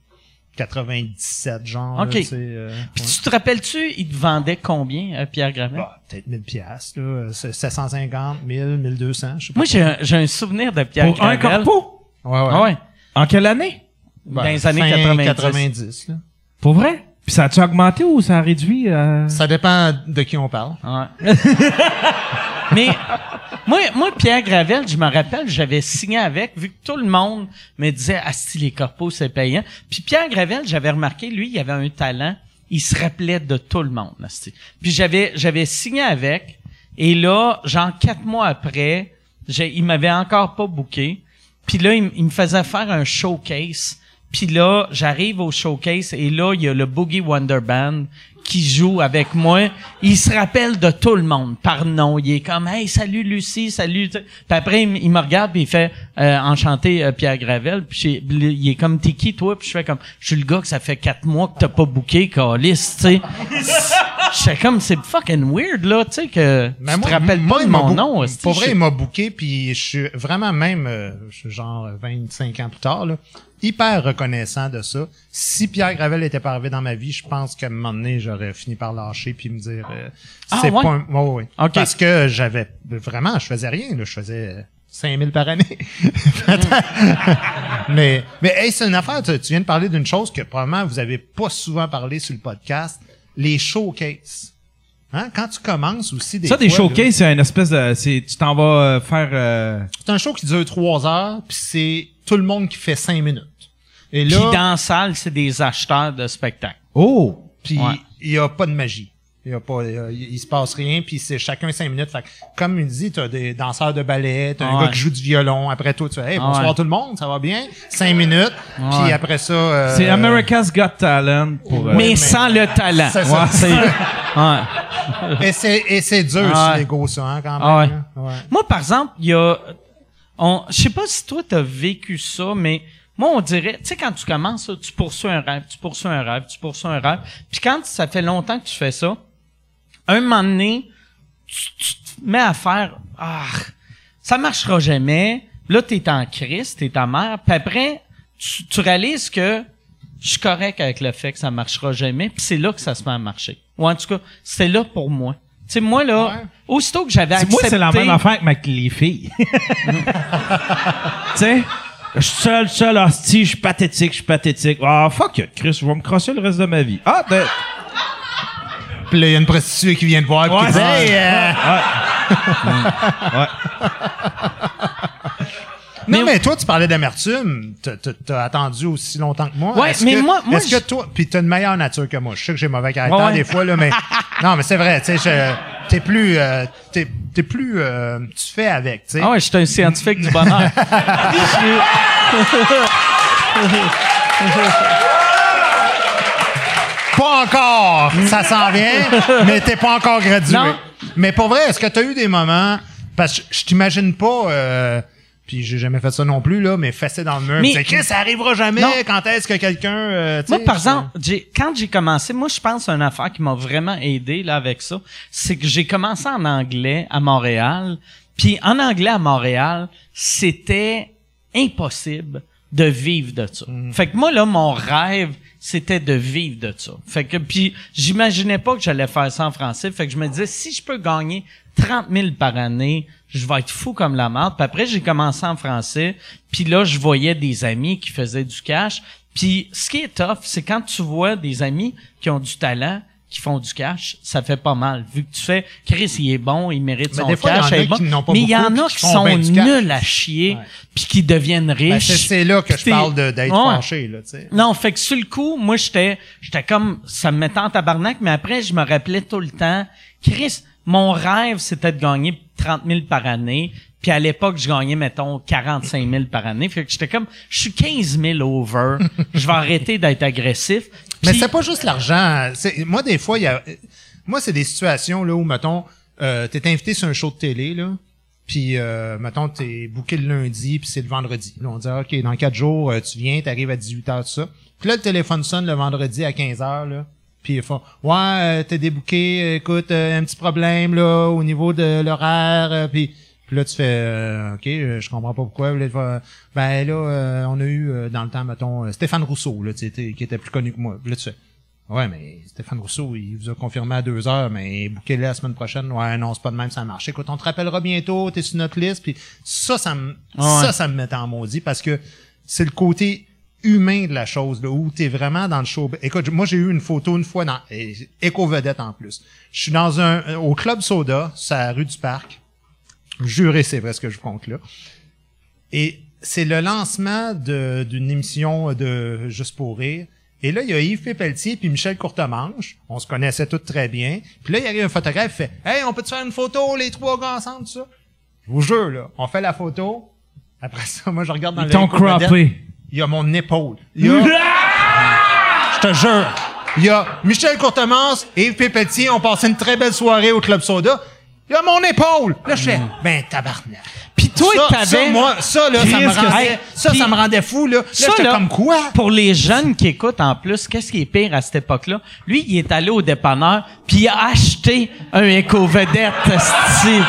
97, genre. OK. Là, Puis tu te rappelles-tu, il te vendait combien, Pierre Gravel? Peut-être 1000 piastres, là. 750, 1000, 1200, je sais pas. Moi, j'ai un souvenir de Pierre Pour un Gravel. corpo? Ouais. Ah ouais. En quelle année? Dans les années 90, là. Pour vrai? Puis ça a-tu augmenté ou ça a réduit? Ça dépend de qui on parle. Ouais. Mais moi, Pierre Gravel, je me rappelle, j'avais signé avec, vu que tout le monde me disait « Asti, les corpos, c'est payant. » Puis Pierre Gravel, j'avais remarqué, lui, il avait un talent, il se rappelait de tout le monde. Asti. Puis j'avais signé avec, et là, genre 4 mois après, il m'avait encore pas booké. Puis là, il me faisait faire un showcase. Puis là, j'arrive au showcase et là, il y a le Boogie Wonder Band qui joue avec moi. Il se rappelle de tout le monde par nom. Il est comme « Hey, salut Lucie, salut... » Puis après, il me regarde et il fait « Enchanté, Pierre Gravel. » Puis il est comme « T'es qui, toi? » Puis je fais comme « Je suis le gars que ça fait 4 mois que t'as pas booké, câlisse, tu sais. » Je fais comme « C'est fucking weird, là, tu sais, que Mais tu moi, te rappelles pas de il m'a mon nom. Pour vrai, il m'a booké, puis je suis vraiment même, je suis genre 25 ans plus tard, là, hyper reconnaissant de ça. Si Pierre Gravel était pas arrivé dans ma vie, je pense qu'à un moment donné, j'aurais fini par lâcher puis me dire c'est ouais? pas un... Ouais. OK. Parce que je faisais rien, là, je faisais 5000 par année. mais hey, c'est une affaire, tu viens de parler d'une chose que probablement vous avez pas souvent parlé sur le podcast, les showcases. Hein? Quand tu commences aussi des Ça, des fois, showcases, là, c'est une espèce de... Tu t'en vas faire... c'est un show qui dure 3 heures, puis c'est tout le monde qui fait 5 minutes. Et là, Puis dans la salle, c'est des acheteurs de spectacles. Oh! puis Ouais. il y a pas de magie. Il se passe rien, puis c'est chacun 5 minutes. Fait que, comme il dit, t'as des danseurs de ballet, t'as un Ouais. gars qui joue du violon. Après toi, tu fais hey, bonsoir Ouais. tout le monde, ça va bien? 5 minutes. Puis après ça... C'est America's Got Talent pour... Mais mais- sans le talent. C'est ça. Ouais. Et c'est dur Ouais. sur l'ego, ça, hein, quand même. Ah ouais. hein. Ouais. Moi, par exemple, il y a... Je sais pas si toi, t'as vécu ça, mais moi, on dirait... Tu sais, quand tu commences, là, tu poursuis un rêve. Puis quand ça fait longtemps que tu fais ça, un moment donné, tu te mets à faire... ça marchera jamais. Là, t'es en crise, t'es ta mère. Puis après, tu réalises que je suis correct avec le fait que ça marchera jamais. Puis c'est là que ça se met à marcher. Ou en tout cas, c'était là pour moi. Tu sais, moi, là, Ouais. aussitôt que j'avais accepté... Moi, c'est la même affaire avec les filles. Tu sais, je suis seul, hostie, je suis pathétique. Ah, fuck it, Chris, je vais me crosser le reste de ma vie. Ah, Puis là, il y a une prostituée qui vient te voir et qui dit hey, Non, mais toi, tu parlais d'amertume. T'as attendu aussi longtemps que moi. Ouais, mais moi, est-ce que toi, puis t'as une meilleure nature que moi. Je sais que j'ai mauvais caractère Ouais. des fois, là, mais non, mais c'est vrai, tu sais, t'es plus, tu fais avec, tu sais. Ah ouais, je suis un scientifique du bonheur. Pas encore, ça s'en vient, mais t'es pas encore gradué. Non. Mais pour vrai, est-ce que t'as eu des moments, parce que je t'imagine pas, puis j'ai jamais fait ça non plus, là, mais fesser dans le mur. Mais- C'est que ça arrivera jamais. Non. Quand est-ce que quelqu'un, tu Moi, sais, par exemple, quand j'ai commencé, moi, je pense à une affaire qui m'a vraiment aidé là avec ça, c'est que j'ai commencé en anglais à Montréal. Puis en anglais à Montréal, c'était impossible de vivre de ça. Fait que moi, là, mon rêve, c'était de vivre de ça. Fait que, puis j'imaginais pas que j'allais faire ça en français. Fait que je me disais, si je peux gagner 30 000 par année, je vais être fou comme la merde. Puis après, j'ai commencé en français. Puis là, je voyais des amis qui faisaient du cash. Puis ce qui est tough, c'est quand tu vois des amis qui ont du talent, qui font du cash, ça fait pas mal. Vu que tu fais, Chris, il est bon, il mérite Mais son des fois, cash, il y en a il est bon. qui n'ont pas Mais il y en beaucoup, a puis qui qui font sont bien du cash. nuls à chier, Ouais. puis qui deviennent riches. ben, c'est là que je Puis parle d'être ouais. fâché, là, tu sais. Non, fait que sur le coup, moi, j'étais comme, ça me mettait en tabarnak, mais après, je me rappelais tout le temps, Chris, mon rêve, c'était de gagner 30 000 par année, puis à l'époque, je gagnais, mettons, 45 000 par année. Fait que j'étais comme, je suis 15 000 over, je vais arrêter d'être agressif. Mais Puis- c'est pas juste l'argent. Moi, des fois, moi, c'est des situations là où, mettons, t'es invité sur un show de télé, là, puis, mettons, t'es booké le lundi, puis c'est le vendredi. Là, on dit, OK, dans 4 jours, tu viens, t'arrives à 18h, tout ça. Puis là, le téléphone sonne le vendredi à 15h, là. Puis il faut, ouais, t'es débooké, écoute, un petit problème, là, au niveau de l'horaire, puis là, tu fais, OK, je comprends pas pourquoi. Ben là, on a eu, dans le temps, mettons, Stéphane Rousseau, là, tu sais, qui était plus connu que moi. Puis là, tu fais, ouais, mais Stéphane Rousseau, il vous a confirmé à 2h, mais bouquez-le la semaine prochaine. Ouais, non, c'est pas de même, ça marche. Écoute, on te rappellera bientôt, t'es sur notre liste. Puis ça me met en maudit parce que c'est le côté humain de la chose, là, où t'es vraiment dans le show. Écoute, moi, j'ai eu une photo une fois dans Éco-Vedette en plus. Je suis dans au Club Soda, c'est à la rue du Parc. Juré, c'est vrai ce que je compte là. Et c'est le lancement d'une émission de Juste pour rire. Et là, il y a Yves Pépeltier puis Michel Courtemanche. On se connaissait tous très bien. Puis là, il y arrive un photographe qui fait « Hey, on peut te faire une photo, les trois gars ensemble, tout ça? » Je vous jure, là, on fait la photo. Après ça, moi, je regarde dans Ils t'ont croppé. Il y a mon épaule. Il y a... Je te jure. Il y a Michel Courtemanche et Yves Pépeltier ont passé une très belle soirée au Club Soda. Il y a mon épaule. Là, je fais, ben, tabarnak. Puis toi, Ça, t'avais... moi, ça, là, ça me rendait, Puis- ça me rendait fou, là. Là, Ça, j'étais là, comme quoi? Pour les jeunes qui écoutent en plus, qu'est-ce qui est pire à cette époque-là? Lui, il est allé au dépanneur, puis il a acheté un Éco-Vedette, esti.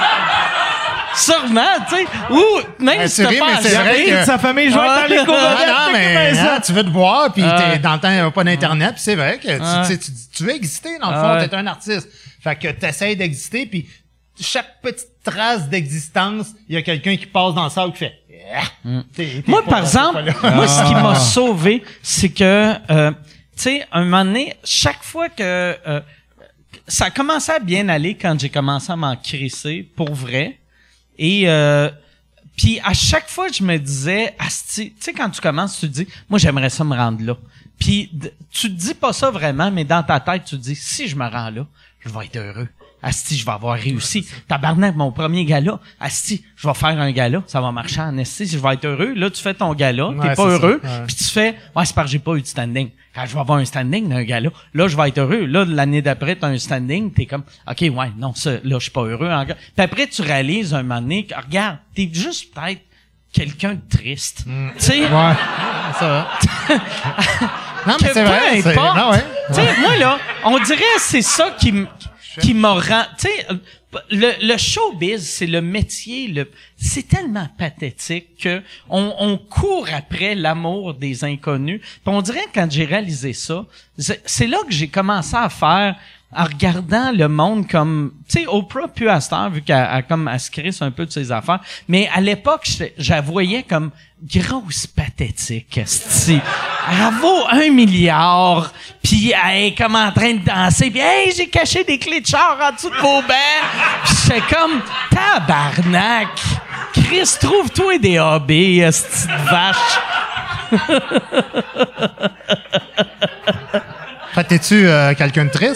Sûrement, tu sais. Ou même Ben, si c'est t'as vrai, pas mais c'est acheté... vrai que- Sa famille jointe dans les Ah, Éco-Vedette. non, mais hein, tu veux te voir, puis Ah. dans le temps, il n'y avait pas d'Internet, puis c'est vrai que Ah. tu veux exister, dans le Ah fond, ouais. t'es un artiste. Fait que t'essayes d'exister, puis chaque petite trace d'existence, il y a quelqu'un qui passe dans la salle qui fait... T'es Moi, pas- par t'es exemple, pas là. moi, ce qui m'a sauvé, c'est que, tu sais, un moment donné, chaque fois que ça a commencé à bien aller quand j'ai commencé à m'en crisser, pour vrai. Et puis à chaque fois, je me disais, asti, tu sais, quand tu commences, tu te dis, moi, j'aimerais ça me rendre là. Puis tu te dis pas ça vraiment, mais dans ta tête, tu te dis, si je me rends là, je vais être heureux. Asti, je vais avoir réussi. Tabarnak, mon premier gala. Asti, je vais faire un gala. Ça va marcher en esti. Je vais être heureux. Là, tu fais ton gala. T'es Ouais, pas c'est heureux. ça, ouais. Puis tu fais, ouais, c'est parce que j'ai pas eu de standing. Quand je vais avoir un standing d'un gala, là, je vais être heureux. Là, l'année d'après, t'as un standing. T'es comme, OK, ouais, non, ça, là, je suis pas heureux. Puis après, tu réalises un moment donné que, regarde, t'es juste peut-être quelqu'un de triste. Tu sais? Ouais, ça va. Non, mais que c'est vrai. peu c'est- importe. non, ouais. Tu sais, moi, là, on dirait c'est ça qui me rend... Tu sais, le showbiz, c'est le métier, c'est tellement pathétique que on court après l'amour des inconnus. Puis on dirait que quand j'ai réalisé ça, c'est là que j'ai commencé à faire... En regardant le monde comme, tu sais, Oprah plus à cette heure, vu qu'elle se crisse un peu de ses affaires. Mais à l'époque, je la voyais comme grosse pathétique, esti. Elle vaut 1 milliard, puis elle est comme en train de danser, puis hey, j'ai caché des clés de char en dessous de vos bancs. Puis j'étais comme, tabarnak. Chris, trouve-toi des hobbies, esti de vache. Fait, t'es-tu quelqu'un de triste?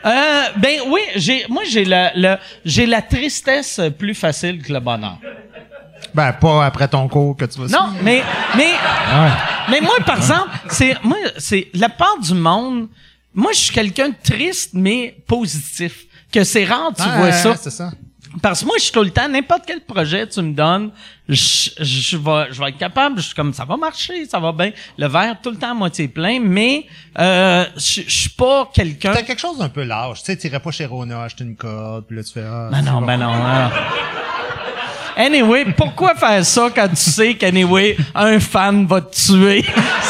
Ben oui, j'ai la tristesse plus facile que le bonheur. Ben, pas après ton cours que tu vas Non, mais moi, par exemple, c'est la part du monde. Moi, je suis quelqu'un de triste, mais positif. Que c'est rare, tu vois ça. C'est ça. Parce que moi, je suis tout le temps, n'importe quel projet tu me donnes, je vais être capable, je suis comme, ça va marcher, ça va bien. Le verre, tout le temps à moitié plein, mais, je suis pas quelqu'un. T'as quelque chose d'un peu large. Tu sais, t'irais pas chez Rona, acheter une corde, puis là, tu fais, Ben non. Anyway, pourquoi faire ça quand tu sais qu'anyway, un fan va te tuer?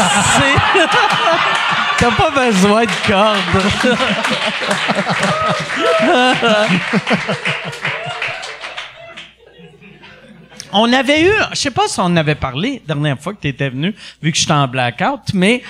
T'as pas besoin de corde. On avait eu, je sais pas si on en avait parlé la dernière fois que t'étais venu, vu que j'étais en blackout, mais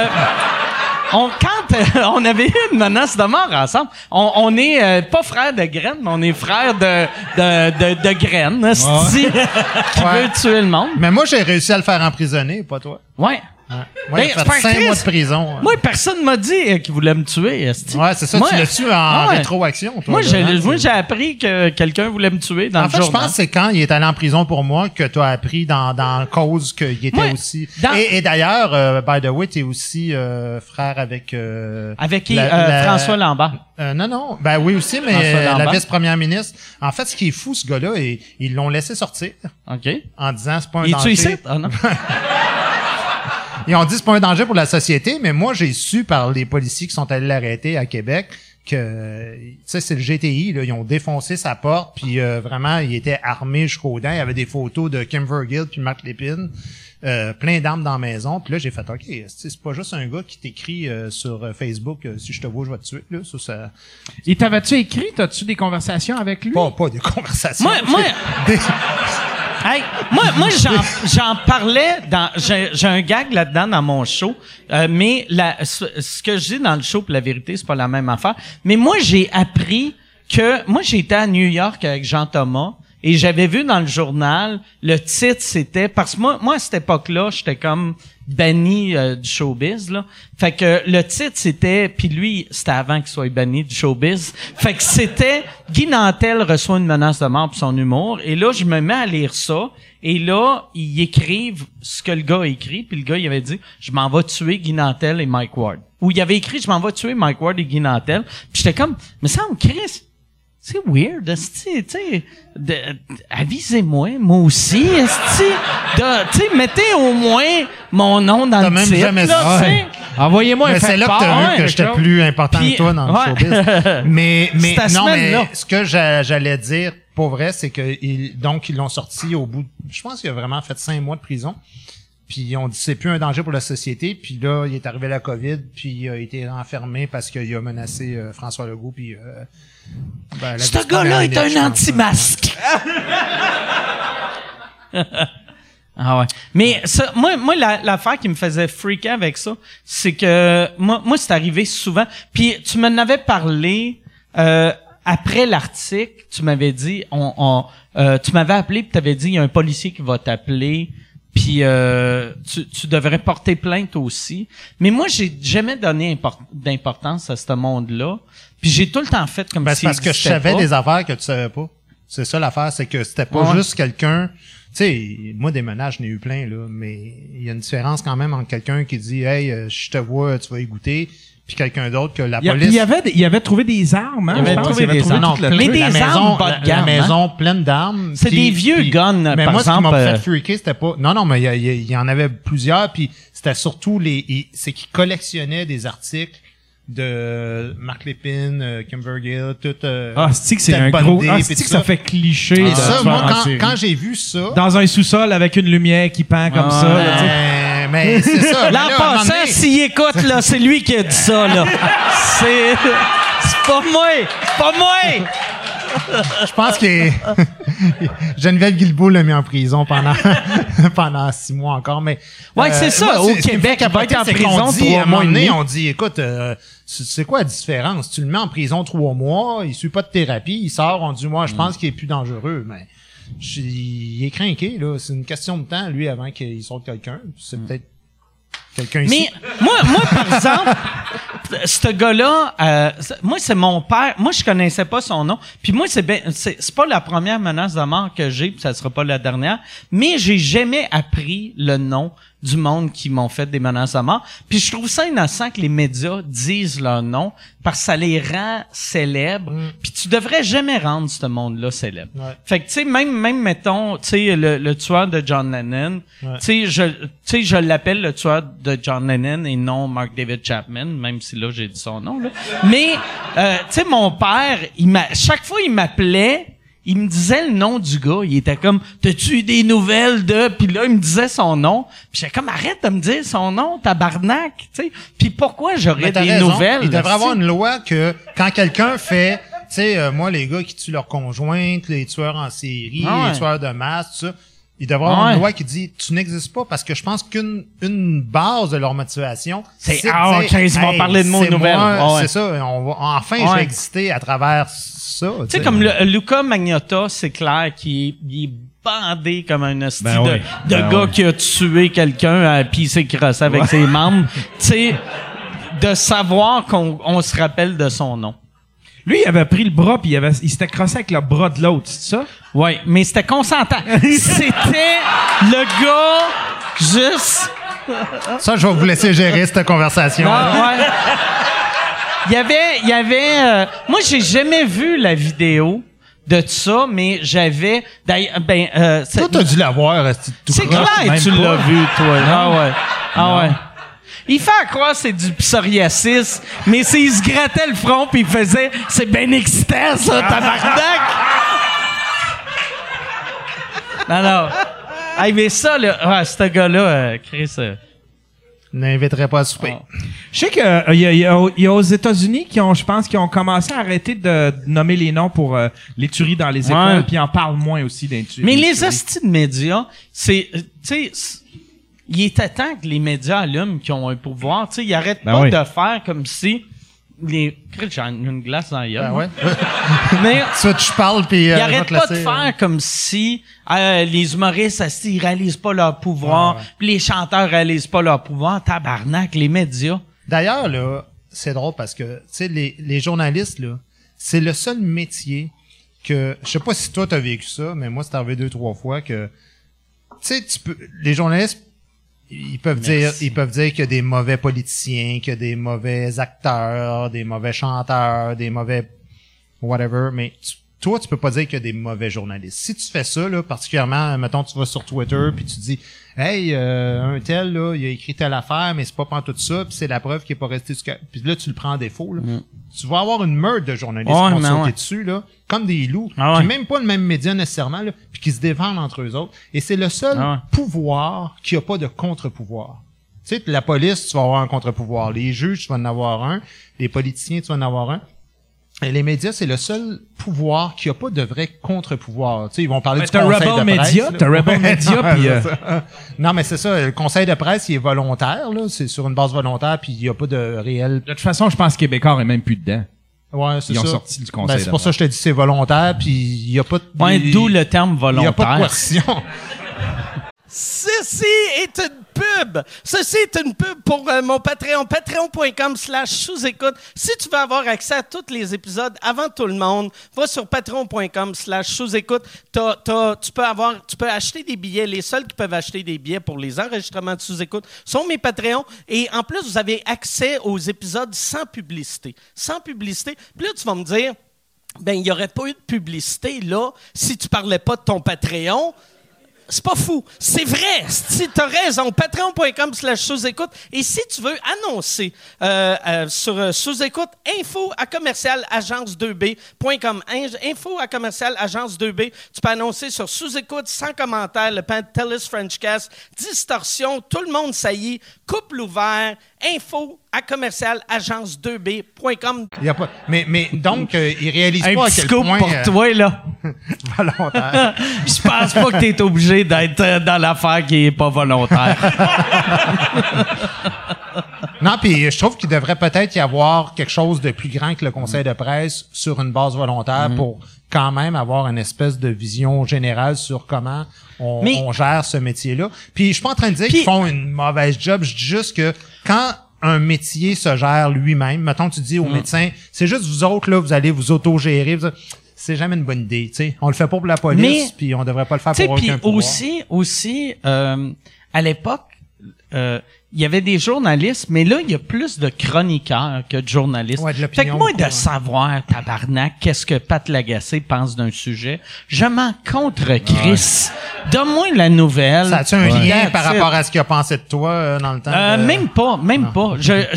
quand on avait eu une menace de mort ensemble, on est pas frères de graines, mais on est frères de graines, qui veut tuer le monde. Mais moi, j'ai réussi à le faire emprisonner, pas toi. Ouais. Moi, j'ai fait 5 mois de prison. Moi, personne m'a dit qu'il voulait me tuer. Esti. Ouais, c'est ça. Moi, tu l'as tué en rétroaction, toi. Moi, là, j'ai appris que quelqu'un voulait me tuer dans le journal. En fait, je pense que c'est quand il est allé en prison pour moi que tu as appris dans cause qu'il était aussi... Et d'ailleurs, by the way, t'es aussi frère avec... avec qui? François Lambert. Non. Ben oui aussi, mais la vice-première ministre. En fait, ce qui est fou, ce gars-là, ils l'ont laissé sortir. OK. En disant, c'est pas un danger. Il est suicide? Ah non. Ils ont dit c'est pas un danger pour la société, mais moi j'ai su par les policiers qui sont allés l'arrêter à Québec que tu sais c'est le GTI là, ils ont défoncé sa porte puis vraiment il était armé jusqu'aux dents, il y avait des photos de Kim Vergil puis Marc Lépine, plein d'armes dans la maison, puis là j'ai fait OK, c'est pas juste un gars qui t'écrit sur Facebook si je te vois je vais te tuer là, ça. Et t'avais-tu écrit, t'as-tu des conversations avec lui? Pas des conversations. Moi hey, moi j'en parlais j'ai un gag là-dedans dans mon show, mais ce que je dis dans le show pour la vérité, c'est pas la même affaire. Mais moi j'ai appris que moi j'étais à New York avec Jean Thomas et j'avais vu dans le journal le titre c'était parce que moi à cette époque-là, j'étais comme banni du showbiz là. Fait que le titre c'était puis lui c'était avant qu'il soit banni du showbiz. Fait que c'était Guy Nantel reçoit une menace de mort pour son humour et là je me mets à lire ça et là ils écrivent ce que le gars a écrit puis le gars il avait dit je m'en vais tuer Guy Nantel et Mike Ward. Ou il avait écrit je m'en vais tuer Mike Ward et Guy Nantel. Puis j'étais comme mais ça me Chris c'est weird, esti, tu sais, avisez-moi, moi aussi, esti, tu sais, mettez au moins mon nom dans le titre, jamais là, ça. Envoyez-moi un c'est là que t'as vu que j'étais plus important que toi dans le showbiz. Mais non, mais ce que j'allais dire, pour vrai, c'est que ils l'ont sorti au bout, je pense qu'il a vraiment fait 5 mois de prison. Puis on dit c'est plus un danger pour la société. Puis là, il est arrivé la COVID, puis il a été enfermé parce qu'il a menacé François Legault. Puis ce gars-là est un anti-masque. Ah ouais. Mais ça, moi l'affaire qui me faisait freaker avec ça, c'est que moi c'est arrivé souvent. Puis tu m'en avais parlé après l'article. Tu m'avais dit tu m'avais appelé puis t'avais dit il y a un policier qui va t'appeler. Puis tu devrais porter plainte aussi. Mais moi, j'ai jamais donné d'importance à ce monde-là. Puis j'ai tout le temps fait comme si parce que je savais des affaires que tu savais pas. C'est ça l'affaire, c'est que c'était pas juste quelqu'un... Tu sais, moi, des menaces, j'en ai eu plein, là, mais il y a une différence quand même entre quelqu'un qui dit « Hey, je te vois, tu vas y goûter », puis quelqu'un d'autre que la police... Il avait trouvé des armes, hein? Il avait trouvé des armes. Mais des armes bas de gamme. La maison pleine d'armes. C'est des vieux guns, mais par moi, exemple. ce qui m'a fait freaker, c'était pas... Non, mais il y en avait plusieurs, puis c'était surtout c'est qu'ils collectionnaient des articles de Marc Lépine, Kim Vergil, tout... c'est que c'est un gros... c'est que ça fait cliché. Ça, moi, quand j'ai vu ça... Dans un sous-sol avec une lumière qui pend comme ça. Là, mais c'est ça. L'an passant, s'il écoute, là, c'est lui qui a dit ça, là. C'est pas moi! C'est pas moi! Je pense que Geneviève Guilbeault l'a mis en prison pendant 6 mois encore, mais... Ouais, c'est ça. Moi, au Québec, il va être en prison 3 mois et demi. On dit, écoute, c'est quoi la différence? Tu le mets en prison 3 mois, il suit pas de thérapie, il sort, on dit, moi, je pense qu'il est plus dangereux, mais il est crinqué, là. C'est une question de temps, lui, avant qu'il sorte quelqu'un. C'est peut-être quelqu'un ici. Mais moi, par exemple, Ce gars-là, moi, c'est mon père. Moi, je connaissais pas son nom. Puis moi, c'est pas la première menace de mort que j'ai, puis ça sera pas la dernière. Mais j'ai jamais appris le nom du monde qui m'ont fait des menaces de mort. Puis je trouve ça innocent que les médias disent leur nom parce que ça les rend célèbres. Puis tu devrais jamais rendre ce monde-là célèbre. Ouais. Fait que tu sais, même mettons, tu sais, le tueur de John Lennon, tu sais, je l'appelle le tueur de John Lennon et non Mark David Chapman, même si là j'ai dit son nom là. Mais tu sais, mon père, chaque fois il m'appelait. Il me disait le nom du gars. Il était comme, t'as-tu eu des nouvelles de... Puis là, il me disait son nom. Puis j'étais comme, arrête de me dire son nom, tabarnak, tu sais. Puis pourquoi j'aurais des nouvelles? Il devrait avoir une loi que quand quelqu'un fait... Tu sais, moi, les gars qui tuent leur conjointe, les tueurs en série, les tueurs de masse, tout ça, il devrait avoir une loi qui dit, tu n'existes pas parce que je pense qu'une base de leur motivation, c'est OK, ils vont parler de mon nouvelle. C'est ça. Je vais exister à travers ça. Tu sais, comme Luca Magnotta, c'est clair qu'il est bandé comme un hostie de gars qui a tué quelqu'un puis il s'est crossé avec ses membres. Tu sais, de savoir qu'on se rappelle de son nom. Lui, il avait pris le bras puis il s'était crossé avec le bras de l'autre, c'est ça? Oui, mais c'était consentant. C'était le gars juste... Ça, je vais vous laisser gérer cette conversation. Il y avait moi, j'ai jamais vu la vidéo de ça, mais j'avais... Toi, t'as dû l'avoir. C'est clair que tu l'as vu, toi. Ah ouais. Il fait à croire que c'est du psoriasis, mais il se grattait le front puis il faisait « C'est bien excitant, ça, tabarnak! » Non. Hey, mais ça, là... ce gars-là, Chris... N'inviterait pas à souper. Je sais que il y a aux États-Unis je pense qu'ils ont commencé à arrêter de nommer les noms pour les tueries dans les écoles, puis ils en parlent moins aussi d'un tueries. Mais les hosties de médias, tu sais, il était temps que les médias allument qui ont un pouvoir. Tu sais, ils arrêtent pas de faire comme si j'ai une glace dans la gueule. Mais ça, je parle puis ils arrêtent pas de faire comme si les humoristes ils réalisent pas leur pouvoir, puis les chanteurs réalisent pas leur pouvoir. Tabarnak, les médias. D'ailleurs, là, c'est drôle parce que tu sais, les journalistes, là, c'est le seul métier que... Je sais pas si toi, t'as vécu ça, mais moi, c'est arrivé 2-3 fois que... Tu sais, les journalistes, ils peuvent dire qu'il y a des mauvais politiciens, qu'il y a des mauvais acteurs, des mauvais chanteurs, des mauvais whatever, mais toi, tu peux pas dire qu'il y a des mauvais journalistes. Si tu fais ça, là, particulièrement, mettons, tu vas sur Twitter puis tu dis, hey, un tel, là, il a écrit telle affaire, mais c'est pas tout ça, puis c'est la preuve qu'il est pas resté puis là, tu le prends en défaut, là. Tu vas avoir une meute de journalistes qui vont sauter dessus, là, comme des loups, puis même pas le même média nécessairement, là, puis qui se défendent entre eux autres. Et c'est le seul pouvoir qui a pas de contre-pouvoir. Tu sais, la police, tu vas avoir un contre-pouvoir. Les juges, tu vas en avoir un. Les politiciens, tu vas en avoir un. Et les médias, c'est le seul pouvoir qui a pas de vrai contre-pouvoir. Tu sais, ils vont parler du conseil de presse. T'as Rebel Media, puis... Non, mais c'est ça. Le conseil de presse, il est volontaire, là. C'est sur une base volontaire, puis il y a pas de réel... De toute façon, je pense que Québécois est même plus dedans. Ouais, c'est ça. Ils ont sorti du conseil de c'est pour ça que je te dis c'est volontaire, puis il y a pas de... d'où le terme volontaire. Il y a pas de coercition. Ceci est une pub. Ceci est une pub pour mon Patreon. Patreon.com/sous-écoute. Si tu veux avoir accès à tous les épisodes avant tout le monde, va sur patreon.com/sous-écoute. Tu peux acheter des billets. Les seuls qui peuvent acheter des billets pour les enregistrements de sous-écoute sont mes Patreons. Et en plus, vous avez accès aux épisodes sans publicité. Sans publicité. Puis là, tu vas me dire, il n'y aurait pas eu de publicité là si tu parlais pas de ton Patreon. C'est pas fou. C'est vrai. Si t'as raison. Patreon.com/sous-écoute. Et si tu veux annoncer sur sous-écoute, info@agence2b.com. Info@agence2b. Tu peux annoncer sur sous-écoute, sans commentaire, le Pantelis Frenchcast, distorsion, tout le monde saillit, couple ouvert, info@agence2b.com. Il y a pas. Mais donc, ils réalisent pas à quel point. Un petit coup pour toi, là. Volontaire. Je pense pas que t'es obligé d'être dans l'affaire qui est pas volontaire. Non, puis je trouve qu'il devrait peut-être y avoir quelque chose de plus grand que le conseil de presse sur une base volontaire pour quand même avoir une espèce de vision générale sur comment on gère ce métier-là. Puis je suis pas en train de dire qu'ils font une mauvaise job, je dis juste que quand un métier se gère lui-même. Mettons, tu dis aux médecins, c'est juste vous autres, là, vous allez vous autogérer. C'est jamais une bonne idée, tu sais. On le fait pas pour la police, puis on devrait pas le faire pour aucun pouvoir. Aussi, à l'époque, il y avait des journalistes, mais là, il y a plus de chroniqueurs que de journalistes. Ouais, de l'opinion, fait que moi, beaucoup, de savoir, tabarnak, qu'est-ce que Pat Lagacé pense d'un sujet, je m'en contre Chris. Donne-moi la nouvelle. Ça a-tu un lien That's par it. rapport à ce qu'il a pensé de toi dans le temps? Même pas.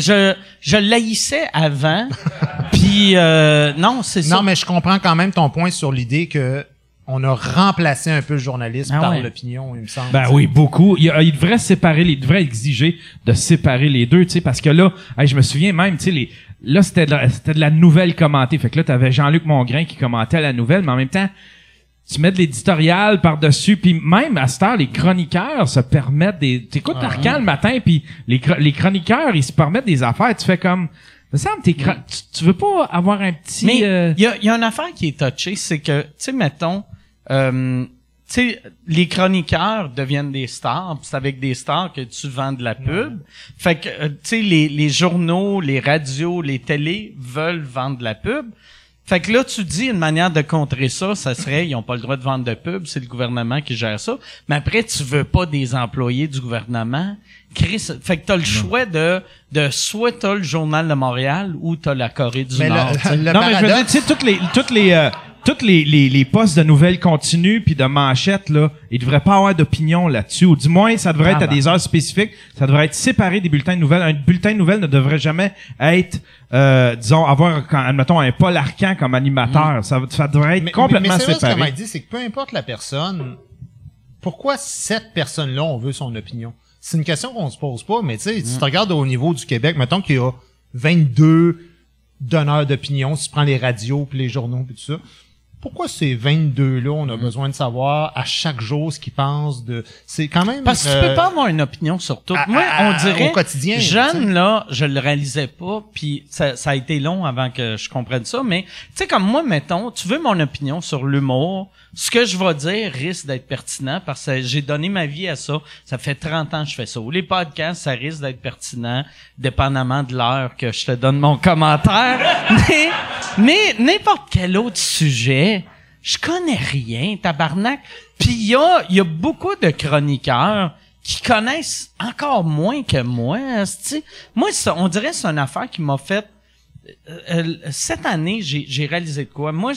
Je l'haïssais avant, puis non, c'est ça. Non, mais je comprends quand même ton point sur l'idée que on a remplacé un peu le journalisme par l'opinion, il me semble. Ben oui, beaucoup. Il devrait séparer, il devrait exiger de séparer les deux, tu sais, parce que là, je me souviens même, tu sais, là, c'était de la nouvelle commentée. Fait que là, t'avais Jean-Luc Mongrain qui commentait la nouvelle, mais en même temps, tu mets de l'éditorial par-dessus, puis même à cette heure, les chroniqueurs se permettent t'écoutes Arcan le matin, puis les chroniqueurs, ils se permettent des affaires, tu fais comme, me semble, tu veux pas avoir un petit... Mais il y a une affaire qui est touchée, c'est que, tu sais, mettons, tu sais, les chroniqueurs deviennent des stars, pis c'est avec des stars que tu vends de la pub. Fait que, tu sais, les journaux, les radios, les télés veulent vendre de la pub. Fait que là, tu dis une manière de contrer ça, ça serait, ils ont pas le droit de vendre de pub, c'est le gouvernement qui gère ça. Mais après, tu veux pas des employés du gouvernement. Chris, fait que t'as le choix de soit t'as le Journal de Montréal ou t'as la Corée du Nord. Non, mais je veux dire, tu sais, toutes les postes de nouvelles continues puis de manchettes, là, ils devraient pas avoir d'opinion là-dessus. Ou du moins, ça devrait être à des heures spécifiques. Ça devrait être séparé des bulletins de nouvelles. Un bulletin de nouvelles ne devrait jamais être, disons, avoir, admettons, un Paul Arcan comme animateur. Ça devrait être complètement séparé. séparé. Ce qu'elle m'a dit, c'est que peu importe la personne, pourquoi cette personne-là, on veut son opinion? C'est une question qu'on se pose pas, mais tu sais, si tu regardes au niveau du Québec, mettons qu'il y a 22 donneurs d'opinion, si tu prends les radios puis les journaux puis tout ça, pourquoi ces 22-là, on a besoin de savoir à chaque jour ce qu'ils pensent de... C'est quand même... Parce que tu peux pas avoir une opinion sur tout. Moi, on dirait... Au quotidien. Jeune, là, je le réalisais pas, puis ça a été long avant que je comprenne ça, mais tu sais, comme moi, mettons, tu veux mon opinion sur l'humour, ce que je vais dire risque d'être pertinent parce que j'ai donné ma vie à ça. Ça fait 30 ans que je fais ça. Ou les podcasts, ça risque d'être pertinent, dépendamment de l'heure que je te donne mon commentaire. mais n'importe quel autre sujet, je connais rien, tabarnak. Puis il y a beaucoup de chroniqueurs qui connaissent encore moins que moi. T'sais. Moi, ça, on dirait que c'est une affaire qui m'a fait... cette année, j'ai réalisé de quoi? Moi,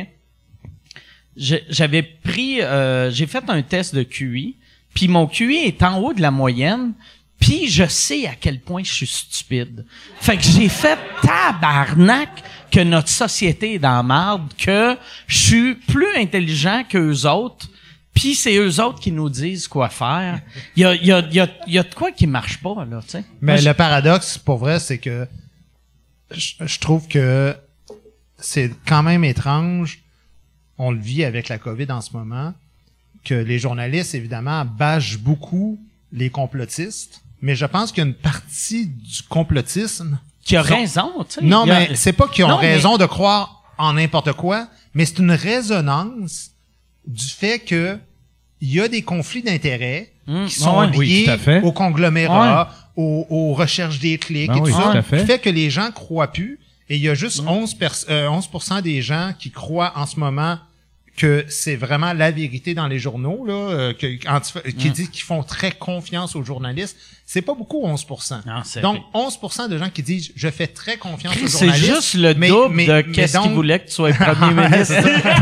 j'avais pris... j'ai fait un test de QI, puis mon QI est en haut de la moyenne, puis je sais à quel point je suis stupide. Fait que j'ai fait tabarnak que notre société est dans la marde, que je suis plus intelligent qu'eux autres, puis c'est eux autres qui nous disent quoi faire. Il y a de quoi qui marche pas, là, tu sais. Mais le paradoxe, pour vrai, c'est que je trouve que c'est quand même étrange, on le vit avec la COVID en ce moment, que les journalistes, évidemment, bâchent beaucoup les complotistes, mais je pense qu'il y a une partie du complotisme... Qui a raison, tu sais. Non, mais c'est pas qu'ils ont raison de croire en n'importe quoi, mais c'est une résonance du fait que il y a des conflits d'intérêts qui sont liés aux conglomérats, aux recherches des clics et tout ça, qui fait que les gens croient plus. Et il y a juste 11% des gens qui croient en ce moment que c'est vraiment la vérité dans les journaux, là, qui disent qu'ils font très confiance aux journalistes. C'est pas beaucoup, 11%. Non, donc, 11% de gens qui disent « je fais très confiance aux journalistes ». C'est juste le double de qu'est-ce qu'ils voulaient que tu sois premier ministre.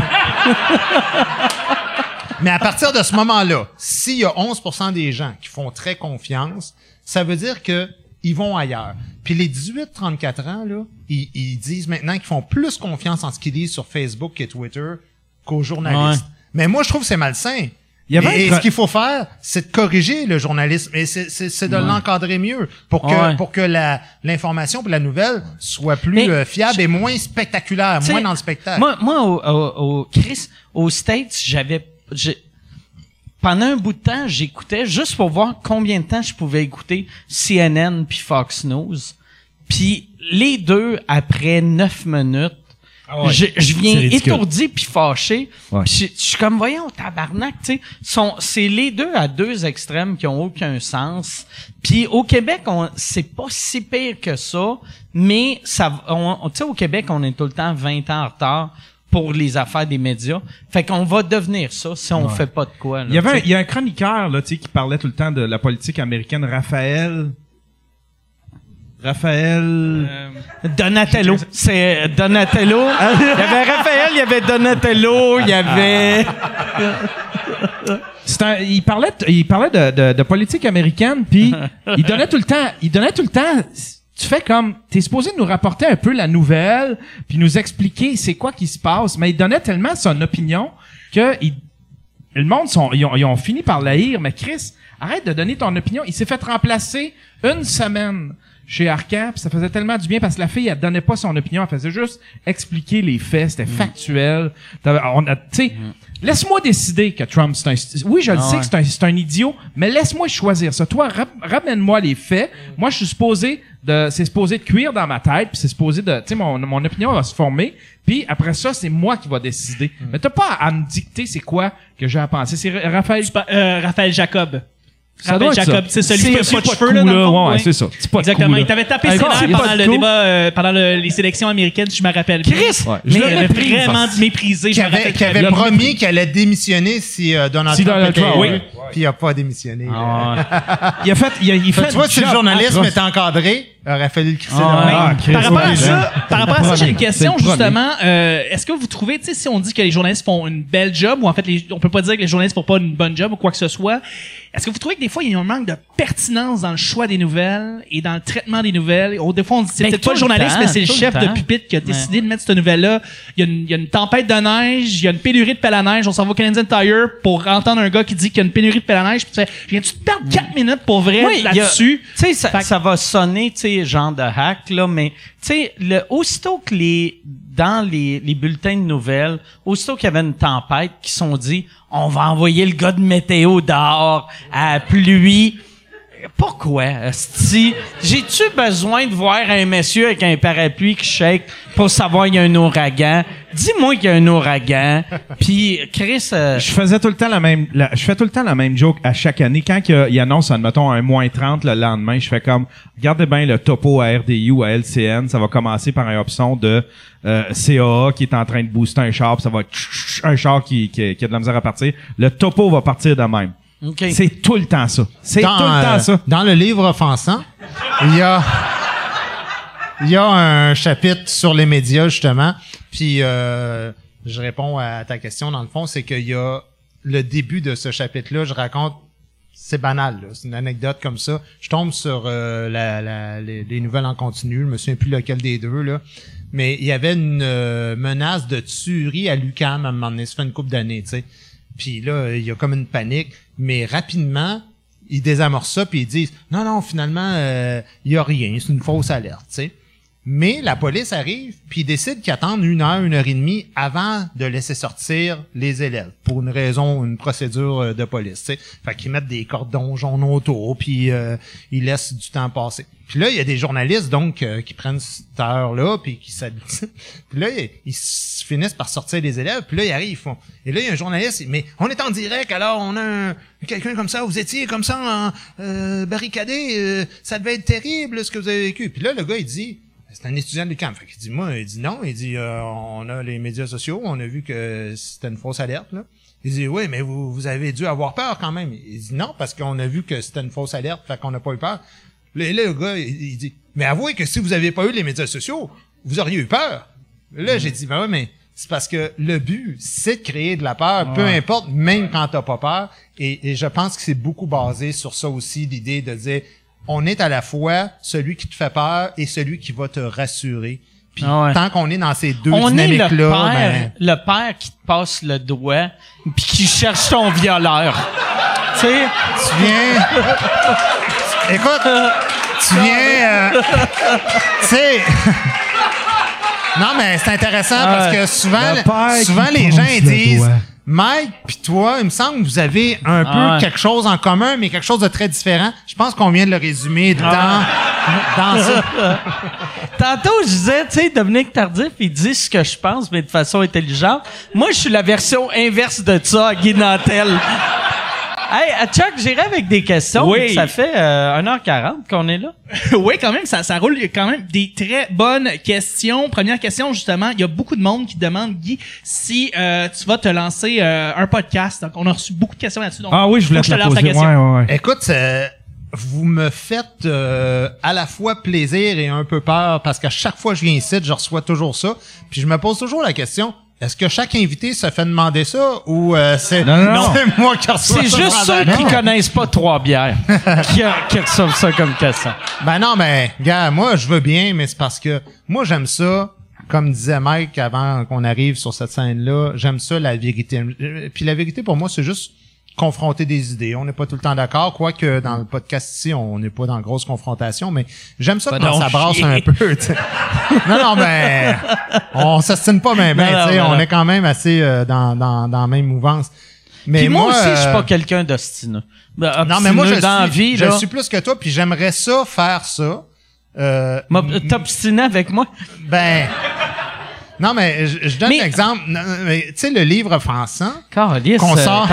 Mais à partir de ce moment-là, s'il y a 11% des gens qui font très confiance, ça veut dire que ils vont ailleurs. Puis les 18-34 ans, là, ils disent maintenant qu'ils font plus confiance en ce qu'ils lisent sur Facebook et Twitter qu'aux journalistes. Ouais. Mais moi, je trouve que c'est malsain. Et ce qu'il faut faire, c'est de corriger le journalisme. Et c'est de l'encadrer mieux pour que l'information pour la nouvelle soit plus fiable et moins spectaculaire, moins dans le spectacle. Moi, Chris, aux States, pendant un bout de temps, j'écoutais juste pour voir combien de temps je pouvais écouter CNN puis Fox News. Puis les deux, après 9 minutes, Ah ouais. Je viens C'est ridicule. étourdi puis fâché. Ouais. Puis je suis comme, voyons, tabarnak, tu sais. C'est les deux à deux extrêmes qui ont aucun sens. Puis au Québec, c'est pas si pire que ça, mais tu sais, au Québec, on est tout le temps 20 ans en retard pour les affaires des médias. Fait qu'on va devenir ça si on fait pas de quoi. Là, Il y a un chroniqueur là, tu sais, qui parlait tout le temps de la politique américaine, Raphaël. Donatello. C'est Donatello. Il y avait Raphaël, il y avait Donatello, il y avait... Il parlait de politique américaine, puis il donnait tout le temps, tu fais comme, t'es supposé nous rapporter un peu la nouvelle, puis nous expliquer c'est quoi qui se passe, mais il donnait tellement son opinion que le monde ils ont fini par l'haïr, mais Chris, arrête de donner ton opinion. Il s'est fait remplacer une semaine chez Arcan, puis ça faisait tellement du bien parce que la fille, elle donnait pas son opinion, elle faisait juste expliquer les faits, c'était factuel. Tu sais, laisse-moi décider que Trump c'est un... Oui, je le sais que c'est un idiot, mais laisse-moi choisir ça. Toi, ramène-moi les faits. Moi, je suis supposé de cuire dans ma tête, puis c'est supposé de, tu sais, mon opinion va se former, puis après ça, c'est moi qui va décider. Mais t'as pas à me dicter c'est quoi que j'ai à penser. C'est Raphaël Jacob. Ça doit être Jacob, ça. c'est celui qui a pas de cheveux, cou, là, dans le fond, ouais, c'est ça. C'est pas de exactement. cou, Il t'avait tapé ses Encore, nerfs il y a pendant pas le de cou. débat, pendant les sélections américaines, si je me rappelle bien. Chris! Ouais. Mais Je il le avait méprise, vraiment parce- méprisé. Qui avait promis qu'il allait démissionner si Donald Si Trump Donald était Trump, élu. oui. Puis il a pas démissionné. Il a fait, il fait Tu vois, du si le job journalisme atroce. était encadré, il aurait fallu le crisser Ah, de Chris, Par rapport à ouais, ça, j'ai une question, C'est le premier. justement. Est-ce que vous trouvez, tu sais, si on dit que les journalistes font une belle job, ou en fait, on peut pas dire que les journalistes font pas une bonne job ou quoi que ce soit, est-ce que vous trouvez que des fois, il y a un manque de pertinence dans le choix des nouvelles et dans le traitement des nouvelles? Des fois, on dit, c'est Ben, peut-être tout pas le le journaliste, temps, mais c'est le tout le chef de temps. pupitre qui a décidé de mettre cette nouvelle-là. Il y a une tempête de neige, il y a une pénurie de pelle à neige, on s'en va au Canadian Tire pour entendre un gars qui dit qu'il y a une pénurie de pelle à neige, puis tu fais, viens-tu te perdre 4 minutes pour vrai Oui, là-dessus? Tu sais, Fait que- ça va sonner, tu sais, genre de hack, là, mais, tu sais, aussitôt que dans les bulletins de nouvelles, aussitôt qu'il y avait une tempête, qui sont dit, on va envoyer le gars de météo dehors à pluie. Pourquoi, esti? J'ai-tu besoin de voir un monsieur avec un parapluie qui shake pour savoir qu'il y a un ouragan? Dis-moi qu'il y a un ouragan. Puis, Chris, Je fais tout le temps la même joke à chaque année. Quand il annonce, admettons, un -30 le lendemain, je fais comme, regardez bien le topo à RDU, à LCN, ça va commencer par un option de CAA qui est en train de booster un char, puis ça va être un char qui a de la misère à partir. Le topo va partir de même. OK. C'est tout le temps ça. C'est tout le temps ça. Dans le livre offensant, il y a un chapitre sur les médias, justement. Puis, je réponds à ta question, dans le fond, c'est qu'il y a le début de ce chapitre-là, je raconte, c'est banal, là, c'est une anecdote comme ça. Je tombe sur les nouvelles en continu, je me souviens plus lequel des deux, là. Mais il y avait une menace de tuerie à l'UQAM à un moment donné, ça fait une couple d'années, tu sais. Puis là, il y a comme une panique, mais rapidement, ils désamorcent ça puis ils disent non, finalement, il y a rien, c'est une fausse alerte, tu sais. Mais la police arrive puis ils décident qu'ils attendent 1 heure, 1 heure et demie avant de laisser sortir les élèves pour une procédure de police, tu sais. Fait qu'ils mettent des cordons jaunes autour puis ils laissent du temps passer. Puis là, il y a des journalistes donc qui prennent cette heure-là puis qui s'habituent. Puis là, ils finissent par sortir les élèves. Puis là, ils arrivent, ils font. Et là, il y a un journaliste, mais on est en direct, alors on a quelqu'un comme ça, vous étiez comme ça barricadé, ça devait être terrible ce que vous avez vécu. Puis là, le gars, il dit, c'est un étudiant du camp. Fait qu'il dit, il dit non, il dit, on a les médias sociaux, on a vu que c'était une fausse alerte, là. Il dit, oui, mais vous avez dû avoir peur quand même. Il dit, non, parce qu'on a vu que c'était une fausse alerte, fait qu'on n'a pas eu peur. Là, le gars, il dit, mais avouez que si vous aviez pas eu les médias sociaux, vous auriez eu peur. Là, j'ai dit, ben ouais, mais c'est parce que le but, c'est de créer de la peur, peu importe, même quand t'as pas peur. Et je pense que c'est beaucoup basé sur ça aussi, l'idée de dire, on est à la fois celui qui te fait peur et celui qui va te rassurer. Puis tant qu'on est dans ces deux dynamiques-là, le père qui te passe le doigt puis qui cherche ton violeur. Tu sais, tu viens... Écoute, tu viens... tu sais... Non, mais c'est intéressant parce que souvent les gens ils disent Mike puis toi, il me semble que vous avez un peu quelque chose en commun, mais quelque chose de très différent. Je pense qu'on vient de le résumer dans ça. Tantôt, je disais, tu sais, Dominique Tardif, il dit ce que je pense, mais de façon intelligente. Moi, je suis la version inverse de ça à Guy Nantel. Hey, Chuck, j'irai avec des questions. Oui. Ça fait 1h40 qu'on est là. Oui, quand même, ça roule. Il y a quand même des très bonnes questions. Première question, justement, il y a beaucoup de monde qui demande, Guy, si tu vas te lancer un podcast. Donc, on a reçu beaucoup de questions là-dessus. Donc, Ah oui, je voulais te la poser. Ouais. Écoute, vous me faites à la fois plaisir et un peu peur parce qu'à chaque fois que je viens ici, je reçois toujours ça. Puis je me pose toujours la question, est-ce que chaque invité se fait demander ça ou c'est c'est moi qui reçois ça? C'est juste ceux qui connaissent pas Trois-Bières qui reçoivent ça comme question. Ben non, mais gars, moi je veux bien, mais c'est parce que moi j'aime ça, comme disait Mike avant qu'on arrive sur cette scène-là, j'aime ça la vérité. Puis la vérité pour moi, c'est juste confronter des idées. On n'est pas tout le temps d'accord, quoique dans le podcast ici, on n'est pas dans grosse confrontation, mais j'aime ça quand ça brasse un peu. T'sais. Non, ben, on s'astine pas bien, tu sais, on est quand même assez dans la même mouvance. Mais puis moi aussi, je suis pas quelqu'un d'ostineux. Non, mais moi, je suis plus que toi, puis j'aimerais ça faire ça. T'obstiner avec moi? Ben... Non, mais je donne un exemple. Tu sais, le livre français qu'on sort...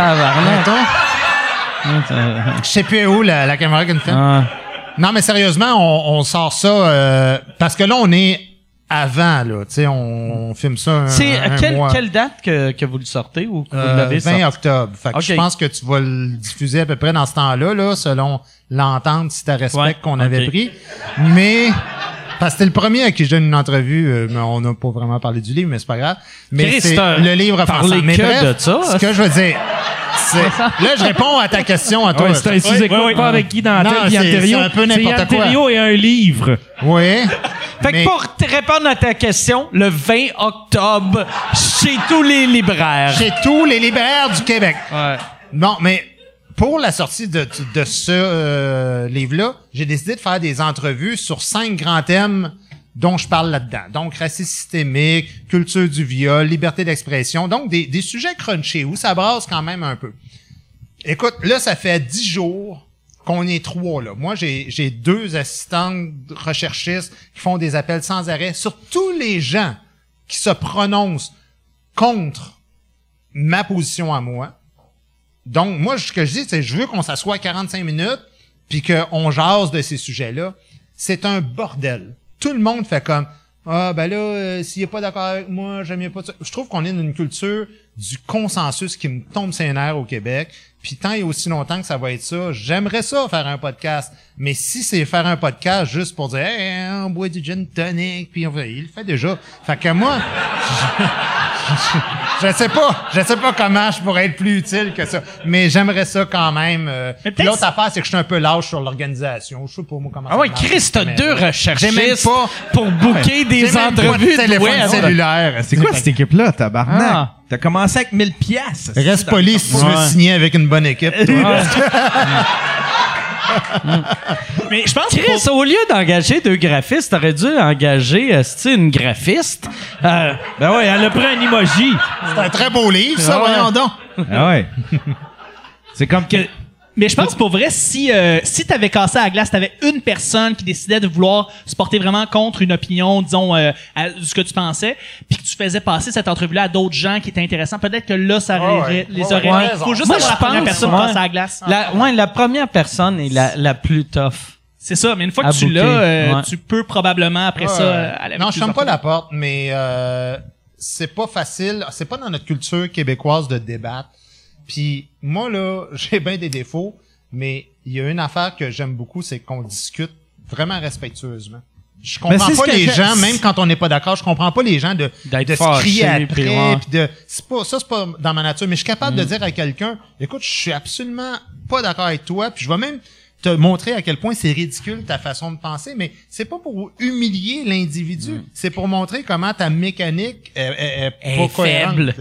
Je sais plus où la caméra qui nous fait. Non, mais sérieusement, on sort ça parce que là, on est avant, là. Tu sais, on filme ça un mois. Quelle date que vous le sortez ou que vous l'avez 20 octobre. Fait que je pense que tu vas le diffuser à peu près dans ce temps-là, là, selon l'entente, si t'as respect qu'on avait pris. Mais... Parce que c'était le premier à qui je donne une entrevue, mais on n'a pas vraiment parlé du livre, mais c'est pas grave. Mais c'est le livre français. Mais bref, de ça, ce que je veux dire, c'est... Là, je réponds à ta question à toi. Ouais, c'est un sous-écoute pas avec Guy Nantel et Yann Terriot. C'est un peu n'importe quoi. Yann Terriot et un livre. Oui. Fait que pour te répondre à ta question, le 20 octobre, chez tous les libraires. Chez tous les libraires du Québec. Ouais. Non, mais... Pour la sortie de ce livre-là, j'ai décidé de faire des entrevues sur 5 grands thèmes dont je parle là-dedans. Donc, racisme systémique, culture du viol, liberté d'expression. Donc, des sujets crunchés où ça brasse quand même un peu. Écoute, là, ça fait 10 jours qu'on est 3, là. Moi, j'ai 2 assistantes recherchistes qui font des appels sans arrêt sur tous les gens qui se prononcent contre ma position à moi. Donc, moi, ce que je dis, c'est je veux qu'on s'assoie 45 minutes puis qu'on jase de ces sujets-là. C'est un bordel. Tout le monde fait comme « Ah, ben là, s'il est pas d'accord avec moi, j'aime mieux pas ça. » Je trouve qu'on est dans une culture du consensus qui me tombe ses nerfs au Québec. Puis tant et aussi longtemps que ça va être ça, j'aimerais ça faire un podcast. Mais si c'est faire un podcast juste pour dire « Hey, on boit du gin tonic », puis il le fait déjà. Fait que moi... Je sais pas comment je pourrais être plus utile que ça, mais j'aimerais ça quand même. L'autre affaire, c'est que je suis un peu lâche sur l'organisation. Je sais pas moi comment ça marche. Ah ouais, Chris, t'as 2 recherchistes j'ai même pas, pour booker des entrevues de téléphone cellulaire. C'est quoi cette équipe-là, tabarnak? T'as commencé avec 1000 piastres. Reste poli si tu veux signer avec une bonne équipe. Mais je pense Chris, au lieu d'engager 2 graphistes, t'aurais dû engager une graphiste. Ben ouais, elle a pris un emoji. C'est un très beau livre, ça, voyons donc. Ah ouais. C'est comme que... Mais je pense pour vrai, si t'avais cassé à la glace, t'avais une personne qui décidait de vouloir se porter vraiment contre une opinion, disons, ce que tu pensais, puis que tu faisais passer cette entrevue-là à d'autres gens qui étaient intéressants, peut-être que là, ça aurait les aurait. Il faut juste moi, avoir la première personne cassée à la glace. La première personne est la plus tough. C'est ça, mais une fois que tu l'as, tu peux probablement après ça aller avec. Non, je ferme pas la porte, mais c'est pas facile, c'est pas dans notre culture québécoise de débattre. Puis moi, là, j'ai bien des défauts, mais il y a une affaire que j'aime beaucoup, c'est qu'on discute vraiment respectueusement. Je comprends pas les gens, même quand on n'est pas d'accord, je comprends pas les gens de se crier après, puis c'est pas dans ma nature, mais je suis capable de dire à quelqu'un, écoute, je suis absolument pas d'accord avec toi, puis je vais même te montrer à quel point c'est ridicule ta façon de penser, mais c'est pas pour humilier l'individu, c'est pour montrer comment ta mécanique est pas faible.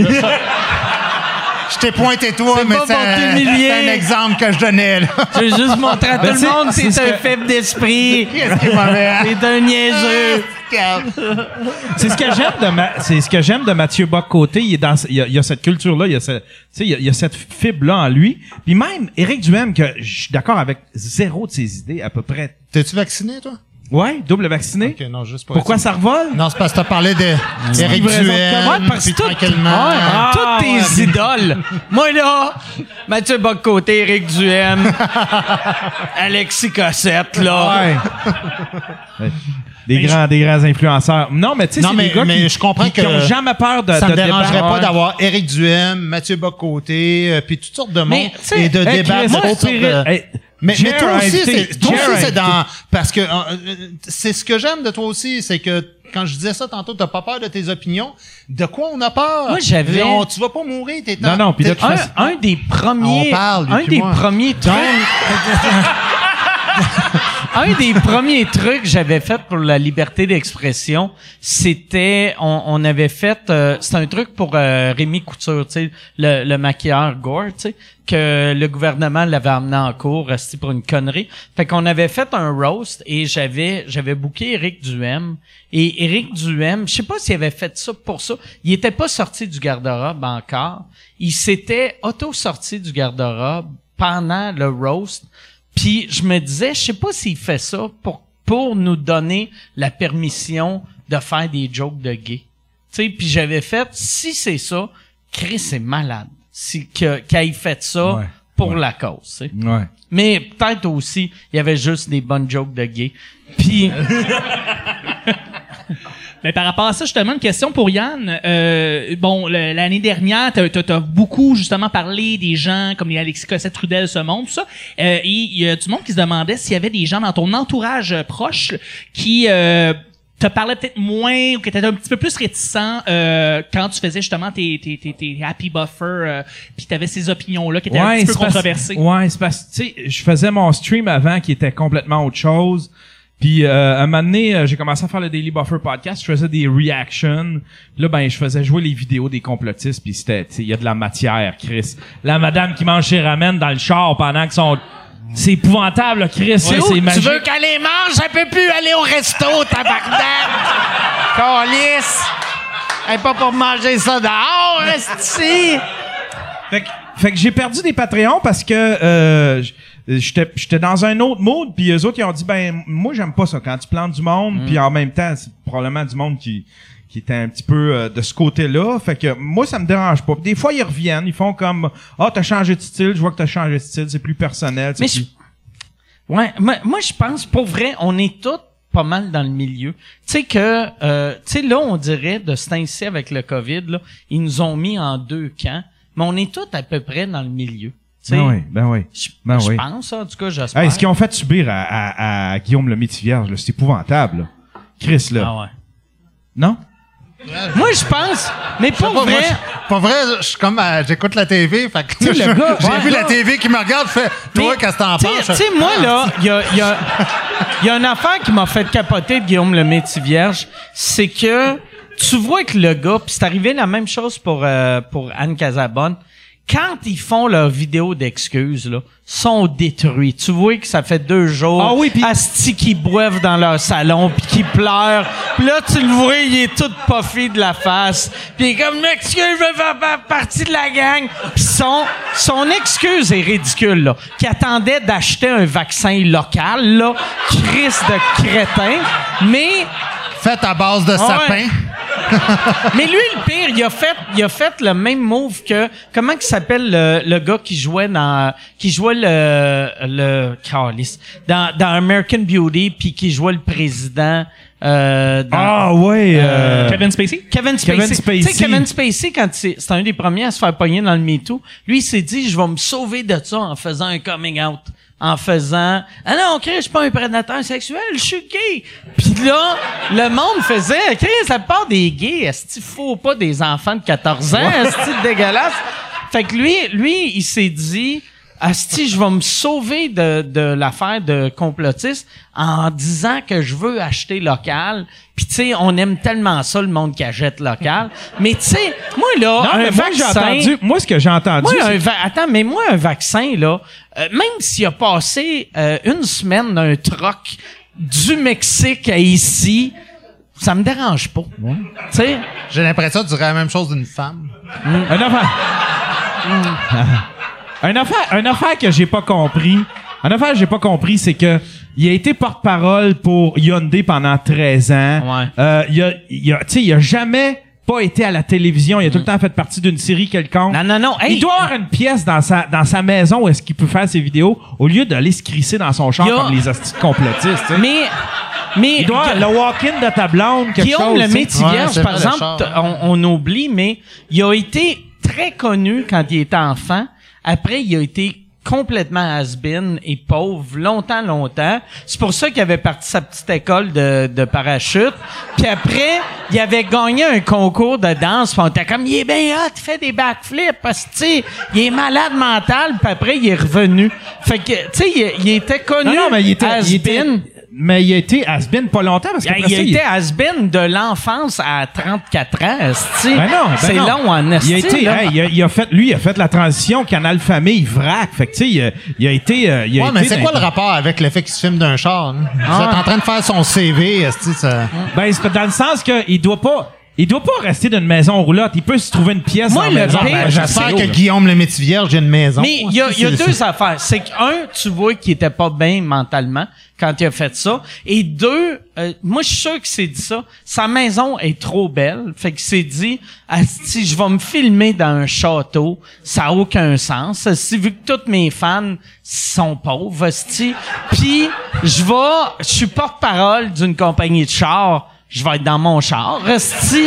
Je t'es pointé toi, mais c'est un exemple que je donnais, là. Je veux juste montrer à tout le monde que c'est un faible d'esprit. Qu'est-ce qui m'avait? C'est un niaiseux. C'est ce que j'aime de Mathieu Bock-Côté. Il y a cette culture-là, il y a cette fibre-là en lui. Puis même Éric Duhem, que je suis d'accord avec zéro de ses idées à peu près. T'es-tu vacciné, toi? Ouais, double vacciné. Ok, non, juste pas. Pourquoi ça revole? Non, c'est parce que t'as parlé d'Éric livraison de Duhem, Ouais, parce puis que tranquillement. toutes tes idoles. Moi, là, Mathieu Bock-Côté, Éric Duhem, Alexis Cossette, là. Ouais. Des grands influenceurs. Non, mais tu sais, Non, c'est mais- des gars mais je comprends qui que ont jamais peur de Ça me de dérangerait débattre. pas d'avoir Éric Duhem, Mathieu Bock-Côté, puis toutes sortes de monde Mais, tu sais, et de débattre. Chris, sur au toutes sortes pire, de- hey, Mais Jer toi a aussi, invité- c'est dans... Parce que c'est ce que j'aime de toi aussi, c'est que quand je disais ça tantôt, t'as pas peur de tes opinions. De quoi on a peur? Moi, j'avais- Tu vas pas mourir, t'es... Non, puis de toute façon- Un des premiers... On parle, lui un puis des moi. premiers trucs... Un des premiers trucs que j'avais fait pour la liberté d'expression, c'était on avait fait c'est un truc pour Rémi Couture, tu sais, le maquilleur Gore, tu sais, que le gouvernement l'avait amené en cours, resté pour une connerie. Fait qu'on avait fait un roast et j'avais booké Éric Duhem et Éric Duhem, je sais pas s'il avait fait ça pour ça, il était pas sorti du garde-robe encore, il s'était auto-sorti du garde-robe pendant le roast. Puis je me disais, je sais pas s'il fait ça pour nous donner la permission de faire des jokes de gays. Tu sais, puis j'avais fait, si c'est ça, Chris est malade. Si qu'il ait fait ça Ouais. pour la cause. Tu sais. Ouais. Mais peut-être aussi, il y avait juste des bonnes jokes de gays. Puis Mais par rapport à ça, justement, une question pour Yann. Bon, l'année dernière, t'as beaucoup justement parlé des gens comme les Alexis Cossette, Trudel, ce monde, tout ça. Et il y a du monde qui se demandait s'il y avait des gens dans ton entourage proche qui te parlaient peut-être moins ou qui étaient un petit peu plus réticents quand tu faisais justement tes happy buffer, puis t'avais ces opinions-là qui étaient un petit peu controversées. Ouais, c'est parce que, tu sais, je faisais mon stream avant qui était complètement autre chose. Puis un moment donné, j'ai commencé à faire le Daily Buffer podcast, je faisais des reactions. Là ben je faisais jouer les vidéos des complotistes, puis c'était, tu sais, il y a de la matière, Chris. La madame qui mange ses ramen dans le char pendant que son c'est épouvantable, là, Chris, c'est magique. tu veux qu'elle les mange, elle peut plus aller au resto, tabarnak. Calice. Elle est pas pour manger ça dehors, reste ici. Fait que j'ai perdu des Patreons parce que j'étais dans un autre mood, puis eux autres ils ont dit ben moi j'aime pas ça quand tu plantes du monde, puis en même temps c'est probablement du monde qui était un petit peu de ce côté-là. Fait que moi ça me dérange pas. Des fois ils reviennent, ils font comme t'as changé de style, je vois que t'as changé de style, c'est plus personnel. Mais moi je pense pour vrai, on est tous pas mal dans le milieu. Tu sais que tu sais là on dirait de ce temps-ci avec le Covid là, ils nous ont mis en deux camps, mais on est tous à peu près dans le milieu. Ben oui. Je pense, en tout cas, j'espère. Hey, ce qu'ils ont fait subir à Guillaume le Métivierge, là, c'est épouvantable. Là. Chris, là. Ah ouais. Non? Moi, je pense, mais pour vrai... Pas vrai, je suis comme, j'écoute la TV, fait que Tu sais, le gars- j'ai ouais, vu la là. TV qui me regarde, fait, toi, qu'est-ce que t'en Tu penses? sais, moi, là, il y a une affaire qui m'a fait capoter de Guillaume le Métivierge, c'est que tu vois que le gars, puis c'est arrivé la même chose pour Anne Casabonne, quand ils font leur vidéo d'excuses, là, sont détruits. Tu vois que ça fait 2 jours. Ah oui, pis... asti qui boivent dans leur salon puis qui pleurent. Puis là, tu le vois, il est tout puffy de la face. Puis il est comme, m'excuse, je veux faire partie de la gang. Puis son excuse est ridicule, là. Qui attendait d'acheter un vaccin local, là. Christ de crétin. Mais... Fait à base de sapin. Mais lui, le pire, il a fait le même move que, comment qu'il s'appelle le gars qui jouait le Carlis, dans American Beauty puis qui jouait le président, Kevin Spacey? Kevin Spacey. Tu sais, Kevin Spacey, quand c'est un des premiers à se faire pogner dans le MeToo, lui, il s'est dit, je vais me sauver de ça en faisant un coming out. En faisant « Ah non, Chris, je suis pas un prédateur sexuel, je suis gay! » Puis là, le monde faisait « Chris, la plupart des gays, est-ce qu'il faut pas des enfants de 14 ans? Est-ce que c'est dégueulasse? » Fait que lui, il s'est dit « Asti, je vais me sauver de l'affaire de complotiste en disant que je veux acheter local. » Puis tu sais, on aime tellement ça, le monde qui achète local. Mais tu sais, moi là, Non, mais moi, ce que j'ai entendu, moi, un vaccin, là, même s'il a passé une semaine d'un troc du Mexique à ici, Ça me dérange pas. Tu sais? J'ai l'impression que tu dirais la même chose d'une femme. Une affaire que j'ai pas compris. Une affaire que j'ai pas compris, c'est que il a été porte-parole pour Hyundai pendant 13 ans. Ouais. Il a jamais pas été à la télévision. Il a tout le temps fait partie d'une série quelconque. Non. Hey, Il doit avoir une pièce dans sa maison où est-ce qu'il peut faire ses vidéos au lieu d'aller se crisser dans son char comme les hosties de complotistes. Tu sais. Mais Il doit le walk-in de ta blonde, quelque Guillaume chose. le tu sais. Métivierge, c'est par vrai, le exemple, char. on oublie, mais il a été très connu quand il était enfant. Après, il a été complètement has-been et pauvre longtemps. C'est pour ça qu'il avait parti sa petite école de parachute. Puis après, il avait gagné un concours de danse. Puis on était comme, il est bien hot, il fait des backflips. Parce que, tu sais, il est malade mental. Puis après, il est revenu. Fait que, tu sais, il était connu Non, mais il était has-been pas longtemps parce que il a été has-been de l'enfance à 34 ans, esti. C'est non. long en esti. Il a fait la transition Canal Famille vrac. Fait que tu sais, il a été Mais c'est quoi le rapport avec le fait qu'il se filme d'un char? Hein? Vous êtes en train de faire son CV, est-ce ça... Ben c'est dans le sens que il doit pas rester d'une maison roulotte. Il peut se trouver une pièce Moi, dans le la maison. pire, J'espère que Guillaume le Métivierge a une maison. Mais il y a deux affaires. C'est qu'un, tu vois qu'il était pas bien mentalement quand il a fait ça. Et deux, moi, je suis sûr qu'il s'est dit ça. Sa maison est trop belle. Fait qu'il s'est dit, si je vais me filmer dans un château, ça a aucun sens. Si vu que tous mes fans sont pauvres, puis je suis porte-parole d'une compagnie de chars, je vais être dans mon char, esti.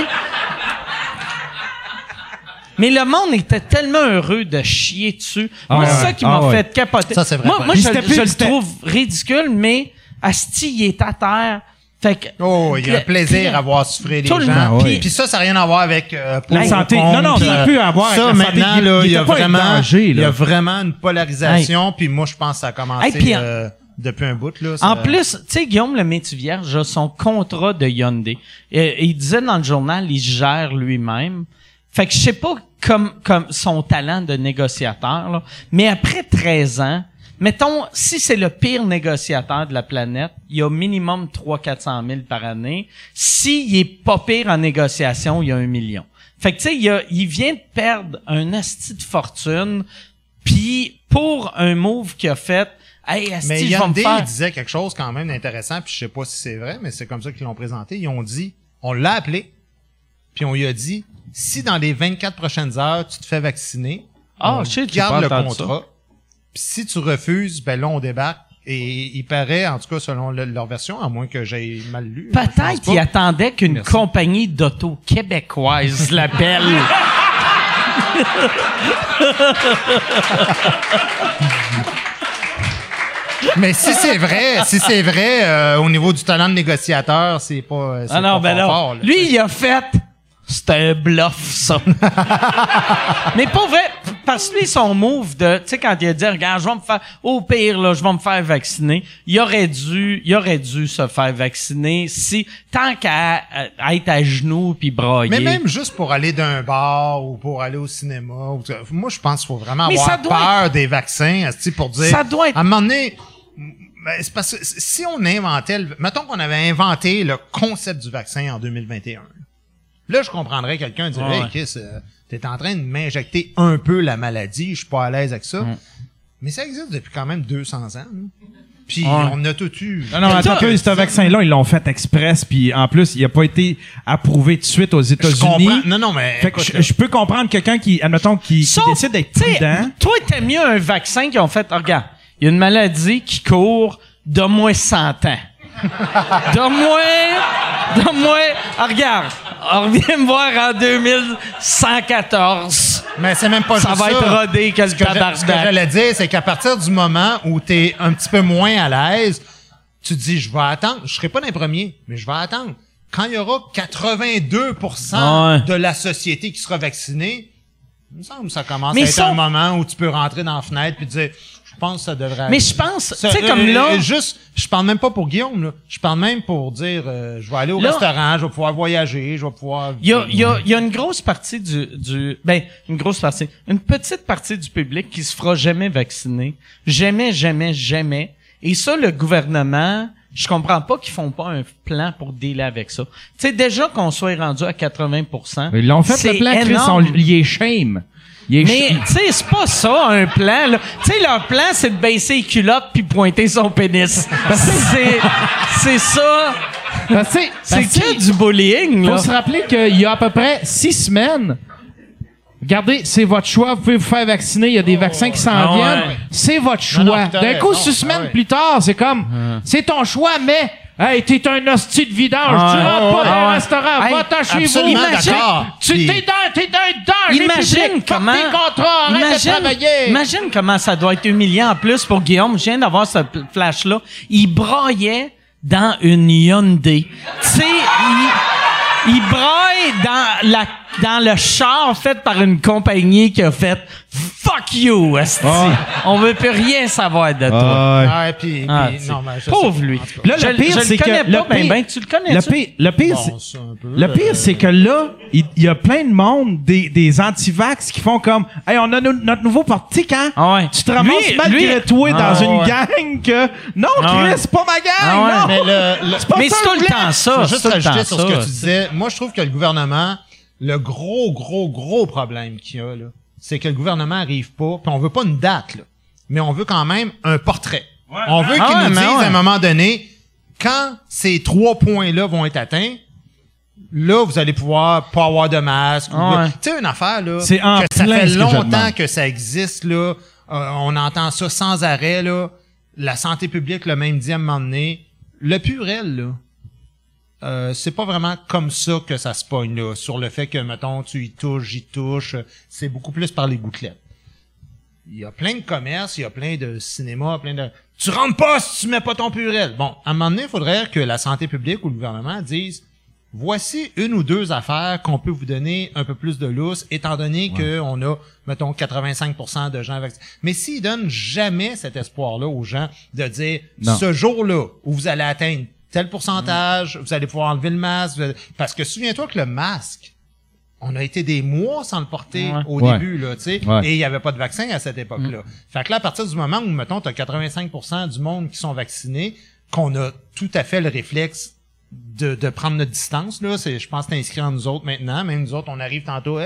Mais le monde était tellement heureux de chier dessus. Moi, c'est ça qui m'a fait capoter. Ça, c'est vrai. Moi, je le trouve ridicule, mais asti, il est à terre. Fait que, il y a un plaisir à voir souffrir les tout le gens. monde. Puis ça n'a rien à voir avec pour La ou santé. contre. Non, ça peut avoir avec ça, la santé. maintenant, là, Il il y a était pas vraiment, en danger, là. il y a vraiment une polarisation. Puis moi, je pense que ça a commencé Puis, depuis un bout. Là, en plus, tu sais, Guillaume le Métivierge a son contrat de Hyundai. Il disait dans le journal, il gère lui-même. Fait que je sais pas comme son talent de négociateur, là, mais après 13 ans, mettons, si c'est le pire négociateur de la planète, il y a minimum 300-400 000 par année. S'il est pas pire en négociation, il y a 1 million. Fait que tu sais, il vient de perdre un asti de fortune, puis pour un move qu'il a fait, hey, asti, mais je vais me Hyundai, faire... il disait quelque chose quand même d'intéressant, puis je sais pas si c'est vrai, mais c'est comme ça qu'ils l'ont présenté. Ils ont dit, on l'a appelé, puis on lui a dit, si dans les 24 prochaines heures, tu te fais vacciner, on garde le contrat. Puis si tu refuses, ben là, on débarque. Et il paraît, en tout cas, selon leur version, à moins que j'aie mal lu. Peut-être qu'il attendait qu'une compagnie d'auto québécoise l'appelle. Mais si c'est vrai, au niveau du talent de négociateur, c'est pas fort, là. Lui, il a fait... C'était un bluff, ça. Mais pas vrai, parce que lui, son move de, tu sais, quand il a dit, regarde, je vais me faire, au pire, là, je vais me faire vacciner, il aurait dû se faire vacciner tant qu'à être à genoux puis brailler. Mais même juste pour aller d'un bar ou pour aller au cinéma, moi, je pense qu'il faut vraiment avoir peur des vaccins, pour dire, ça doit être... à un moment donné, c'est parce que si on inventait, mettons qu'on avait inventé le concept du vaccin en 2021, là, je comprendrais quelqu'un dire, hey, Chris, t'es en train de m'injecter un peu la maladie, je suis pas à l'aise avec ça. Mais ça existe depuis quand même 200 ans. Puis on a tout eu. Non, attends un peu, ce vaccin-là, ils l'ont fait express, puis en plus, il a pas été approuvé tout de suite aux États-Unis. Non, mais... Fait que je peux comprendre quelqu'un qui, admettons, qui décide d'être prudent. Toi, t'aimes mieux un vaccin qui ont fait, regarde, il y a une maladie qui court de moins 100 ans. Donne-moi, regarde, reviens me voir en 2114. Mais c'est même pas ça juste va être rodé que le tabarnak. Ce que j'allais dire, c'est qu'à partir du moment où t'es un petit peu moins à l'aise, tu te dis, je vais attendre. Je serai pas dans les premiers, mais je vais attendre. Quand il y aura 82% de la société qui sera vaccinée, il me semble que ça commence à être un moment où tu peux rentrer dans la fenêtre puis dire, je pense que ça devrait aller. Mais je pense, tu sais, comme là... je parle même pas pour Guillaume, là. Je parle même pour dire, je vais aller au restaurant, je vais pouvoir voyager, je vais pouvoir... Il y a une grosse partie une petite partie du public qui se fera jamais vacciner. Jamais. Et ça, le gouvernement, je comprends pas qu'ils font pas un plan pour dealer avec ça. Tu sais, déjà qu'on soit rendu à 80%. Ils l'ont fait, le plan, Chris, énorme. il est shame. Mais, tu sais, c'est pas ça, un plan, là. Tu sais, leur plan, c'est de baisser les culottes puis pointer son pénis. C'est ça. C'est que du bullying, là. Faut se rappeler qu'il y a à peu près 6 semaines. Regardez, c'est votre choix. Vous pouvez vous faire vacciner. Il y a des vaccins qui s'en viennent. Ouais. C'est votre choix. Non, d'un coup, 6 semaines plus tard, c'est comme, c'est ton choix, mais, hey, t'es un hostie de vidange. Tu rentres pas dans un restaurant. Va-t'en chez vous. T'es dans Imagine comment. Imagine comment ça doit être humiliant en plus pour Guillaume. Je viens d'avoir ce flash-là. Il braillait dans une Hyundai. Tu sais, il braille dans le char fait par une compagnie qui a fait fuck you, esti. On veut plus rien savoir de toi. Pauvre lui. Là, le pire, c'est que tu le connais. Le pire, c'est que là, il y a plein de monde, des anti-vax qui font comme, hey, on a notre nouveau parti quand tu te ramasses malgré toi dans une gang que, non, Chris, c'est pas ma gang, non. Mais c'est tout le temps ça. Je veux juste rajouter sur ce que tu disais. Moi, je trouve que le gouvernement, le gros problème qu'il y a, là, c'est que le gouvernement arrive pas, puis on veut pas une date, là, mais on veut quand même un portrait. On veut qu'ils nous disent à un moment donné, quand ces 3 points-là vont être atteints, là, vous allez pouvoir pas avoir de masque. Tu sais, une affaire, là, c'est que ça fait longtemps que ça existe, là, on entend ça sans arrêt, là. La santé publique l'a même dit à un moment donné. Le Purel, là, c'est pas vraiment comme ça que ça se pogne, là, sur le fait que, mettons, tu y touches, j'y touche. C'est beaucoup plus par les gouttelettes. Il y a plein de commerces, il y a plein de cinémas, tu rentres pas si tu mets pas ton Purel. Bon, à un moment donné, il faudrait que la santé publique ou le gouvernement dise, voici 1 ou 2 affaires qu'on peut vous donner un peu plus de lousse, étant donné qu'on a, mettons, 85% de gens vaccinés. Mais s'ils donnent jamais cet espoir-là aux gens de dire, ce jour-là où vous allez atteindre tel pourcentage, vous allez pouvoir enlever le masque. Parce que souviens-toi que le masque, on a été des mois sans le porter au début, là, tu sais, et il n'y avait pas de vaccin à cette époque-là. Fait que là, à partir du moment où, mettons, tu as 85% du monde qui sont vaccinés, qu'on a tout à fait le réflexe de prendre notre distance, là, je pense que c'est inscrit en nous autres maintenant. Même nous autres, on arrive tantôt,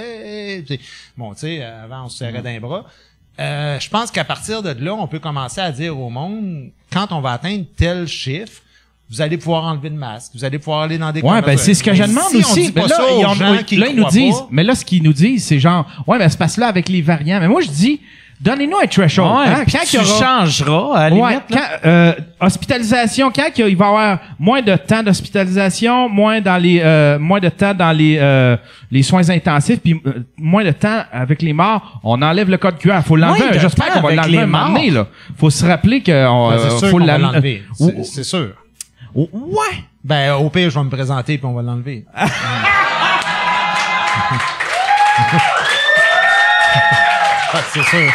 bon, tu sais, avant, on se serrait d'un bras. Je pense qu'à partir de là, on peut commencer à dire au monde, quand on va atteindre tel chiffre, vous allez pouvoir enlever le masque, vous allez pouvoir aller dans des ben c'est ce que je demande aussi. Mais là, ils nous disent, mais là, ce qu'ils nous disent, c'est genre, ben c'est parce que là, avec les variants. Mais moi, je dis, donnez-nous un threshold. Quand tu changeras, à la limite. Hospitalisation, quand il va y avoir moins de temps d'hospitalisation, moins de temps dans les soins intensifs, puis moins de temps avec les morts, on enlève le code QR. Faut l'enlever. J'espère qu'on va l'enlever un moment donné, là. Faut se rappeler que faut l'enlever. C'est sûr. Ouais. Ben, au pire, je vais me présenter puis on va l'enlever. C'est sûr.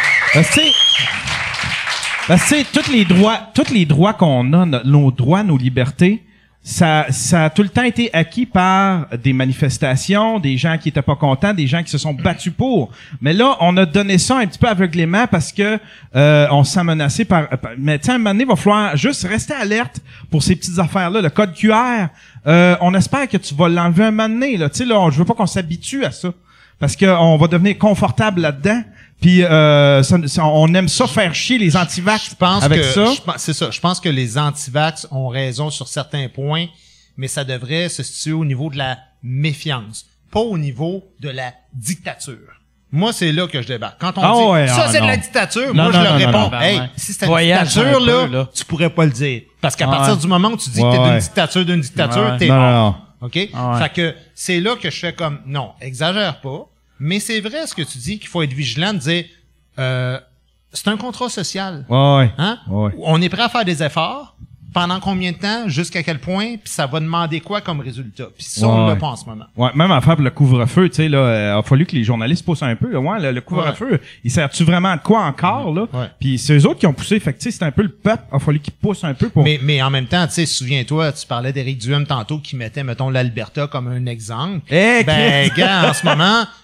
Parce que, tous les droits qu'on a, nos droits, nos libertés, ça a tout le temps été acquis par des manifestations, des gens qui étaient pas contents, des gens qui se sont battus pour. Mais là, on a donné ça un petit peu aveuglément parce que on se sent menacé par. Mais tiens, à un moment donné, il va falloir juste rester alerte pour ces petites affaires-là. Le code QR, on espère que tu vas l'enlever un moment donné. Là, tu sais, là, je veux pas qu'on s'habitue à ça parce que on va devenir confortable là-dedans. Puis on aime ça faire chier les anti-vax avec ça. C'est ça. Je pense que les anti-vax ont raison sur certains points, mais ça devrait se situer au niveau de la méfiance, pas au niveau de la dictature. Moi, c'est là que je débarque. Quand on dit ça, c'est de la dictature, moi, je leur réponds, si c'était une dictature, là, tu pourrais pas le dire. Parce qu'à partir du moment où tu dis que t'es d'une dictature, t'es mort. OK? Fait que c'est là que je fais comme, non, exagère pas. Mais c'est vrai ce que tu dis, qu'il faut être vigilant de dire c'est un contrat social. Hein? On est prêt à faire des efforts. Pendant combien de temps, jusqu'à quel point, puis ça va demander quoi comme résultat. Puis ça, on l'a pas en ce moment. Même à faire pour le couvre-feu, tu sais, là, il a fallu que les journalistes poussent un peu. Là, le couvre-feu, il sert-tu vraiment de quoi encore, là? Puis c'est eux autres qui ont poussé. Fait que, tu sais, c'est un peu le peuple. Il a fallu qu'ils poussent un peu pour... Mais en même temps, tu sais, souviens-toi, tu parlais d'Éric Duhem tantôt qui mettait, mettons, l'Alberta comme un exemple. Gars, en ce moment,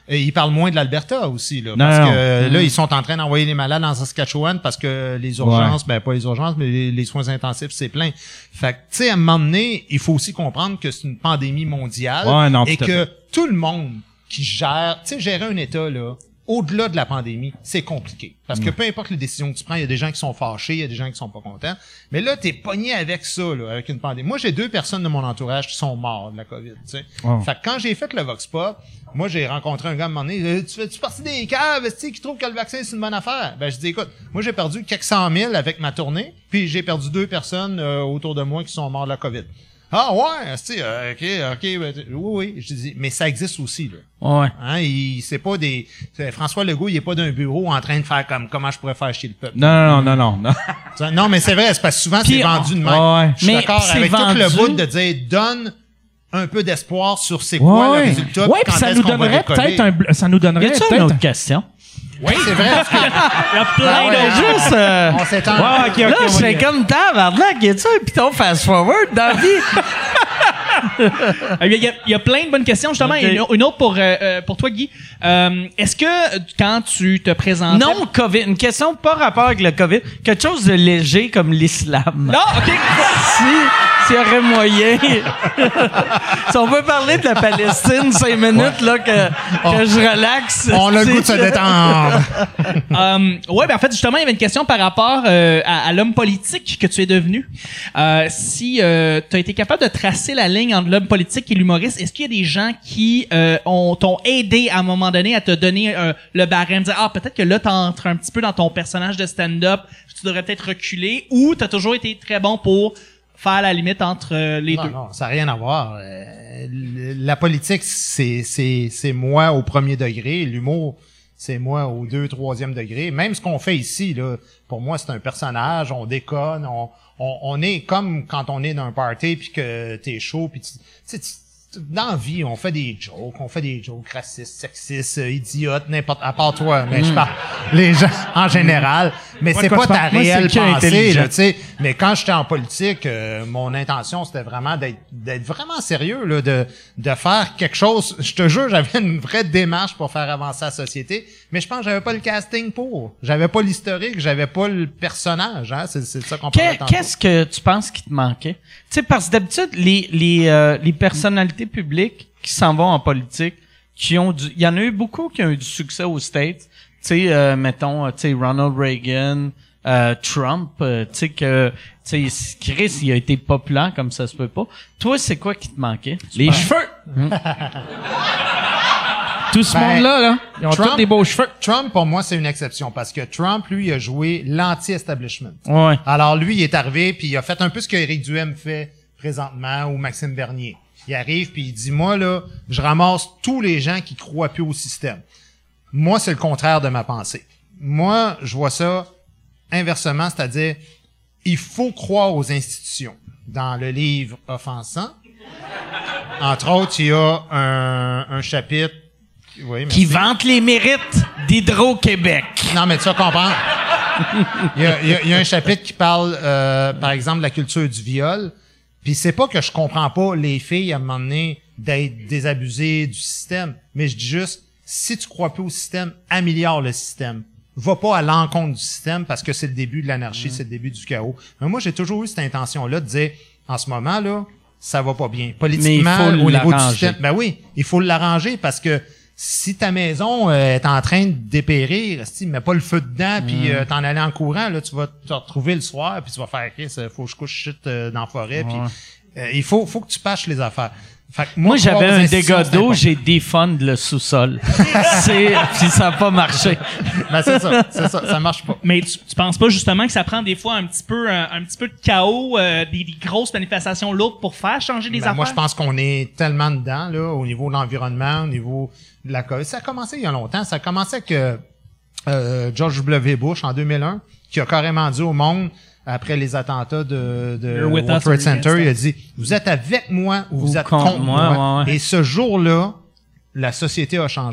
ils parlent moins de l'Alberta aussi, là. Non, Parce non. que là, ils sont en train d'envoyer les malades en Saskatchewan parce que les urgences, ben pas les urgences, mais les soins intensifs, c'est plein. Fait que, tu sais, à un moment donné, il faut aussi comprendre que c'est une pandémie mondiale Ouais, non, et tout à que fait. tout le monde qui gère, tu sais, gérer un État, là, au-delà de la pandémie, c'est compliqué. Parce que peu importe les décisions que tu prends, il y a des gens qui sont fâchés, il y a des gens qui sont pas contents. Mais là, t'es pogné avec ça, là, avec une pandémie. Moi, j'ai 2 personnes de mon entourage qui sont morts de la COVID, tu sais. Oh. Fait que quand j'ai fait le Vox Pop, moi, j'ai rencontré un gars à un moment donné, tu fais-tu partie des caves, tu sais, qui trouvent que le vaccin, c'est une bonne affaire? Ben, je dis, écoute, moi, j'ai perdu quelques 100 000 avec ma tournée, puis j'ai perdu 2 personnes autour de moi qui sont morts de la COVID. Ah ouais, tu sais, ok, ben, oui, je dis, mais ça existe aussi, là. Ouais. Hein, c'est pas des, François Legault, il est pas d'un bureau en train de faire comme, comment je pourrais faire chier le peuple. Non. Non, mais c'est vrai, c'est parce que souvent, Puis c'est vendu de même. ouais. Je suis Mais d'accord c'est avec tout le vendu- bout de dire, donne un peu d'espoir sur c'est quoi le résultat. Ouais, puis puis quand ça est-ce nous qu'on va donnerait décoller. peut-être ça nous Y donnerait a-tu une peut-être autre question? Oui, c'est vrai. Parce que, Il y a plein ouais, de Juste, on s'étend. Ouais, ok, là, on je va fais y- comme tabarnak, y a-tu un piton fast-forward dans la vie? Il y a plein de bonnes questions, justement. Ok. Et une autre pour toi, Guy. Est-ce que quand tu te présentais... Non, COVID. Une question pas rapport avec le COVID. Quelque chose de léger comme l'islam. Non, OK. S'il y aurait moyen. Si on peut parler de la Palestine 5 minutes, là, que je relaxe. On a le goût de se détendre. Ouais, ben en fait, justement, il y avait une question par rapport à l'homme politique que tu es devenu. Si tu as été capable de tracer la ligne entre l'homme politique et l'humoriste, est-ce qu'il y a des gens qui t'ont aidé à un moment donné à te donner le barème, dire peut-être que là t'entres un petit peu dans ton personnage de stand-up, tu devrais peut-être reculer, ou t'as toujours été très bon pour faire la limite entre les deux? Non, ça n'a rien à voir. La politique, c'est moi au premier degré. L'humour, c'est moi au 2e, 3e degré. Même ce qu'on fait ici, là, pour moi, c'est un personnage. On déconne. On est comme quand on est dans un party puis que t'es chaud puis dans la vie, on fait des jokes racistes, sexistes, idiotes, n'importe, à part toi, mais je parle, les gens en général, mais c'est pas ta réelle pensée, là, tu sais. Mais quand j'étais en politique, mon intention, c'était vraiment d'être vraiment sérieux, là, de faire quelque chose. Je te jure, j'avais une vraie démarche pour faire avancer la société, mais je pense que j'avais pas le casting pour. J'avais pas l'historique, j'avais pas le personnage, hein. C'est ça qu'on parlait tantôt. Qu'est-ce que tu penses qui te manquait? Tu sais, parce que d'habitude, les personnalités publiques qui s'en vont en politique, il y en a eu beaucoup qui ont eu du succès aux States. Tu sais, mettons, tu sais, Ronald Reagan, Trump, tu sais que, tu sais, Chris, il a été populaire comme ça se peut pas. Toi, c'est quoi qui te manquait? les cheveux. Tout ce monde-là, là, ils ont tous des beaux cheveux. Trump, pour moi, c'est une exception parce que Trump, lui, a joué l'anti-establishment. Ouais. Alors, lui, il est arrivé puis il a fait un peu ce que Éric Duhem fait présentement ou Maxime Bernier. Il arrive puis il dit, moi, là, je ramasse tous les gens qui croient plus au système. Moi, c'est le contraire de ma pensée. Moi, je vois ça inversement, c'est-à-dire, il faut croire aux institutions. Dans le livre Offensant, entre autres, il y a un chapitre oui, Qui merci. vante les mérites d'Hydro-Québec. Non, mais tu vas comprendre. Il y a un chapitre qui parle, par exemple, de la culture du viol. Puis c'est pas que je comprends pas les filles à un moment donné d'être désabusées du système, mais je dis juste, si tu crois plus au système, améliore le système. Va pas à l'encontre du système parce que c'est le début de l'anarchie, c'est le début du chaos. Mais moi, j'ai toujours eu cette intention-là de dire, en ce moment, là, ça va pas bien. Politiquement, Mais il faut au niveau du l'arranger. système. Ben oui, il faut l'arranger parce que si ta maison est en train de dépérir, si mets pas le feu dedans puis t'en aller en courant, là tu vas te retrouver le soir puis tu vas faire faut que je couche shit dans la forêt puis il faut que tu pâches les affaires. Fait que Moi, croire j'avais aux un institutions, dégât c'est d'eau, important. j'ai défund le sous-sol. Puis ça a pas marché. Ben c'est ça, ça marche pas. Mais tu penses pas justement que ça prend des fois un petit peu de chaos, des grosses manifestations lourdes pour faire changer les Ben, affaires? moi, je pense qu'on est tellement dedans, là, au niveau de l'environnement, au niveau de la COVID. Ça a commencé il y a longtemps. Ça a commencé avec George W. Bush en 2001, qui a carrément dit au monde, après les attentats de You're with World us or Trade Center, against il a us. dit, vous êtes avec moi ou vous êtes contre contre moi, moi. ouais. Et ce jour-là, la société a changé.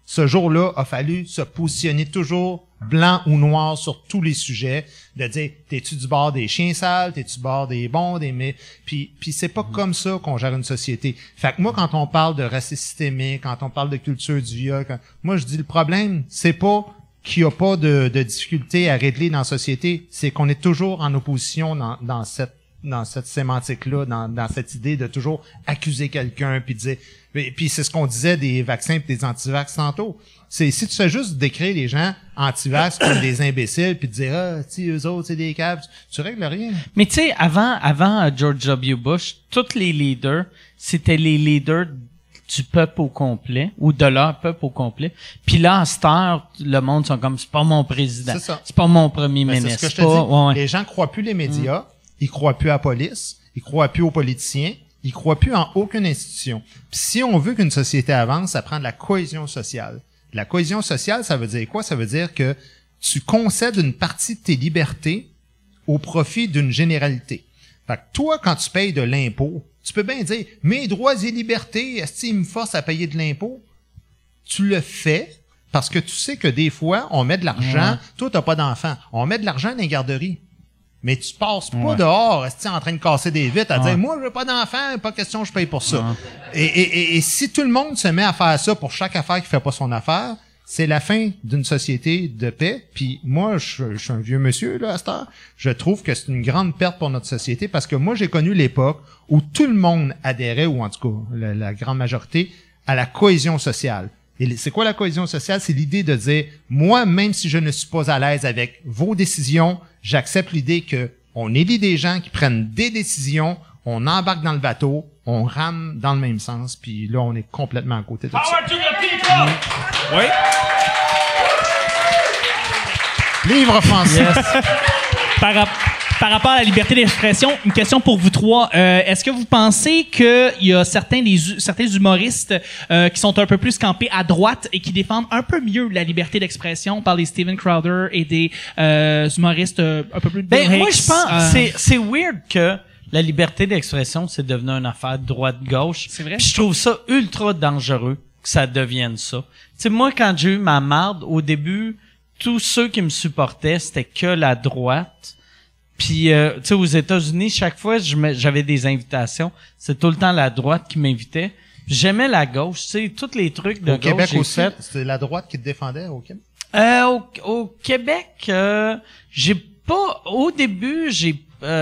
ce jour-là, a fallu se positionner toujours blanc ou noir sur tous les sujets, de dire, t'es-tu du bord des chiens sales, t'es-tu du bord des bons, des mais, puis c'est pas comme ça qu'on gère une société. Fait que moi, quand on parle de racisme systémique, quand on parle de culture du viol, moi, je dis, le problème, c'est pas qu'il y a pas de difficulté à régler dans la société, c'est qu'on est toujours en opposition dans cette sémantique-là, dans cette idée de toujours accuser quelqu'un, puis dire, puis c'est ce qu'on disait des vaccins et des antivax tantôt. C'est si tu fais juste décrire les gens antivax comme des imbéciles, puis de dire eux autres c'est des caves, tu règles rien. Mais tu sais, avant George W. Bush, tous les leaders, c'était les leaders du peuple au complet ou de leur peuple au complet. Puis là, à cette heure, le monde sont comme c'est pas mon président, c'est pas mon premier ministre. C'est ce que je te dis. Les gens croient plus les médias. Ils croient plus à la police, ils croient plus aux politiciens, ils croient plus en aucune institution. Puis si on veut qu'une société avance, ça prend de la cohésion sociale. La cohésion sociale, ça veut dire quoi? Ça veut dire que tu concèdes une partie de tes libertés au profit d'une généralité. Fait que toi, quand tu payes de l'impôt, tu peux bien dire « Mes droits et libertés, est-ce qu'ils me forcent à payer de l'impôt? » Tu le fais parce que tu sais que des fois, on met de l'argent, toi, t'as pas d'enfant, on met de l'argent dans les garderies. Mais tu passes pas dehors, est-ce en train de casser des vitres, à dire, moi, je veux pas d'enfant, pas question, je paye pour ça. Et si tout le monde se met à faire ça pour chaque affaire qui fait pas son affaire, c'est la fin d'une société de paix. Puis moi, je suis un vieux monsieur, là, à cette heure. Je trouve que c'est une grande perte pour notre société parce que moi, j'ai connu l'époque où tout le monde adhérait, ou en tout cas, la grande majorité, à la cohésion sociale. Et c'est quoi la cohésion sociale? C'est l'idée de dire, moi, même si je ne suis pas à l'aise avec vos décisions, j'accepte l'idée que on élit des gens qui prennent des décisions, on embarque dans le bateau, on rame dans le même sens, puis là, on est complètement à côté de ça. Oui. Livre français. Yes. Par rapport à la liberté d'expression, une question pour vous trois. Est-ce que vous pensez qu'il y a certains humoristes qui sont un peu plus campés à droite et qui défendent un peu mieux la liberté d'expression? On parle des Steven Crowder et des humoristes un peu plus... moi, je pense c'est weird que la liberté d'expression, c'est devenu une affaire droite-gauche. C'est vrai? Puis je trouve ça ultra dangereux que ça devienne ça. Tu sais, moi, quand j'ai eu ma marde, au début, tous ceux qui me supportaient, c'était que la droite. Puis, tu sais, aux États-Unis, chaque fois, j'avais des invitations. C'est tout le temps la droite qui m'invitait. J'aimais la gauche, tu sais, tous les trucs de au gauche. Québec aussi, c'était la droite qui te défendait au Québec? Au Québec, j'ai pas... Au début, j'ai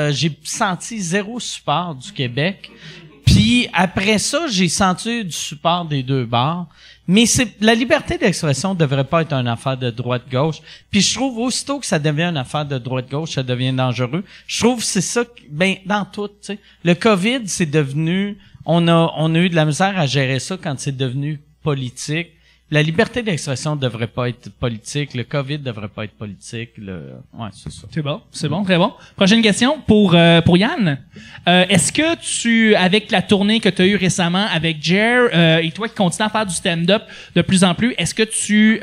senti zéro support du Québec. Puis après ça, j'ai senti du support des deux bords. Mais la liberté d'expression devrait pas être une affaire de droite-gauche. Puis je trouve aussitôt que ça devient une affaire de droite-gauche, ça devient dangereux. Je trouve que c'est ça, dans tout, tu sais. Le COVID, c'est devenu, on a eu de la misère à gérer ça quand c'est devenu politique. La liberté d'expression devrait pas être politique. Le COVID devrait pas être politique. Ouais, c'est ça. C'est bon, très bon. Prochaine question pour Yann. Est-ce que avec la tournée que tu as eue récemment avec Jer, et toi qui continues à faire du stand-up de plus en plus, est-ce que tu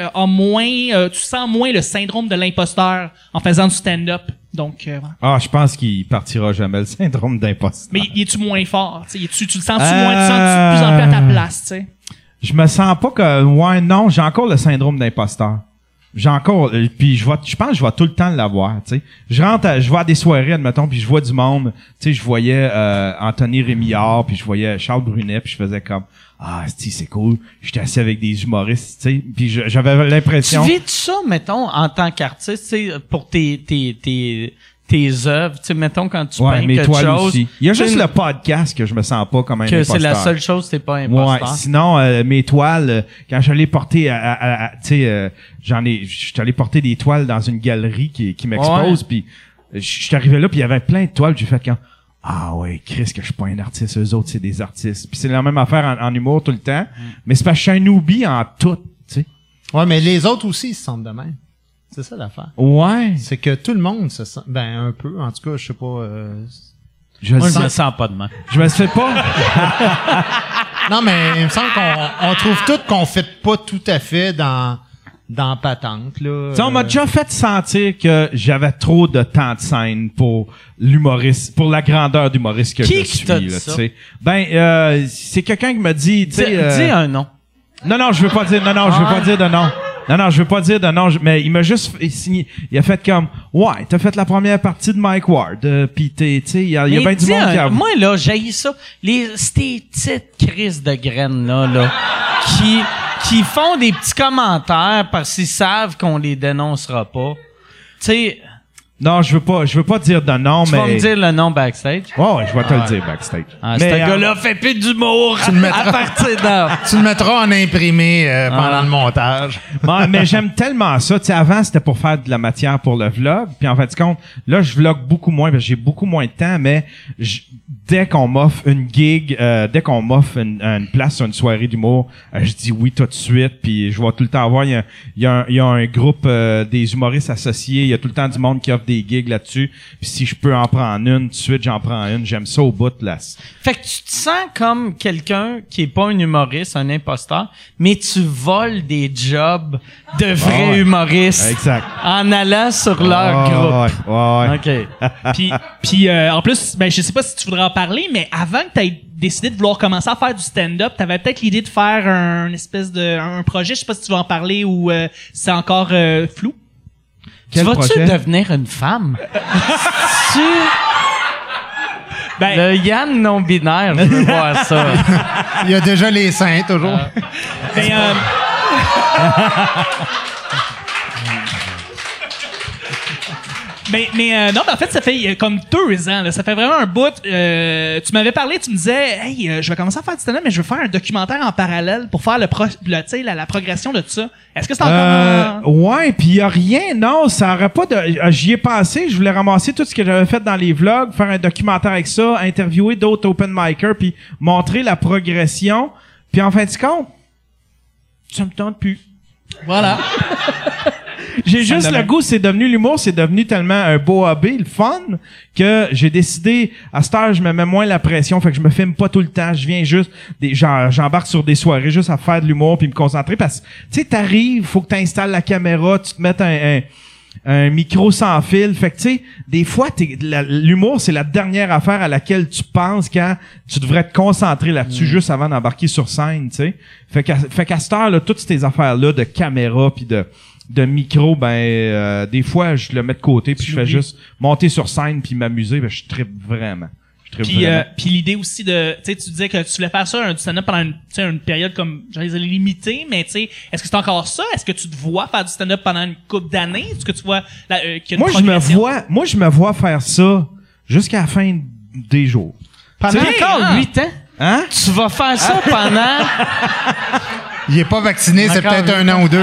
sens moins le syndrome de l'imposteur en faisant du stand-up? Donc, je pense qu'il partira jamais le syndrome d'imposteur. Mais es-tu moins fort? Tu le sens-tu moins? Tu sens-tu de plus en plus à ta place, tu sais? Je me sens pas que... non, j'ai encore le syndrome d'imposteur. J'ai encore... Puis je pense que je vais tout le temps l'avoir, tu sais. Je vais à des soirées, admettons, puis je vois du monde. Tu sais, je voyais Anthony Rémillard, puis je voyais Charles Brunet, puis je faisais comme... c'est cool. J'étais assis avec des humoristes, tu sais. Puis j'avais l'impression... Tu vis ça, mettons, en tant qu'artiste, tu sais, pour tes œuvres, tu sais, mettons, quand tu peins quelque chose... Aussi. Il y a juste le podcast que je me sens pas comme un imposteur. C'est la seule chose, c'est pas imposteur. Ouais, sinon, mes toiles, quand j'allais porter tu sais, je suis allé porter des toiles dans une galerie qui m'expose, puis je suis arrivé là, puis il y avait plein de toiles, j'ai fait Chris, que je suis pas un artiste, eux autres, c'est des artistes. Puis c'est la même affaire en humour tout le temps, mais c'est parce que je suis un oubli en tout, tu sais. Ouais, mais les autres aussi, ils se sentent de même. C'est ça l'affaire. Ouais. C'est que tout le monde se sent, un peu, en tout cas, je sais pas, Moi, je me sens pas de même. Je me fais pas. Non, mais il me semble qu'on trouve tout qu'on fait pas tout à fait dans patente, là. On m'a déjà fait sentir que j'avais trop de temps de scène pour l'humoriste, pour la grandeur d'humoriste que je suis, là, tu sais. C'est quelqu'un qui m'a dit, tu sais. Dis un nom. Non, je veux pas dire, je veux pas dire de non. Non, je veux pas dire de non, mais il m'a juste signé. Il a fait comme, ouais, t'as fait la première partie de Mike Ward, pis tu sais, il y a bien du monde qui a... Moi, là, j'haïs ça. Ces petites crises de graines, là, qui font des petits commentaires parce qu'ils savent qu'on les dénoncera pas. Tu sais... Non, je veux pas dire de non, mais... Tu vas me dire le nom backstage? Ouais, je vais te le dire backstage. Ah, ce gars-là fait plus d'humour à partir d'heure. Tu le mettras en imprimé pendant le montage. Mais j'aime tellement ça. Tu sais, avant, c'était pour faire de la matière pour le vlog. Puis en fait, compte, là, je vlog beaucoup moins parce que j'ai beaucoup moins de temps, mais dès qu'on m'offre une gig, dès qu'on m'offre une place sur une soirée d'humour, je dis oui tout de suite. Puis je vais tout le temps avoir... Il y a un groupe des humoristes associés. Il y a tout le temps du monde qui offre des gigs là-dessus. Puis si je peux en prendre une, tout de suite, j'en prends une. J'aime ça au bout, là. Fait que tu te sens comme quelqu'un qui est pas un humoriste, un imposteur, mais tu voles des jobs de vrais humoristes. Exact. En allant sur leur groupe. Ouais. OK. Puis en plus, ben je sais pas si tu voudrais en parler, mais avant que tu aies décidé de vouloir commencer à faire du stand-up, t'avais peut-être l'idée de faire un projet, je sais pas si tu veux en parler ou c'est encore flou. Quel vas-tu projet? devenir une femme? Ben, Le Yann non-binaire, je veux voir ça. Il y a déjà les seins, toujours. ben, mais non, mais en fait, ça fait comme 2 ans. Là, ça fait vraiment un bout. Tu m'avais parlé, tu me disais, hey, je vais commencer à faire du stand-up, mais je veux faire un documentaire en parallèle pour faire la progression de tout ça. Est-ce que c'est encore... Ouais, puis il y a rien. Non, ça aurait pas de... J'y ai pensé. Je voulais ramasser tout ce que j'avais fait dans les vlogs, faire un documentaire avec ça, interviewer d'autres open micers, puis montrer la progression. Puis en fin de compte, ça me tente plus. Voilà. J'ai juste le goût, c'est devenu l'humour, c'est devenu tellement un beau hobby, le fun, que j'ai décidé, à cette heure, je me mets moins la pression, fait que je me filme pas tout le temps, je viens juste, j'embarque sur des soirées juste à faire de l'humour puis me concentrer parce que, tu sais, t'arrives, faut que t'installes la caméra, tu te mettes un micro sans fil, fait que, tu sais, des fois, l'humour, c'est la dernière affaire à laquelle tu penses quand tu devrais te concentrer là-dessus juste avant d'embarquer sur scène, tu sais. Fait qu'à cette heure, là, toutes ces affaires-là de caméra puis de micro, des fois, je le mets de côté puis je fais juste monter sur scène puis m'amuser, je trippe vraiment. Puis l'idée aussi de, tu sais, tu disais que tu voulais faire ça, un stand-up pendant une période comme, limitée, mais tu sais, est-ce que c'est encore ça? Est-ce que tu te vois faire du stand-up pendant une couple d'années? Est-ce que tu vois qu'il y a une progression? Moi, je me vois faire ça jusqu'à la fin des jours. Pendant encore 8 ans? Hein? Tu vas faire ça pendant... Il est pas vacciné, c'est peut-être 1 an ou 2.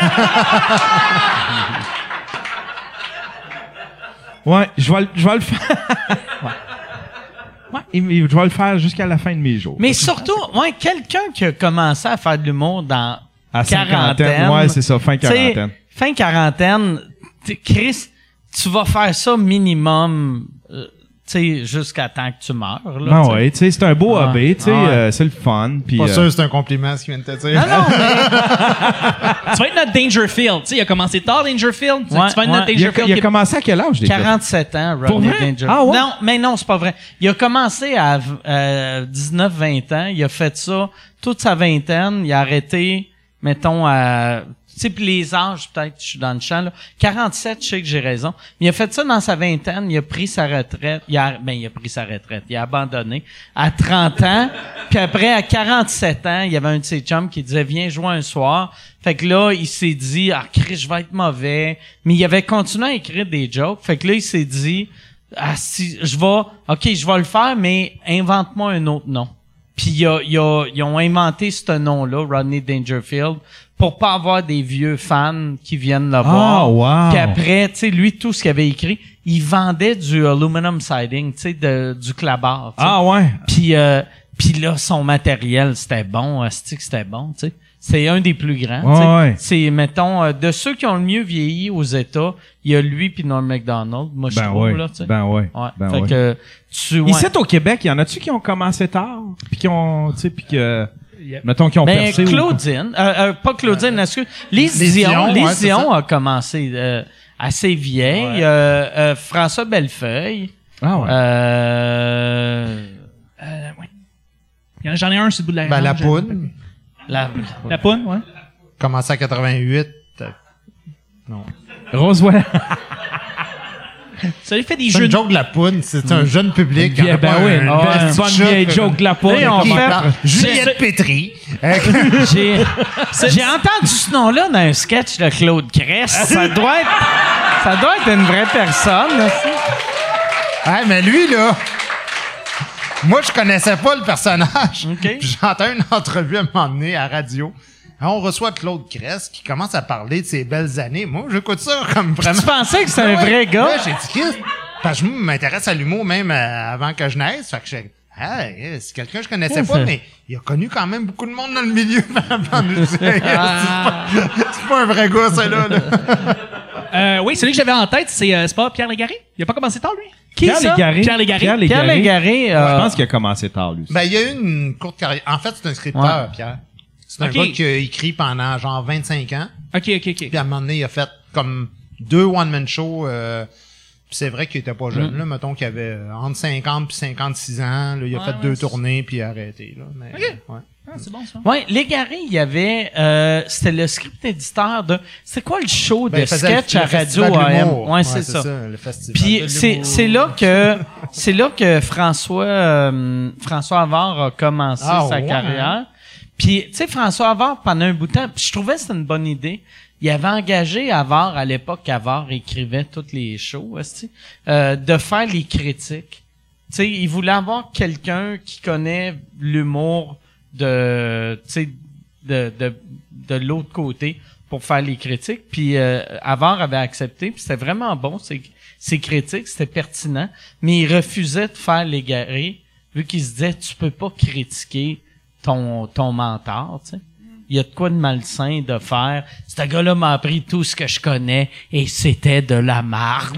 Ouais, je vais le faire. Ouais, je vais le faire jusqu'à la fin de mes jours. Mais surtout, quelqu'un qui a commencé à faire de l'humour dans à quarantaine. Ouais, c'est ça, fin quarantaine. Fin quarantaine, Chris, tu vas faire ça minimum... jusqu'à temps que tu meurs. Là, non, ouais, tu sais, c'est un beau hobby, tu sais, c'est le fun. Pis, pas sûr que c'est un compliment ce qu'il vient de te dire. Non, mais... Tu vas être notre Dangerfield. Tu sais, il a commencé tard, Dangerfield. Tu vas être notre Dangerfield. Il a commencé à quel âge, 47 ans, Rodney Dangerfield. Ah, ouais? Non, mais non, c'est pas vrai. Il a commencé à 19-20 ans. Il a fait ça toute sa vingtaine. Il a arrêté, mettons, à... Tu sais, puis les âges, peut-être, je suis dans le champ, là. 47, je sais que j'ai raison. Mais il a fait ça dans sa vingtaine, il a pris sa retraite. Il a pris sa retraite, il a abandonné à 30 ans. Puis après, à 47 ans, il y avait un de ses chums qui disait, viens jouer un soir. Fait que là, il s'est dit, Chris, je vais être mauvais. Mais il avait continué à écrire des jokes. Fait que là, il s'est dit, si je vais le faire, mais invente-moi un autre nom. Puis ils ont inventé ce nom-là, Rodney Dangerfield, pour pas avoir des vieux fans qui viennent le voir. Wow. Puis après, tu sais, lui, tout ce qu'il avait écrit, il vendait du aluminum siding, tu sais, du clabard. T'sais. Ah ouais. Puis là, son matériel, c'était bon, c'était bon, tu sais. C'est un des plus grands. Ouais. C'est, mettons, de ceux qui ont le mieux vieilli aux États, il y a lui puis Norm Macdonald, moi je trouve, ouais. là, tu sais. Ouais. Que Ici, au Québec, il y en a-tu qui ont commencé tard? Puis qui ont, tu sais, puis que... Mettons qu'ils ont percé. Claudine, pas Claudine, excuse. Lise Dion a commencé assez vieille. Ouais. François Bellefeuille. Ah ouais. Ouais. J'en ai un sur le bout de la La poudre. La poune, ouais. Commencé à 88. Non. Rose, voilà. Ça lui fait des C'est jeux une de... joke de la poune. C'est un jeune public. Ben oui, une belle bonne vieille joke de la poune. Et on fait- Juliette Pétri. J'ai entendu ce nom-là dans un sketch de Claude Crest. Ça doit être une vraie personne. Aussi. Ah, mais lui, là, moi, je connaissais pas le personnage. OK. Puis j'entends une entrevue à un moment donné à la radio. On reçoit Claude Crest qui commence à parler de ses belles années. Moi, j'écoute ça comme vraiment... Tu pensais que c'était un vrai gars? Ouais, j'ai dit, Christ, parce que je m'intéresse à l'humour même avant que je naisse. Fait que c'est quelqu'un que je connaissais pas, mais il a connu quand même beaucoup de monde dans le milieu. C'est pas un vrai gars, celui-là. Là. oui, celui que j'avais en tête, c'est pas Pierre Légaré? Il a pas commencé tard, lui? Qui ça? Pierre Légaré. Pierre Légaré. Je pense qu'il a commencé tard, lui. Ben, il y a eu une courte carrière. En fait, c'est un scripteur, Pierre. C'est un Ok. gars qui a écrit pendant genre 25 ans. OK. Puis à un moment donné, il a fait comme 2 one-man shows. Puis c'est vrai qu'il était pas jeune. Là, mettons qu'il avait entre 50 puis 56 ans. Là, il a fait 2 tournées puis il a arrêté. Là. Mais, ouais. Ah, c'est bon, ça. Ouais, Légaré, il y avait... c'était le script éditeur de... C'est quoi le show Ben, de il faisait sketch le à Radio festival de AM? l'humour. Ouais, c'est ça. Le festival Puis de c'est l'humour. là que François Havard a commencé Ah, sa ouais. carrière. Puis tu sais François Havard pendant un bout de temps, puis je trouvais que c'était une bonne idée. Il avait engagé Havard à l'époque qu'Havard écrivait toutes les shows, de faire les critiques. Tu sais, il voulait avoir quelqu'un qui connaît l'humour de l'autre côté pour faire les critiques. Puis Havard avait accepté, puis c'était vraiment bon, ses critiques, c'était pertinent, mais il refusait de faire Légaré, vu qu'il se disait, tu peux pas critiquer ton mentor, tu sais. Il y a de quoi de malsain de faire. Ce gars-là m'a appris tout ce que je connais et c'était de la marde.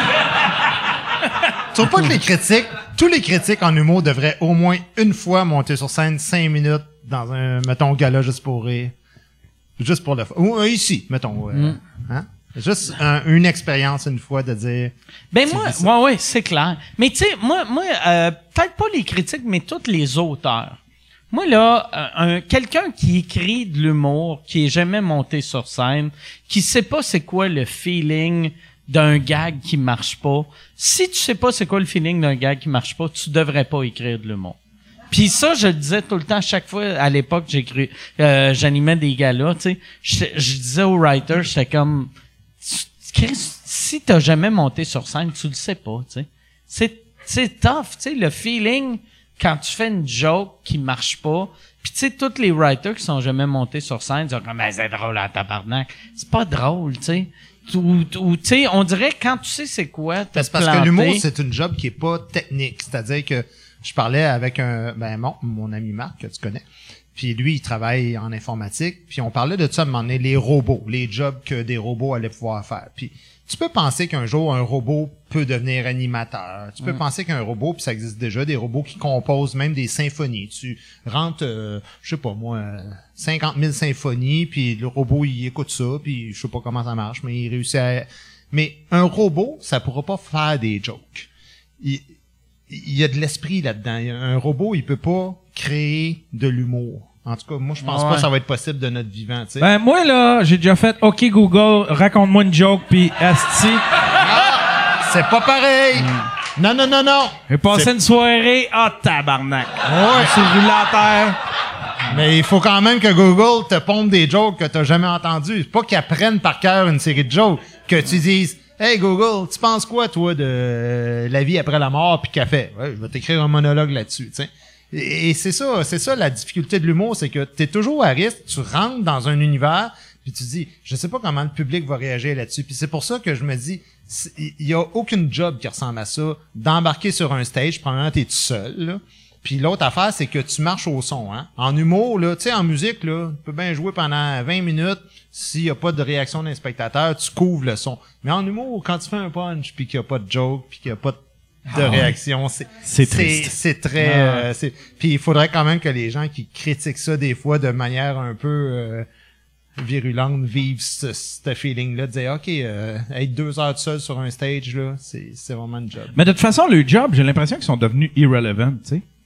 Tu trouves pas que tous les critiques en humour devraient au moins une fois monter sur scène 5 minutes dans un, mettons, gala juste pour rire? Juste pour le fun. Ou ici, mettons. Hein? Juste une expérience une fois de dire... Ben Tu moi, dis ça. ouais, c'est clair. Mais tu sais, moi, peut-être pas les critiques, mais tous les auteurs. Moi, là, quelqu'un qui écrit de l'humour, qui est jamais monté sur scène, qui sait pas c'est quoi le feeling d'un gag qui marche pas. Si tu sais pas c'est quoi le feeling d'un gag qui marche pas, tu devrais pas écrire de l'humour. Puis ça, je le disais tout le temps, chaque fois, à l'époque, j'animais des galas, tu sais, je disais aux writers, j'étais comme, Chris, si t'as jamais monté sur scène, tu le sais pas, tu sais. C'est tough, tu sais, le feeling quand tu fais une joke qui marche pas. Puis tu sais, tous les writers qui sont jamais montés sur scène disent comme, c'est drôle en tabarnak. C'est pas drôle, tu sais. Ou tu sais, on dirait quand tu sais c'est quoi, t'as C'est parce que l'humour, c'est une job qui est pas technique. C'est-à-dire que je parlais avec mon ami Marc, que tu connais. Puis lui, il travaille en informatique. Puis on parlait de ça à un moment donné, les robots, les jobs que des robots allaient pouvoir faire. Puis tu peux penser qu'un jour, un robot peut devenir animateur. Tu peux penser qu'un robot, puis ça existe déjà, des robots qui composent même des symphonies. Tu rentres, je sais pas moi, 50 000 symphonies, puis le robot, il écoute ça, puis je sais pas comment ça marche, mais il réussit à... Mais un robot, ça pourra pas faire des jokes. Il y a de l'esprit là-dedans. Un robot, il peut pas créer de l'humour. En tout cas, moi, je pense pas que ça va être possible de notre vivant, tu sais. Ben, moi, là, j'ai déjà fait OK Google, raconte-moi une joke, puis asti. C'est pas pareil! Non. J'ai passé une soirée, tabarnak. Ouais. Je suis roulé à terre. Mais il faut quand même que Google te pompe des jokes que t'as jamais entendues. Pas qu'ils apprennent par cœur une série de jokes. Que tu dises, hey Google, tu penses quoi, toi, de la vie après la mort puis café? Ouais, je vais t'écrire un monologue là-dessus, tu sais. Et c'est ça la difficulté de l'humour, c'est que t'es toujours à risque, tu rentres dans un univers, puis tu dis, je sais pas comment le public va réagir là-dessus. Puis c'est pour ça que je me dis, il y a aucune job qui ressemble à ça, d'embarquer sur un stage, premièrement, t'es tout seul, là. Puis l'autre affaire, c'est que tu marches au son, hein. En humour, là, tu sais, en musique, là, tu peux bien jouer pendant 20 minutes, s'il y a pas de réaction d'un spectateur, tu couvres le son. Mais en humour, quand tu fais un punch, puis qu'il y a pas de joke, puis qu'il y a pas de réaction, C'est triste. c'est très puis il faudrait quand même que les gens qui critiquent ça des fois de manière un peu virulente vivent ce feeling là de dire OK, être 2 heures tout seul sur un stage là, c'est vraiment une job. Mais de toute façon, le job, j'ai l'impression qu'ils sont devenus irrelevant, tu sais.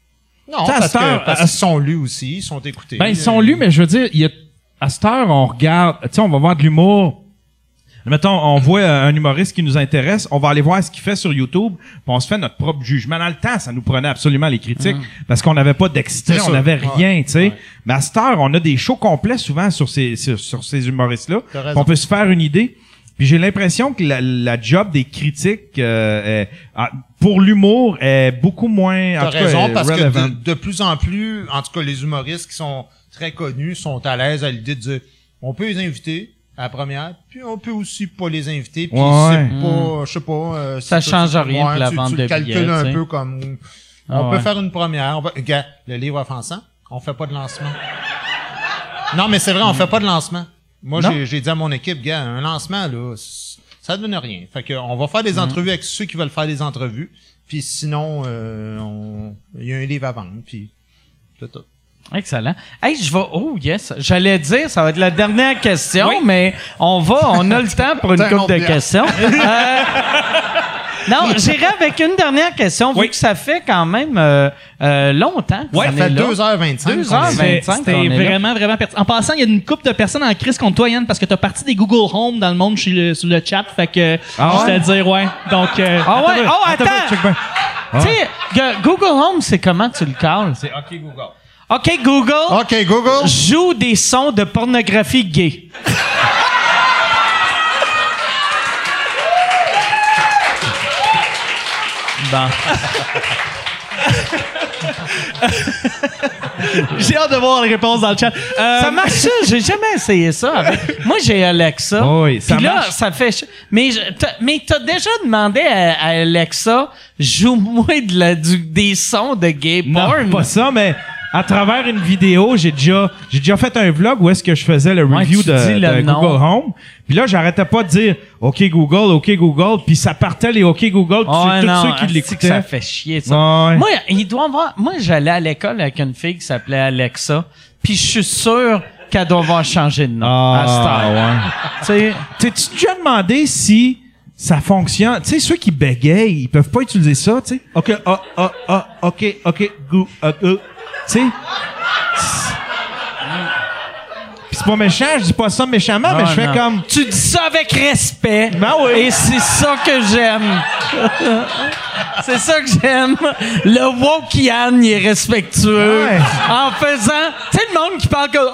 Non, T'sais, à parce cette heure, qu'ils sont lus aussi, ils sont écoutés. Ben, ils sont lus, mais je veux dire, à cette heure, on regarde, tu sais, on va voir de l'humour. Mettons, on voit un humoriste qui nous intéresse, on va aller voir ce qu'il fait sur YouTube, puis on se fait notre propre jugement. Dans le temps, ça nous prenait absolument les critiques, parce qu'on n'avait pas d'extrait, C'est on sûr. n'avait rien, tu sais. Ouais. Mais à cette heure, on a des shows complets souvent sur ces humoristes-là. T'as raison. Puis on peut se faire une idée. Puis j'ai l'impression que la job des critiques pour l'humour est beaucoup moins T'as en tout cas, raison, parce relevant. que de plus en plus, en tout cas, les humoristes qui sont très connus sont à l'aise à l'idée de dire, on peut les inviter à la première, puis on peut aussi pas les inviter, puis Ouais. c'est pas, je sais pas... Ça si change toi, rien pour la vente tu de le calcules billets, un tu sais. peu comme... Ah On peut ouais. faire une première. Regarde, le livre offensant, on fait pas de lancement. Non, mais c'est vrai, on fait pas de lancement. Moi, Non. j'ai dit à mon équipe, gars, un lancement, là, ça donne rien. Fait que on va faire des entrevues avec ceux qui veulent faire des entrevues, puis sinon, il y a un livre à vendre, puis c'est tout. Excellent. Hey, oh yes, j'allais dire, ça va être la dernière question, mais on a le temps pour une C'est un couple autre de bière. questions. Non, j'irai avec une dernière question, vu que ça fait quand même longtemps. Ça qu'on fait est là. 2h25. 2h25. C'était qu'on est là. vraiment, vraiment pertinent. En passant, il y a une couple de personnes en crise contre toi, Yann, parce que t'as parti des Google Home dans le monde sur le chat. Fait que, Ah je te dire, ouais. Donc, Ah ouais, attends! check bien. Tu sais, Google Home, c'est comment tu le calmes? C'est OK Google. OK, Google, OK, Google. joue des sons de pornographie gay. Bon. j'ai hâte de voir les réponses dans le chat. Ça marche ça? J'ai jamais essayé ça. Moi, j'ai Alexa. Oh oui, ça Puis là, marche. ça fait... Mais t'as déjà demandé à Alexa, joue-moi des sons de gay porn. Non, pas ça, mais à travers une vidéo, j'ai déjà fait un vlog où est-ce que je faisais le review tu dis le de nom. Google Home. Puis là, j'arrêtais pas de dire OK Google, puis ça partait les OK Google, Oh, tous non, ceux qui asti que l'écoutaient. ça fait chier, ça. Ouais. Moi, il doit avoir... Moi, j'allais à l'école avec une fille qui s'appelait Alexa, puis je suis sûr qu'elle doit avoir changé de nom à cette heure. Tu sais, T'es-tu déjà demandé si ça fonctionne? Tu sais, ceux qui bégayent, ils peuvent pas utiliser ça, tu sais. OK, OK, go, tu sais. Pis c'est pas méchant, je dis pas ça méchamment, mais je fais non. comme... Tu dis ça avec respect. Ben oui. Et c'est ça que j'aime. C'est ça que j'aime. Le woke Yann, il est respectueux. Ouais. En faisant... Tu sais, le monde qui parle comme...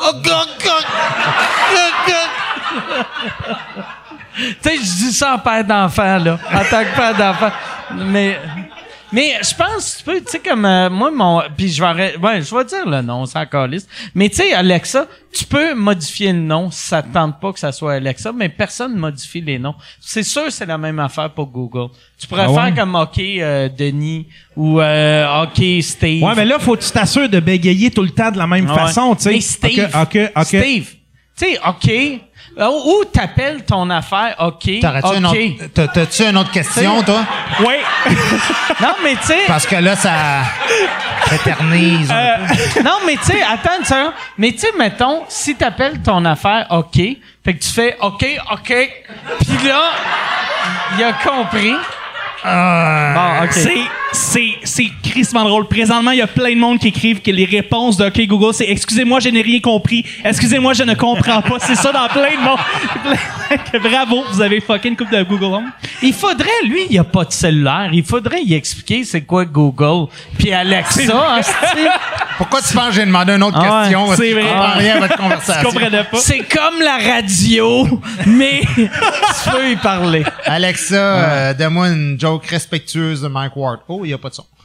Tu sais, je dis ça en père d'enfant, là. En tant que père d'enfant. Mais je pense, tu peux, tu sais, comme moi, puis je vais dire le nom, c'est encore liste. Mais tu sais, Alexa, tu peux modifier le nom si ça te tente pas que ça soit Alexa, mais personne ne modifie les noms. C'est sûr, c'est la même affaire pour Google. Tu pourrais Ah ouais? faire comme OK Denis ou OK Steve. Ouais, mais là, faut que tu t'assures de bégayer tout le temps de la même Ouais. façon, tu sais. Mais Steve, OK. Steve, tu sais, OK. Ou t'appelles ton affaire OK. T'as-tu une autre question, toi? Oui. Non, mais tu sais... Parce que là, ça s'éternise un peu. Non, mais tu sais, attends une seconde. Mais tu sais, mettons, si t'appelles ton affaire OK, fait que tu fais OK, puis là, il a compris. Bon, OK. C'est crissement drôle. Présentement, il y a plein de monde qui écrivent que les réponses de OK Google, c'est « Excusez-moi, je n'ai rien compris. Excusez-moi, je ne comprends pas. » C'est ça dans plein de monde. Bravo, vous avez fucking une coupe de Google Home. Il faudrait, lui, il a pas de cellulaire. Il faudrait y expliquer c'est quoi Google. Puis Alexa, Pourquoi tu penses que j'ai demandé une autre Ah ouais, question? Parce que c'est je vrai. comprends rien à votre Tu conversation. comprenais pas? c'est comme la radio, mais tu peux y parler. Alexa, donne-moi une joke respectueuse de Mike Ward. Oh, il n'y a pas de son.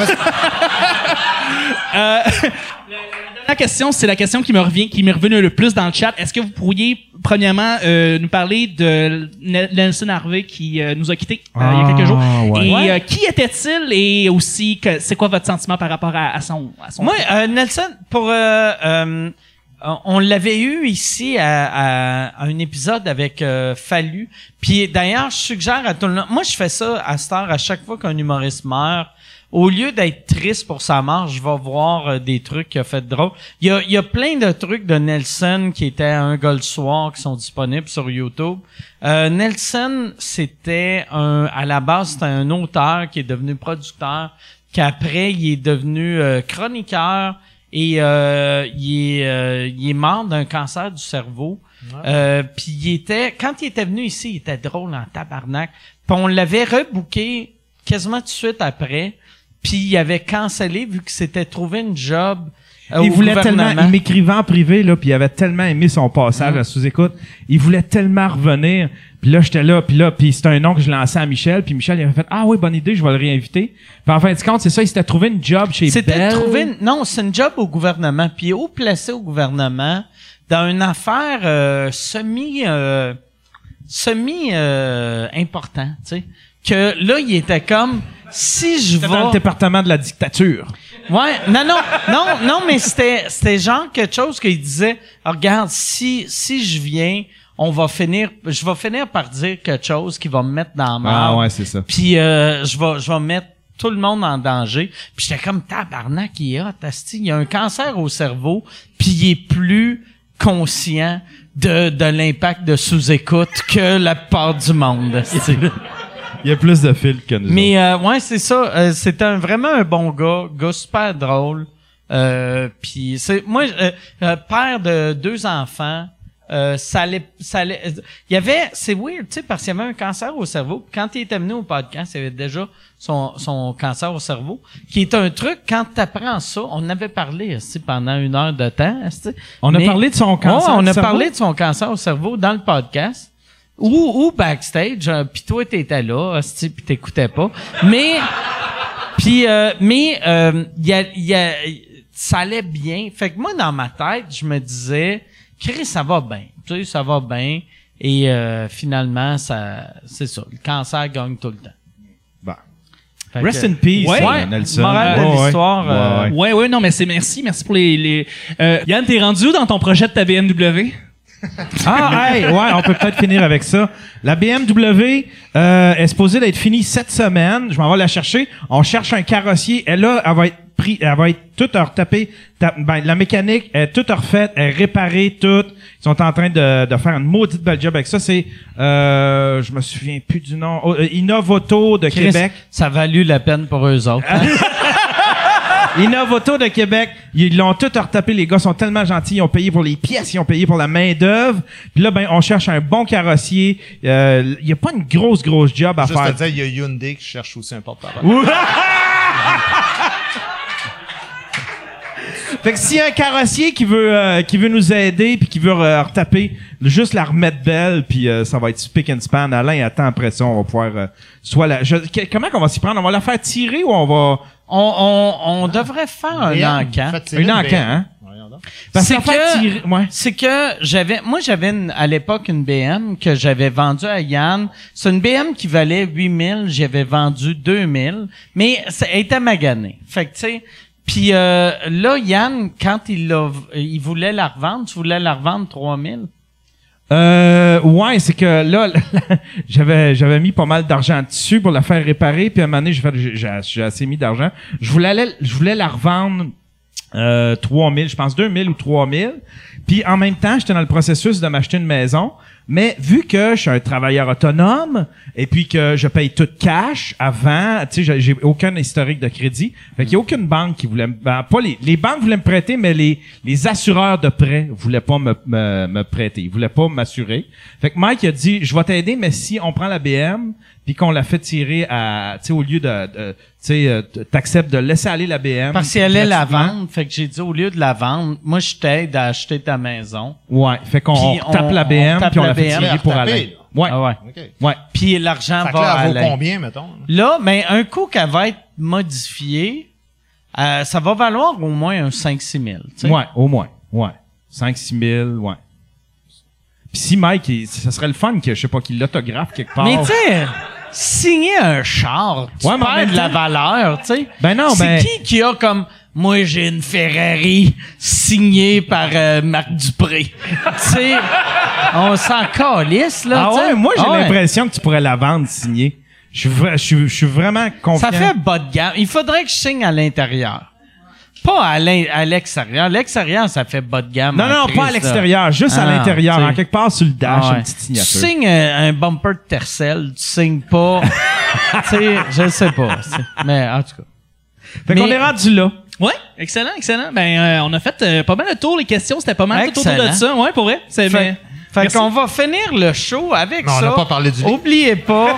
La question, c'est la question qui m'est revenue le plus dans le chat. Est-ce que vous pourriez, premièrement, nous parler de Nelson Harvey qui nous a quittés il y a quelques jours? Ouais. Et qui était-il et aussi, c'est quoi votre sentiment par rapport à son Moi, Nelson, on l'avait eu ici à un épisode avec Fallu. Puis d'ailleurs, je suggère à tout le monde... Moi, je fais ça à cette heure, à chaque fois qu'un humoriste meurt. Au lieu d'être triste pour sa mort, je vais voir des trucs qu'il a fait de drôle. Il y a plein de trucs de Nelson qui étaient un gars le soir qui sont disponibles sur YouTube. Nelson, à la base, c'était un auteur qui est devenu producteur, qu'après, il est devenu chroniqueur et il est mort d'un cancer du cerveau. Puis quand il était venu ici, il était drôle en tabarnak. Puis on l'avait rebooké quasiment tout de suite après. Puis il avait cancellé vu que s'était trouvé une job. Il voulait tellement, il m'écrivait en privé, là, puis il avait tellement aimé son passage à sous-écoute. Il voulait tellement revenir. Puis là, j'étais là, puis c'était un nom que je lançais à Michel, puis Michel, il avait fait, ah oui, bonne idée, je vais le réinviter. Puis en fin de compte, c'est ça, il s'était trouvé une job chez Bell. Non, c'est une job au gouvernement, puis il est haut placé au gouvernement dans une affaire semi important, tu sais. Que là, il était comme, si je vais... dans le département de la dictature. Ouais, non, mais c'était genre quelque chose qu'il disait, regarde, si je viens, je vais finir par dire quelque chose qui va me mettre dans la merde. Ah ouais, c'est ça. Puis je vais mettre tout le monde en danger. Puis j'étais comme tabarnak, il est hot, asti, il a un cancer au cerveau, puis il est plus conscient de l'impact de sous-écoute que la plupart du monde, asti. Il y a plus de fils que nous. Mais ouais, c'est ça. C'était vraiment un bon gars super drôle. Puis c'est moi, père de 2 enfants. Ça allait. Il y avait, c'est weird, tu sais, parce qu'il y avait un cancer au cerveau. Quand il était venu au podcast, il y avait déjà son cancer au cerveau, qui est un truc quand t'apprends ça. On avait parlé pendant 1 heure de temps. On a parlé de son cancer. On a parlé de son cancer au cerveau dans le podcast. Ou backstage, puis toi t'étais là, puis t'écoutais pas. Mais ça allait bien. Fait que moi dans ma tête, je me disais, Chris, ça va bien. Tu sais, ça va bien. Et finalement, c'est ça. Le cancer gagne tout le temps. Bah. Rest in peace, Nelson. Morale de l'histoire. Ouais, non, mais merci pour les. Yann, t'es rendu où dans ton projet de ta BMW? On peut peut-être finir avec ça. La BMW est supposée d'être finie cette semaine. Je m'en vais la chercher. On cherche un carrossier. Elle va être toute retapée. La mécanique est toute refaite, elle est réparée toute. Ils sont en train de faire une maudite belle job avec ça. C'est je me souviens plus du nom. Innovoto de Québec. Ça a valu la peine pour eux autres. Hein? Innovoto de Québec, ils l'ont tout retapé, les gars sont tellement gentils, ils ont payé pour les pièces, ils ont payé pour la main-d'œuvre. Puis là, on cherche un bon carrossier. Il y a pas une grosse job à faire. Juste te dire, il y a Hyundai qui cherche aussi un porte-parole. Fait que s'il y a un carrossier qui veut nous aider puis qui veut retaper, juste la remettre belle puis ça va être spick and span. Alain attend après ça, on va pouvoir comment qu'on va s'y prendre? On va la faire tirer ou on va on devrait faire un encan. Un encan, hein? C'est que j'avais à l'époque une BM que j'avais vendue à Yann. C'est une BM qui valait 8 000, j'avais vendu 2 000, mais elle était maganée. Fait que tu sais. Puis là, Yann, quand il voulait la revendre, tu voulais la revendre 3 000? Ouais, c'est que là, j'avais mis pas mal d'argent dessus pour la faire réparer, puis à un moment donné, j'ai assez mis d'argent. Je voulais la revendre 3 000, je pense 2 000 ou 3 000. Puis en même temps, j'étais dans le processus de m'acheter une maison. Mais vu que je suis un travailleur autonome et puis que je paye tout cash avant, tu sais, j'ai aucun historique de crédit. Fait qu'il y a aucune banque qui voulait pas les banques voulaient me prêter, mais les assureurs de prêt voulaient pas me prêter. Ils voulaient pas m'assurer. Fait que Mike a dit, je vais t'aider, mais si on prend la BM puis qu'on la fait tirer à, tu sais, au lieu de tu sais, t'acceptes de laisser aller la BM. Parce qu'elle allait la vendre. Fait que j'ai dit, au lieu de la vendre, moi, je t'aide à acheter ta maison. Ouais. Fait qu'on tape la BM puis on la fait tirer pour Alain. Ouais. Ah ouais. Okay. Ouais. Puis l'argent va à vaut Alain. Combien, mettons? Là, ben, un coup qu'elle va être modifiée, ça va valoir au moins un 5-6 000. T'sais. Ouais, au moins. Ouais. 5-6 000, ouais. Puis si Mike, ça serait le fun que, je sais pas, qu'il l'autographe quelque part. Mais tu sais, signer un char, tu perds de la valeur, tu sais. Ben non, c'est qui a comme, moi j'ai une Ferrari signée par Marc Dupré. Tu sais, on s'en calisse, là. Ah ouais, moi j'ai l'impression que tu pourrais la vendre signée. Je suis vraiment confiant. Ça fait bas de gamme. Il faudrait que je signe à l'intérieur. Pas à l'extérieur. L'extérieur, ça fait bas de gamme. Non, pas à l'extérieur, juste à l'intérieur. En quelque part sur le dash, une petite signature. Tu signes un bumper de Tercel, tu signes pas. Tu sais, je sais pas. Mais en tout cas. Fait qu'on est rendu là. Ouais, excellent. Ben, on a fait pas mal le tour, les questions, c'était pas mal tout autour de ça. Ouais, pour vrai. Fait qu'on va finir le show avec Mais ça. on n'a pas parlé du livre. Oubliez pas.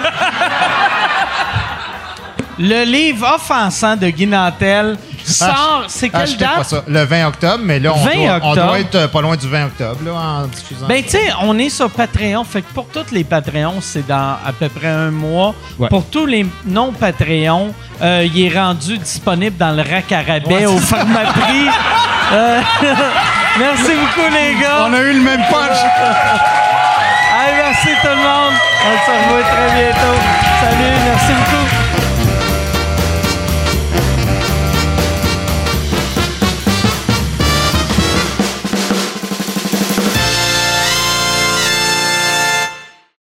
Le livre offensant de Guy Nantel sort. C'est quelle Achetez pas date? ça. Le 20 octobre, mais là, 20 on octobre. doit être pas loin du 20 octobre là, en diffusant. Ben, tu sais, on est sur Patreon. Fait que pour tous les Patreons, c'est dans à peu près un mois. Ouais. Pour tous les non-Patreons, il est rendu disponible dans le rack à rabais au Pharmaprix. Merci beaucoup, les gars. On a eu le même punch.